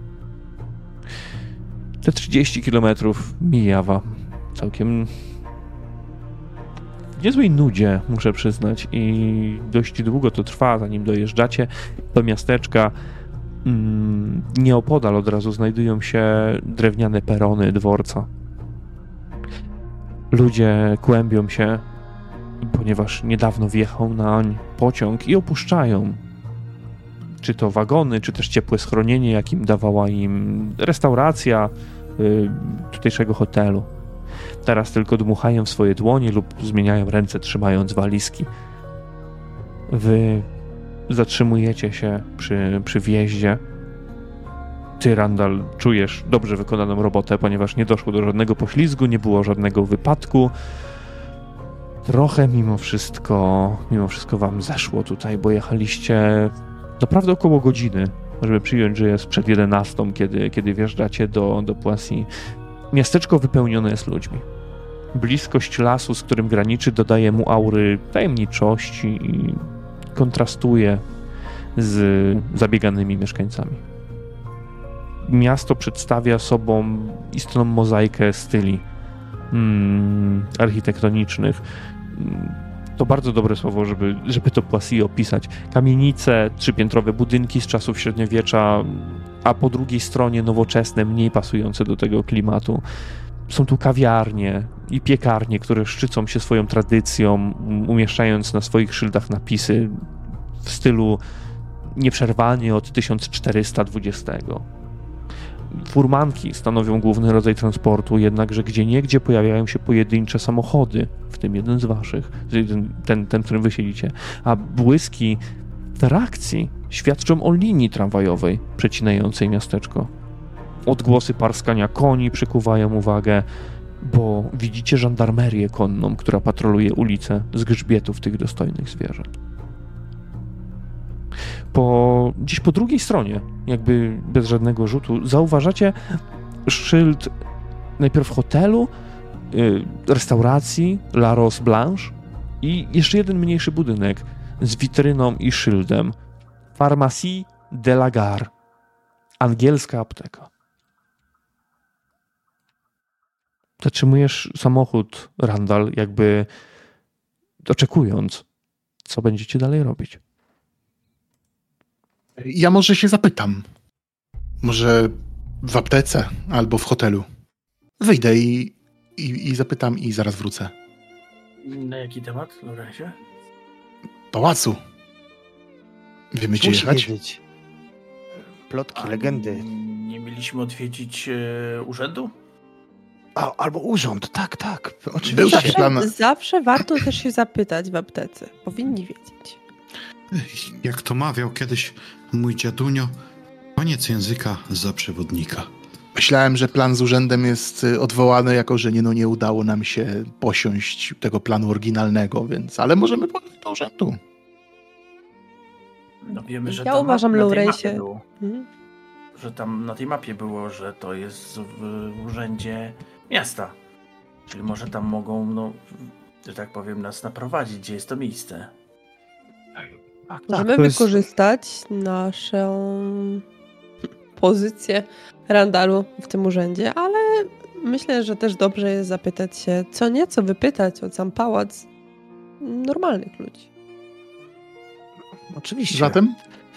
Te 30 kilometrów mija wam całkiem w niezłej nudzie, muszę przyznać, i dość długo to trwa, zanim dojeżdżacie do miasteczka. Nieopodal od razu znajdują się drewniane perony dworca. Ludzie kłębią się, ponieważ niedawno wjechał nań pociąg i opuszczają czy to wagony, czy też ciepłe schronienie, jakim dawała im restauracja tutejszego hotelu. Teraz tylko dmuchają w swoje dłonie lub zmieniają ręce, trzymając walizki. Wy zatrzymujecie się przy wjeździe. Ty, Randall, czujesz dobrze wykonaną robotę, ponieważ nie doszło do żadnego poślizgu, nie było żadnego wypadku. Trochę mimo wszystko wam zeszło tutaj, bo jechaliście naprawdę około godziny, żeby przyjąć, że jest przed 11, kiedy wjeżdżacie do Poissy. Miasteczko wypełnione jest ludźmi. Bliskość lasu, z którym graniczy, dodaje mu aury tajemniczości i kontrastuje z zabieganymi mieszkańcami. Miasto przedstawia sobą istną mozaikę styli architektonicznych. To bardzo dobre słowo, żeby to Poissy opisać. Kamienice, 3-piętrowe budynki z czasów średniowiecza, a po drugiej stronie nowoczesne, mniej pasujące do tego klimatu. Są tu kawiarnie i piekarnie, które szczycą się swoją tradycją, umieszczając na swoich szyldach napisy w stylu nieprzerwanie od 1420. Furmanki stanowią główny rodzaj transportu, jednakże gdzieniegdzie pojawiają się pojedyncze samochody, w tym jeden z waszych, ten, którym wy siedzicie, a błyski trakcji świadczą o linii tramwajowej przecinającej miasteczko. Odgłosy parskania koni przykuwają uwagę, bo widzicie żandarmerię konną, która patroluje ulice z grzbietów tych dostojnych zwierząt. Gdzieś po drugiej stronie, jakby bez żadnego rzutu, zauważacie szyld najpierw hotelu, restauracji La Rose Blanche i jeszcze jeden mniejszy budynek z witryną i szyldem Pharmacie de la Gare, angielska apteka. Zatrzymujesz samochód, Randall, jakby oczekując, co będziecie dalej robić. Ja może się zapytam. Może w aptece albo w hotelu. Wyjdę i zapytam i zaraz wrócę. Na jaki temat, Lorenzie? Pałacu. Wiemy, gdzie jechać? Wiedzieć. Plotki, legendy. Nie mieliśmy odwiedzić urzędu? Albo urząd, tak, Był oczywiście. taki plan. Zawsze warto też się zapytać w aptece. Powinni wiedzieć. Jak to mawiał kiedyś mój dziadunio, koniec języka za przewodnika. Myślałem, że plan z urzędem jest odwołany, jako że nie udało nam się posiąść tego planu oryginalnego, więc... Ale możemy pojechać do urzędu. No wiemy, że Ja tam uważam, na tej Laurencie. mapie było. że tam na tej mapie było, że to jest w urzędzie miasta. Czyli może tam mogą, no, że tak powiem, nas naprowadzić, gdzie jest to miejsce. Możemy wykorzystać naszą pozycję Randalu w tym urzędzie, ale myślę, że też dobrze jest zapytać się, co nieco wypytać o sam pałac normalnych ludzi. Oczywiście. Zatem?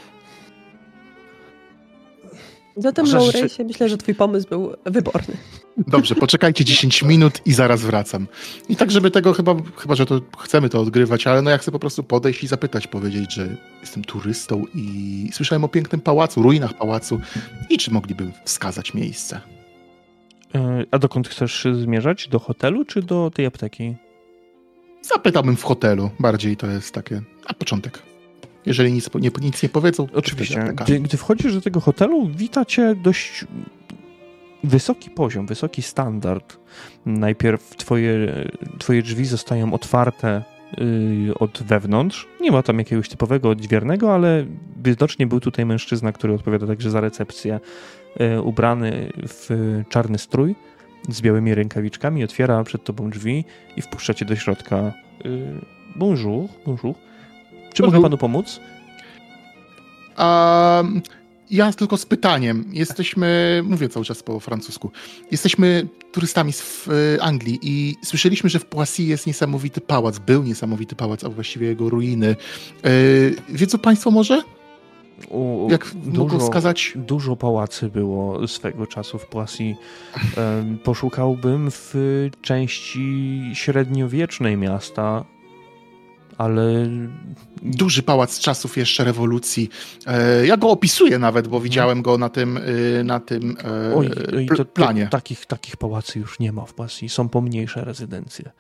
Zatem, Laurencie, myślę, że twój pomysł był wyborny. Dobrze, poczekajcie 10 minut i zaraz wracam. I tak, żeby tego chyba że to chcemy to odgrywać, ale no ja chcę po prostu podejść i zapytać, powiedzieć, że jestem turystą i słyszałem o pięknym pałacu, ruinach pałacu i czy mogliby wskazać miejsce. A dokąd chcesz zmierzać? Do hotelu czy do tej apteki? Zapytałbym w hotelu, bardziej to jest takie, a początek. Jeżeli nic nie powiedzą, to oczywiście. Gdy wchodzisz do tego hotelu, wita cię dość wysoki poziom, wysoki standard. Najpierw twoje drzwi zostają otwarte od wewnątrz. Nie ma tam jakiegoś typowego odźwiernego, ale widocznie był tutaj mężczyzna, który odpowiada także za recepcję, ubrany w czarny strój z białymi rękawiczkami, otwiera przed tobą drzwi i wpuszcza cię do środka. Bonjour. Czy mogę panu pomóc? Ja tylko z pytaniem. Mówię cały czas po francusku, jesteśmy turystami z Anglii i słyszeliśmy, że w Poissy jest niesamowity pałac. Był niesamowity pałac, a właściwie jego ruiny. Wiedzą państwo może? Jak mogą wskazać? Dużo pałacy było swego czasu w Poissy. Poszukałbym w części średniowiecznej miasta, ale... Duży pałac z czasów jeszcze rewolucji. Ja go opisuję nawet, bo widziałem go na tym planie. Takich pałacy już nie ma w Poissy. Są pomniejsze rezydencje.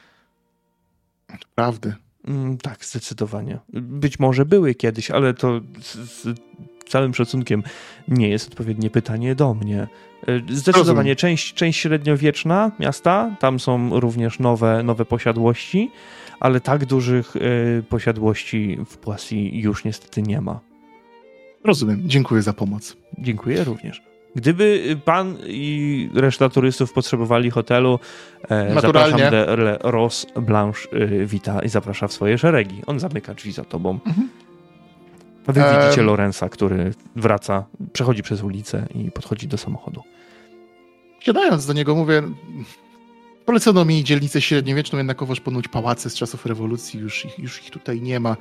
Prawdy. Tak, zdecydowanie. Być może były kiedyś, ale to z całym szacunkiem nie jest odpowiednie pytanie do mnie. Zdecydowanie część średniowieczna miasta, tam są również nowe posiadłości, ale tak dużych posiadłości w Poissy już niestety nie ma. Rozumiem. Dziękuję za pomoc. Dziękuję również. Gdyby pan i reszta turystów potrzebowali hotelu, zapraszam de Rose Blanche, wita i zaprasza w swoje szeregi. On zamyka drzwi za tobą. A wy widzicie Lorenza, który wraca, przechodzi przez ulicę i podchodzi do samochodu. Siadając do niego mówię, polecono mi dzielnicę średniowieczną, jednakowoż ponoć pałace z czasów rewolucji, już ich tutaj nie ma.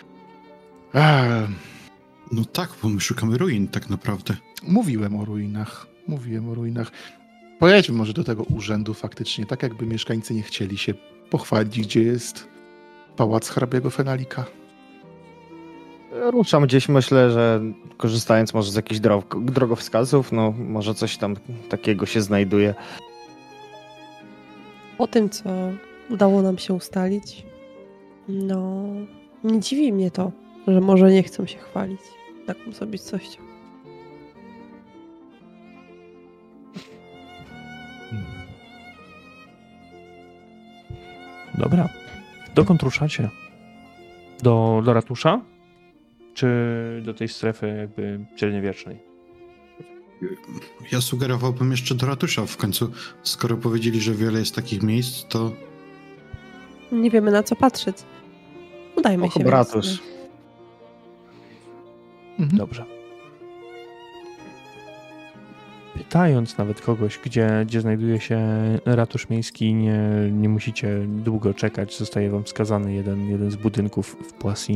No tak, bo my szukamy ruin tak naprawdę. Mówiłem o ruinach. Pojedźmy może do tego urzędu faktycznie, tak jakby mieszkańcy nie chcieli się pochwalić, gdzie jest pałac hrabiego Fenalika. Ruszam gdzieś, myślę, że korzystając może z jakichś drogowskazów, no może coś tam takiego się znajduje. Po tym, co udało nam się ustalić, no nie dziwi mnie to, że może nie chcą się chwalić taką osobistością. Dobra. Dokąd ruszacie? Do ratusza? Czy do tej strefy jakby średniowiecznej? Ja sugerowałbym jeszcze do ratusza. W końcu, skoro powiedzieli, że wiele jest takich miejsc, to... Nie wiemy, na co patrzeć. Udajmy się. Ratusz. Dobrze. Pytając nawet kogoś, gdzie znajduje się ratusz miejski, nie musicie długo czekać. Zostaje wam wskazany jeden z budynków w Poissy.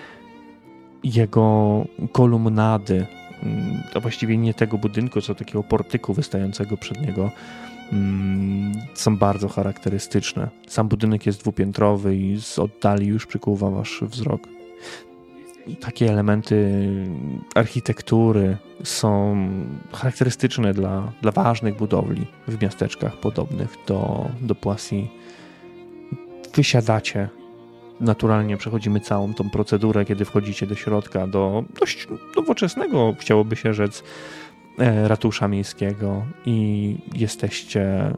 Jego kolumnady, a właściwie nie tego budynku, co takiego portyku wystającego przed niego, są bardzo charakterystyczne. Sam budynek jest dwupiętrowy i z oddali już przykuwa wasz wzrok. Takie elementy architektury są charakterystyczne dla ważnych budowli w miasteczkach podobnych do Poissy. Wysiadacie. Naturalnie przechodzimy całą tą procedurę, kiedy wchodzicie do środka, do dość nowoczesnego, chciałoby się rzec, ratusza miejskiego i jesteście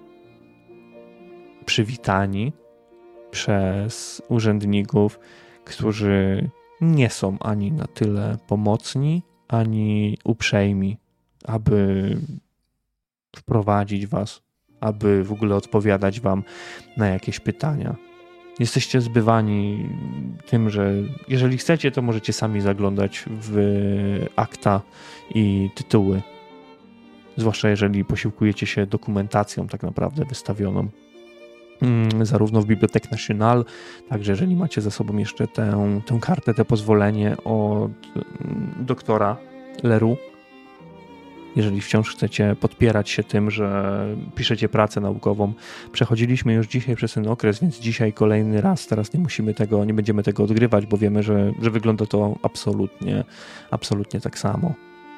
przywitani przez urzędników, którzy nie są ani na tyle pomocni, ani uprzejmi, aby wprowadzić was, aby w ogóle odpowiadać wam na jakieś pytania. Jesteście zbywani tym, że jeżeli chcecie, to możecie sami zaglądać w akta i tytuły. Zwłaszcza jeżeli posiłkujecie się dokumentacją tak naprawdę wystawioną. Zarówno w Bibliothèque Nationale, także jeżeli macie za sobą jeszcze tę kartę, te pozwolenie od doktora Leroux, jeżeli wciąż chcecie podpierać się tym, że piszecie pracę naukową. Przechodziliśmy już dzisiaj przez ten okres, więc dzisiaj kolejny raz, teraz nie będziemy tego odgrywać, bo wiemy, że wygląda to absolutnie tak samo.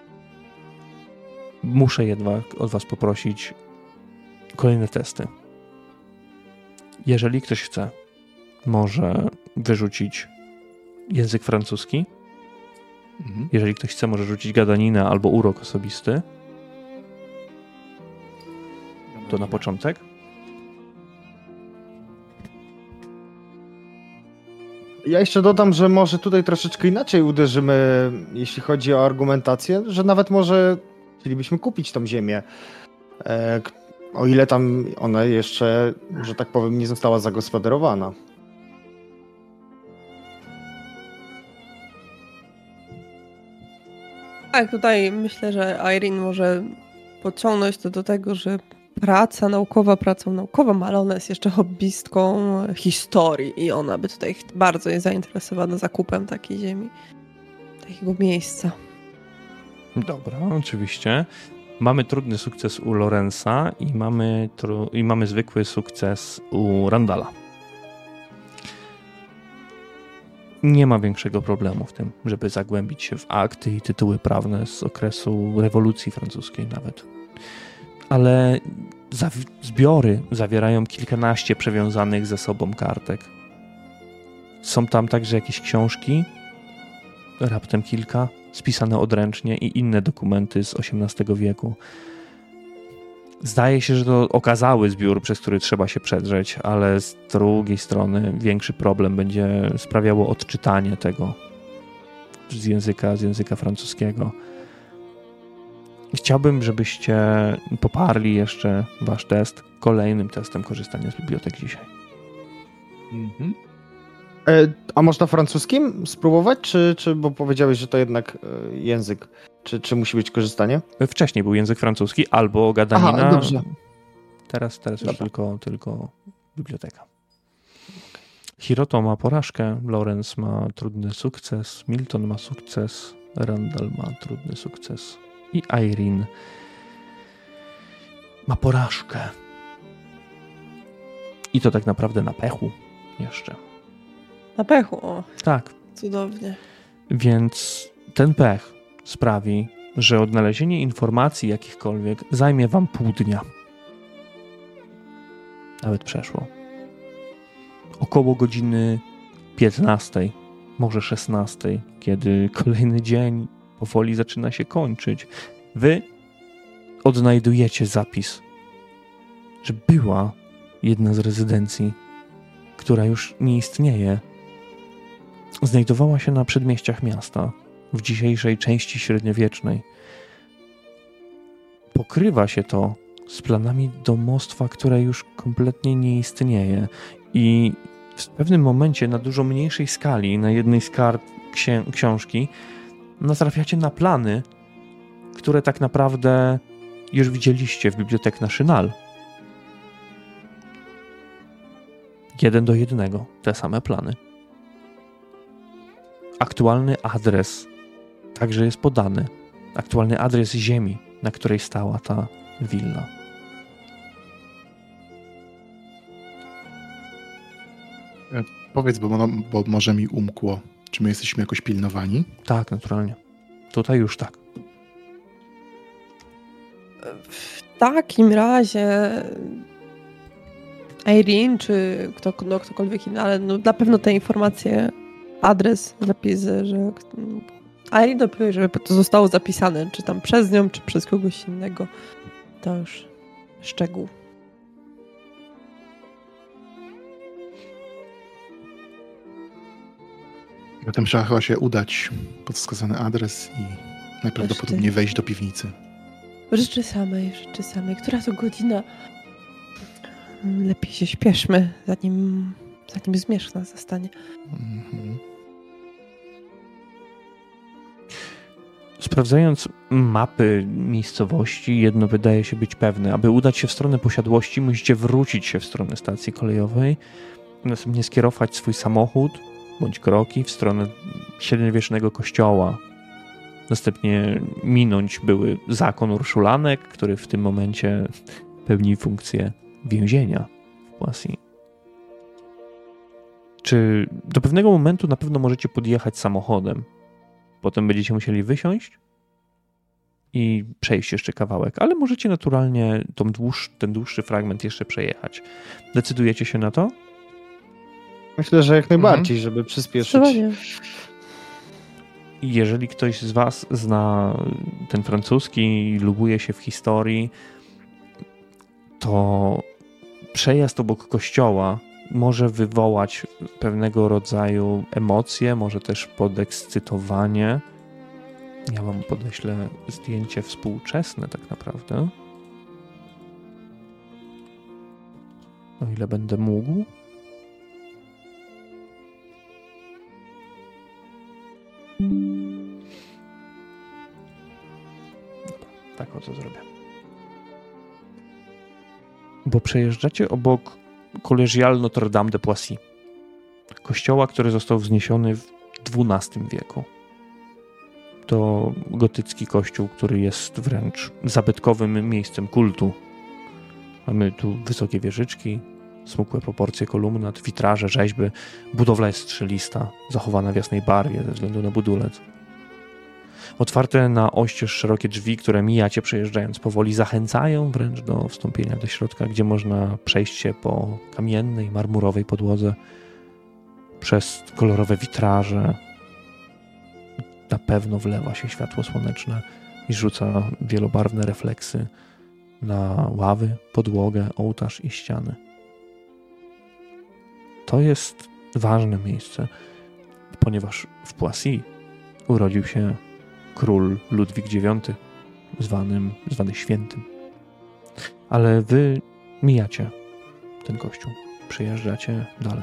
Muszę jednak od was poprosić kolejne testy. Jeżeli ktoś chce, może wyrzucić język francuski. Jeżeli ktoś chce, może rzucić gadaninę albo urok osobisty. To na początek. Ja jeszcze dodam, że może tutaj troszeczkę inaczej uderzymy, jeśli chodzi o argumentację, że nawet może chcielibyśmy kupić tą ziemię, o ile tam ona jeszcze, że tak powiem, nie została zagospodarowana. Tak, tutaj myślę, że Irene może podciągnąć to do tego, że pracą naukową, ale ona jest jeszcze hobbystką historii i ona by tutaj bardzo jest zainteresowana zakupem takiej ziemi, takiego miejsca. Dobra, oczywiście. Mamy trudny sukces u Lorenza i mamy zwykły sukces u Randala. Nie ma większego problemu w tym, żeby zagłębić się w akty i tytuły prawne z okresu rewolucji francuskiej nawet. Ale zbiory zawierają kilkanaście przewiązanych ze sobą kartek. Są tam także jakieś książki, raptem kilka, spisane odręcznie i inne dokumenty z XVIII wieku. Zdaje się, że to okazały zbiór, przez który trzeba się przedrzeć, ale z drugiej strony większy problem będzie sprawiało odczytanie tego z języka francuskiego. Chciałbym, żebyście poparli jeszcze wasz test kolejnym testem korzystania z bibliotek dzisiaj. Mhm. A można francuskim spróbować, czy bo powiedziałeś, że to jednak język, czy musi być korzystanie? Wcześniej był język francuski albo gadanina. Aha, dobrze. Teraz już tylko biblioteka. Hiroto ma porażkę, Lorenz ma trudny sukces, Milton ma sukces, Randall ma trudny sukces i Irene ma porażkę. I to tak naprawdę na pechu jeszcze. Na pechu, o. Tak. Cudownie. Więc ten pech sprawi, że odnalezienie informacji jakichkolwiek zajmie wam pół dnia. Nawet przeszło. Około godziny 15, może 16, kiedy kolejny dzień powoli zaczyna się kończyć, wy odnajdujecie zapis, że była jedna z rezydencji, która już nie istnieje. Znajdowała się na przedmieściach miasta, w dzisiejszej części średniowiecznej. Pokrywa się to z planami domostwa, które już kompletnie nie istnieje i w pewnym momencie na dużo mniejszej skali, na jednej z kart książki, natrafiacie na plany, które tak naprawdę już widzieliście w Bibliothèque Nationale. 1:1, te same plany. Aktualny adres także jest podany. Aktualny adres ziemi, na której stała ta willa. Powiedz, bo może mi umkło. Czy my jesteśmy jakoś pilnowani? Tak, naturalnie. Tutaj już tak. W takim razie Irene, czy ktokolwiek inny, ale na pewno te informacje, adres, zapisy, że Irene dopilnuje, żeby to zostało zapisane, czy tam przez nią, czy przez kogoś innego. To już szczegół. Potem trzeba chyba się udać pod wskazany adres i Najprawdopodobniej wejść do piwnicy. Rzeczy samej. Która to godzina? Lepiej się śpieszmy, zanim zmierzch nas zastanie. Sprawdzając mapy miejscowości, jedno wydaje się być pewne. Aby udać się w stronę posiadłości, musicie wrócić się w stronę stacji kolejowej, następnie skierować swój samochód bądź kroki w stronę średniowiecznego kościoła. Następnie minąć były zakon Urszulanek, który w tym momencie pełni funkcję więzienia w Poissy. Czy do pewnego momentu na pewno możecie podjechać samochodem? Potem będziecie musieli wysiąść i przejść jeszcze kawałek, ale możecie naturalnie ten dłuższy fragment jeszcze przejechać. Decydujecie się na to? Myślę, że jak najbardziej, żeby przyspieszyć. Jeżeli ktoś z was zna ten francuski i lubuje się w historii, to przejazd obok kościoła może wywołać pewnego rodzaju emocje, może też podekscytowanie. Ja wam podeślę zdjęcie współczesne tak naprawdę. O ile będę mógł. Dobra, tak oto zrobię. Bo przejeżdżacie obok Collégiale Notre-Dame de Poissy, kościoła, który został wzniesiony w XII wieku. To gotycki kościół, który jest wręcz zabytkowym miejscem kultu. Mamy tu wysokie wieżyczki, smukłe proporcje kolumnat, witraże, rzeźby. Budowla jest strzelista, zachowana w jasnej barwie ze względu na budulec. Otwarte na oścież szerokie drzwi, które mijacie przejeżdżając powoli, zachęcają wręcz do wstąpienia do środka, gdzie można przejść się po kamiennej, marmurowej podłodze, przez kolorowe witraże. Na pewno wlewa się światło słoneczne i rzuca wielobarwne refleksy na ławy, podłogę, ołtarz i ściany. To jest ważne miejsce, ponieważ w Poissy urodził się król Ludwik IX, zwany świętym. Ale wy mijacie ten kościół, przyjeżdżacie dalej.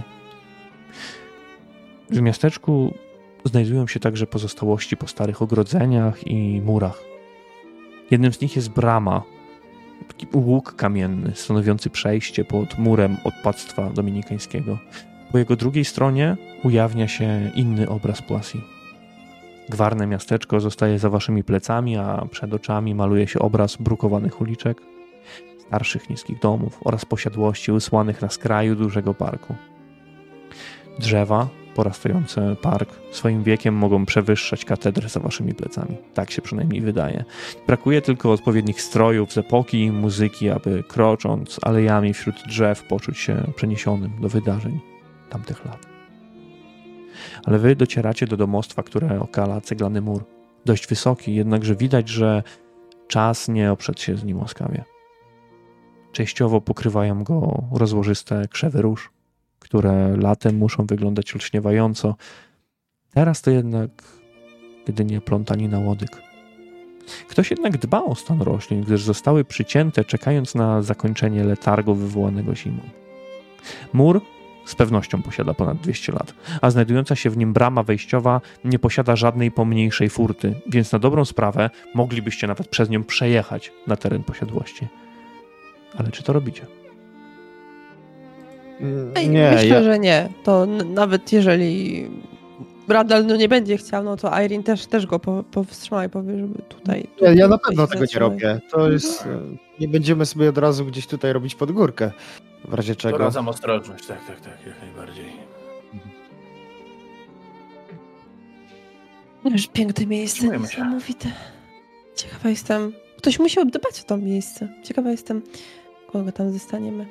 W miasteczku znajdują się także pozostałości po starych ogrodzeniach i murach. Jednym z nich jest brama, taki łuk kamienny stanowiący przejście pod murem odpłactwa dominikańskiego. Po jego drugiej stronie ujawnia się inny obraz Poissy. Gwarne miasteczko zostaje za waszymi plecami, a przed oczami maluje się obraz brukowanych uliczek, starszych niskich domów oraz posiadłości usłanych na skraju dużego parku. Drzewa porastające park swoim wiekiem mogą przewyższać katedrę za waszymi plecami. Tak się przynajmniej wydaje. Brakuje tylko odpowiednich strojów z epoki i muzyki, aby krocząc alejami wśród drzew poczuć się przeniesionym do wydarzeń tamtych lat. Ale wy docieracie do domostwa, które okala ceglany mur. Dość wysoki, jednakże widać, że czas nie oprzedł się z nim łaskawie. Częściowo pokrywają go rozłożyste krzewy róż, które latem muszą wyglądać olśniewająco. Teraz to jednak jedynie plątanina łodyg. Ktoś jednak dba o stan roślin, gdyż zostały przycięte, czekając na zakończenie letargu wywołanego zimą. Mur z pewnością posiada ponad 200 lat, a znajdująca się w nim brama wejściowa nie posiada żadnej pomniejszej furty, więc na dobrą sprawę moglibyście nawet przez nią przejechać na teren posiadłości. Ale czy to robicie? Nie, myślę, że nie. To nawet jeżeli Bradal nie będzie chciał, no to Irene też go powstrzyma i powie, żeby tutaj ja na pewno tego nie robię. To jest... Nie będziemy sobie od razu gdzieś tutaj robić pod górkę. W razie czego. Doradzam ostrożność, tak, jak najbardziej. Już piękne miejsce, niesamowite. Ciekawa jestem. Ktoś musiał dbać o to miejsce. Ciekawa jestem, kogo tam zostaniemy.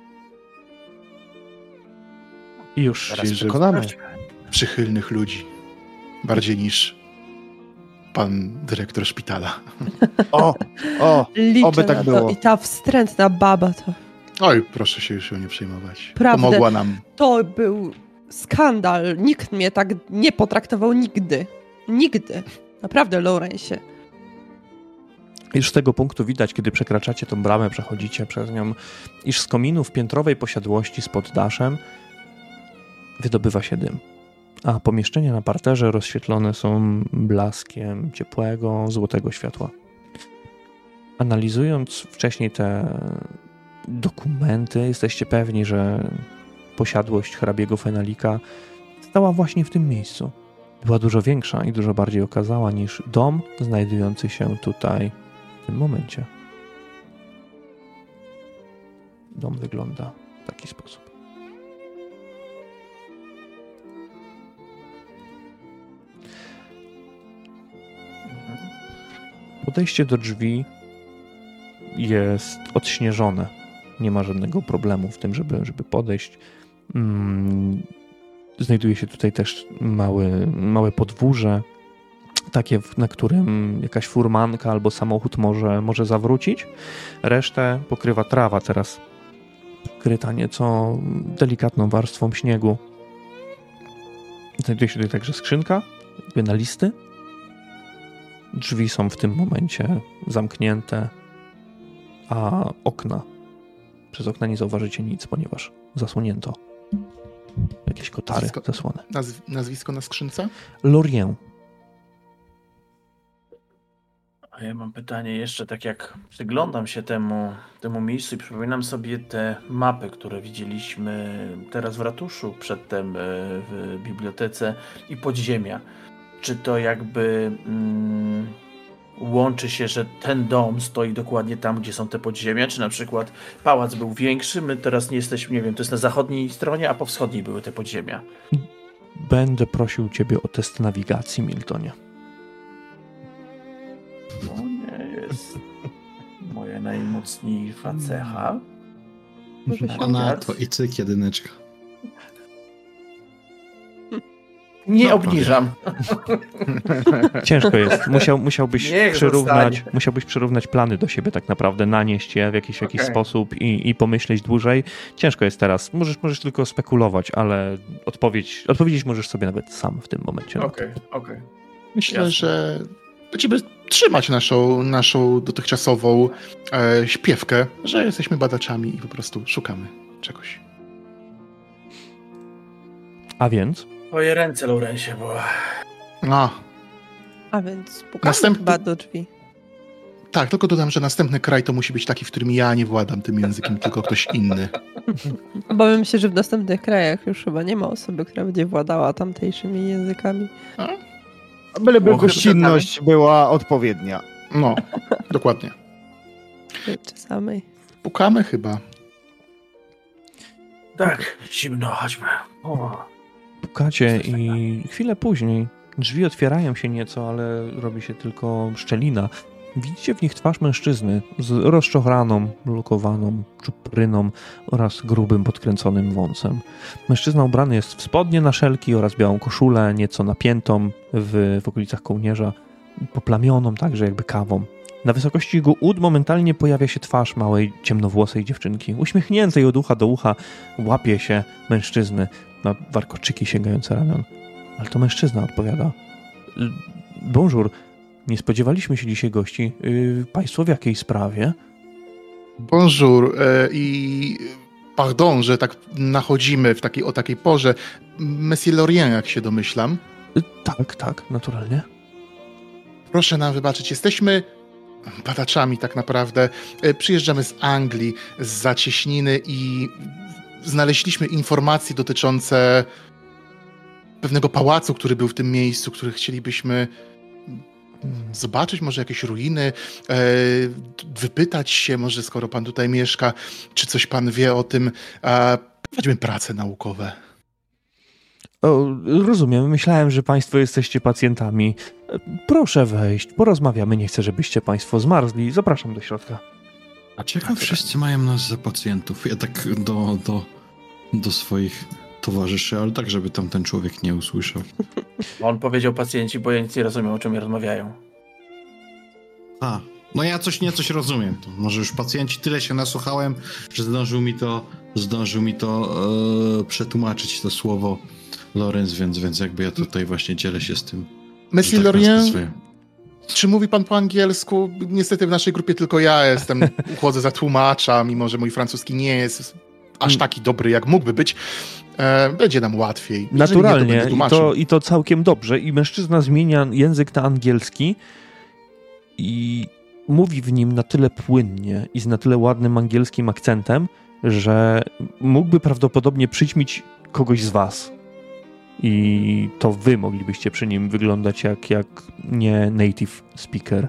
I już Teraz przekonamy. Przychylnych ludzi. Bardziej niż pan dyrektor szpitala. Liczę oby tak na było. to. I ta wstrętna baba to... Oj, proszę się już nie przejmować. Prawdę. Pomogła nam. To był skandal. Nikt mnie tak nie potraktował nigdy. Nigdy. Naprawdę, Lawrence'ie. Już z tego punktu widać, kiedy przekraczacie tą bramę, przechodzicie przez nią, iż z kominu w piętrowej posiadłości z poddaszem wydobywa się dym. A pomieszczenia na parterze rozświetlone są blaskiem ciepłego, złotego światła. Analizując wcześniej te dokumenty, jesteście pewni, że posiadłość hrabiego Fenalika stała właśnie w tym miejscu. Była dużo większa i dużo bardziej okazała niż dom znajdujący się tutaj w tym momencie. Dom wygląda w taki sposób. Podejście do drzwi jest odśnieżone. Nie ma żadnego problemu w tym, żeby podejść. Znajduje się tutaj też małe podwórze, takie, na którym jakaś furmanka albo samochód może zawrócić. Resztę pokrywa trawa, teraz pokryta nieco delikatną warstwą śniegu. Znajduje się tutaj także skrzynka, jakby na listy. Drzwi są w tym momencie zamknięte, a przez okna nie zauważycie nic, ponieważ zasłonięto jakieś kotary, zasłony. Nazwisko na skrzynce? Lorien. A ja mam pytanie jeszcze, tak jak przyglądam się temu miejscu i przypominam sobie te mapy, które widzieliśmy teraz w ratuszu, przedtem w bibliotece i podziemia. Czy to jakby łączy się, że ten dom stoi dokładnie tam, gdzie są te podziemia, czy na przykład pałac był większy, my teraz nie jesteśmy, nie wiem, to jest na zachodniej stronie, a po wschodniej były te podziemia. Będę prosił ciebie o test nawigacji, Miltonie. To nie jest moja najmocniejsza cecha. Ponadto i cyk, jedyneczka. Nie obniżam. Ciężko jest. Musiałbyś przyrównać plany do siebie tak naprawdę, nanieść je w jakiś sposób i pomyśleć dłużej. Ciężko jest teraz. Możesz tylko spekulować, ale odpowiedzieć możesz sobie nawet sam w tym momencie. Okej. Myślę, że będziemy trzymać naszą dotychczasową śpiewkę, że jesteśmy badaczami i po prostu szukamy czegoś. A więc? Twoje ręce, Laurencie, bo... A więc pukamy chyba do drzwi. Tak, tylko dodam, że następny kraj to musi być taki, w którym ja nie władam tym językiem, tylko ktoś inny. Obawiam się, że w następnych krajach już chyba nie ma osoby, która będzie władała tamtejszymi językami. Byleby gościnność była odpowiednia. No, dokładnie. Czasami. Pukamy chyba. Tak, zimno, chodźmy. Pukacie i chwilę później drzwi otwierają się nieco, ale robi się tylko szczelina. Widzicie w nich twarz mężczyzny z rozczochraną, lokowaną czupryną oraz grubym, podkręconym wąsem. Mężczyzna ubrany jest w spodnie na szelki oraz białą koszulę, nieco napiętą w okolicach kołnierza, poplamioną także jakby kawą. Na wysokości jego ud momentalnie pojawia się twarz małej, ciemnowłosej dziewczynki. Uśmiechniętej od ucha do ucha łapie się mężczyzny na warkoczyki sięgające ramion. Ale to mężczyzna odpowiada. Bonjour, nie spodziewaliśmy się dzisiaj gości. Państwo w jakiej sprawie? Bonjour i pardon, że tak nachodzimy o takiej porze. Monsieur Lorien, jak się domyślam. Tak, naturalnie. Proszę nam wybaczyć, jesteśmy badaczami tak naprawdę. Przyjeżdżamy z Anglii, z zacieśniny i znaleźliśmy informacje dotyczące pewnego pałacu, który był w tym miejscu, który chcielibyśmy zobaczyć, może jakieś ruiny, wypytać się, może skoro pan tutaj mieszka, czy coś pan wie o tym, prowadzimy prace naukowe. O, rozumiem, myślałem, że państwo jesteście pacjentami. Proszę wejść, porozmawiamy, nie chcę, żebyście państwo zmarzli. Zapraszam do środka. A czego wszyscy mają nas za pacjentów? Ja tak do swoich towarzyszy, ale tak, żeby tam ten człowiek nie usłyszał. On powiedział pacjenci, bo ja nic nie rozumiem, o czym rozmawiają. No ja coś rozumiem. To może już pacjenci, tyle się nasłuchałem, że zdążył mi to przetłumaczyć to słowo Lorenz, więc jakby ja tutaj właśnie dzielę się z tym. Monsieur tak Lorien, Czy mówi pan po angielsku? Niestety w naszej grupie tylko ja uchodzę za tłumacza, mimo że mój francuski nie jest aż taki dobry, jak mógłby być. Będzie nam łatwiej. Naturalnie i to całkiem dobrze. I mężczyzna zmienia język na angielski i mówi w nim na tyle płynnie i z na tyle ładnym angielskim akcentem, że mógłby prawdopodobnie przyćmić kogoś z was. I to wy moglibyście przy nim wyglądać jak nie native speaker.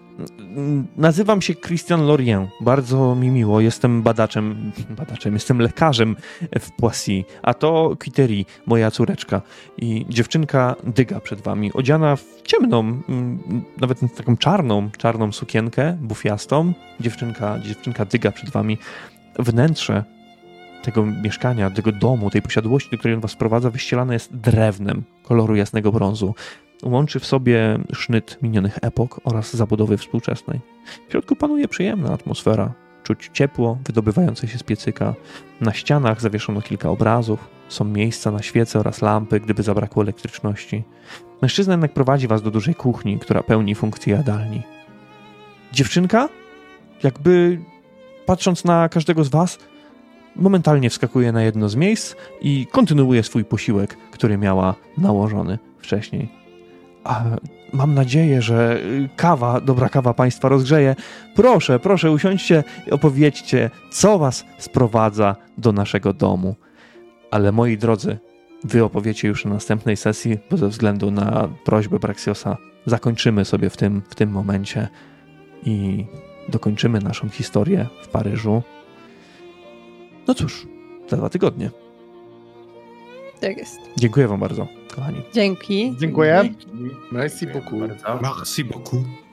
Nazywam się Christian Lorien. Bardzo mi miło. Jestem badaczem, jestem lekarzem w Poissy. A to Quiteri, moja córeczka. I dziewczynka dyga przed wami, odziana w ciemną, nawet taką czarną sukienkę, bufiastą. Dziewczynka dyga przed wami. Wnętrze tego mieszkania, tego domu, tej posiadłości, do której on was sprowadza, wyścielane jest drewnem koloru jasnego brązu. Łączy w sobie sznyt minionych epok oraz zabudowy współczesnej. W środku panuje przyjemna atmosfera. Czuć ciepło wydobywające się z piecyka. Na ścianach zawieszono kilka obrazów. Są miejsca na świece oraz lampy, gdyby zabrakło elektryczności. Mężczyzna jednak prowadzi was do dużej kuchni, która pełni funkcję jadalni. Dziewczynka, jakby patrząc na każdego z was, momentalnie wskakuje na jedno z miejsc i kontynuuje swój posiłek, który miała nałożony wcześniej. A mam nadzieję, że dobra kawa państwa rozgrzeje. Proszę, usiądźcie i opowiedzcie, co was sprowadza do naszego domu. Ale moi drodzy, wy opowiecie już na następnej sesji, bo ze względu na prośbę Brexiosa zakończymy sobie w tym momencie i dokończymy naszą historię w Paryżu. No cóż, za 2 tygodnie. Tak jest. Dziękuję wam bardzo, kochani. Dzięki. Dziękuję. Merci beaucoup. Merci beaucoup.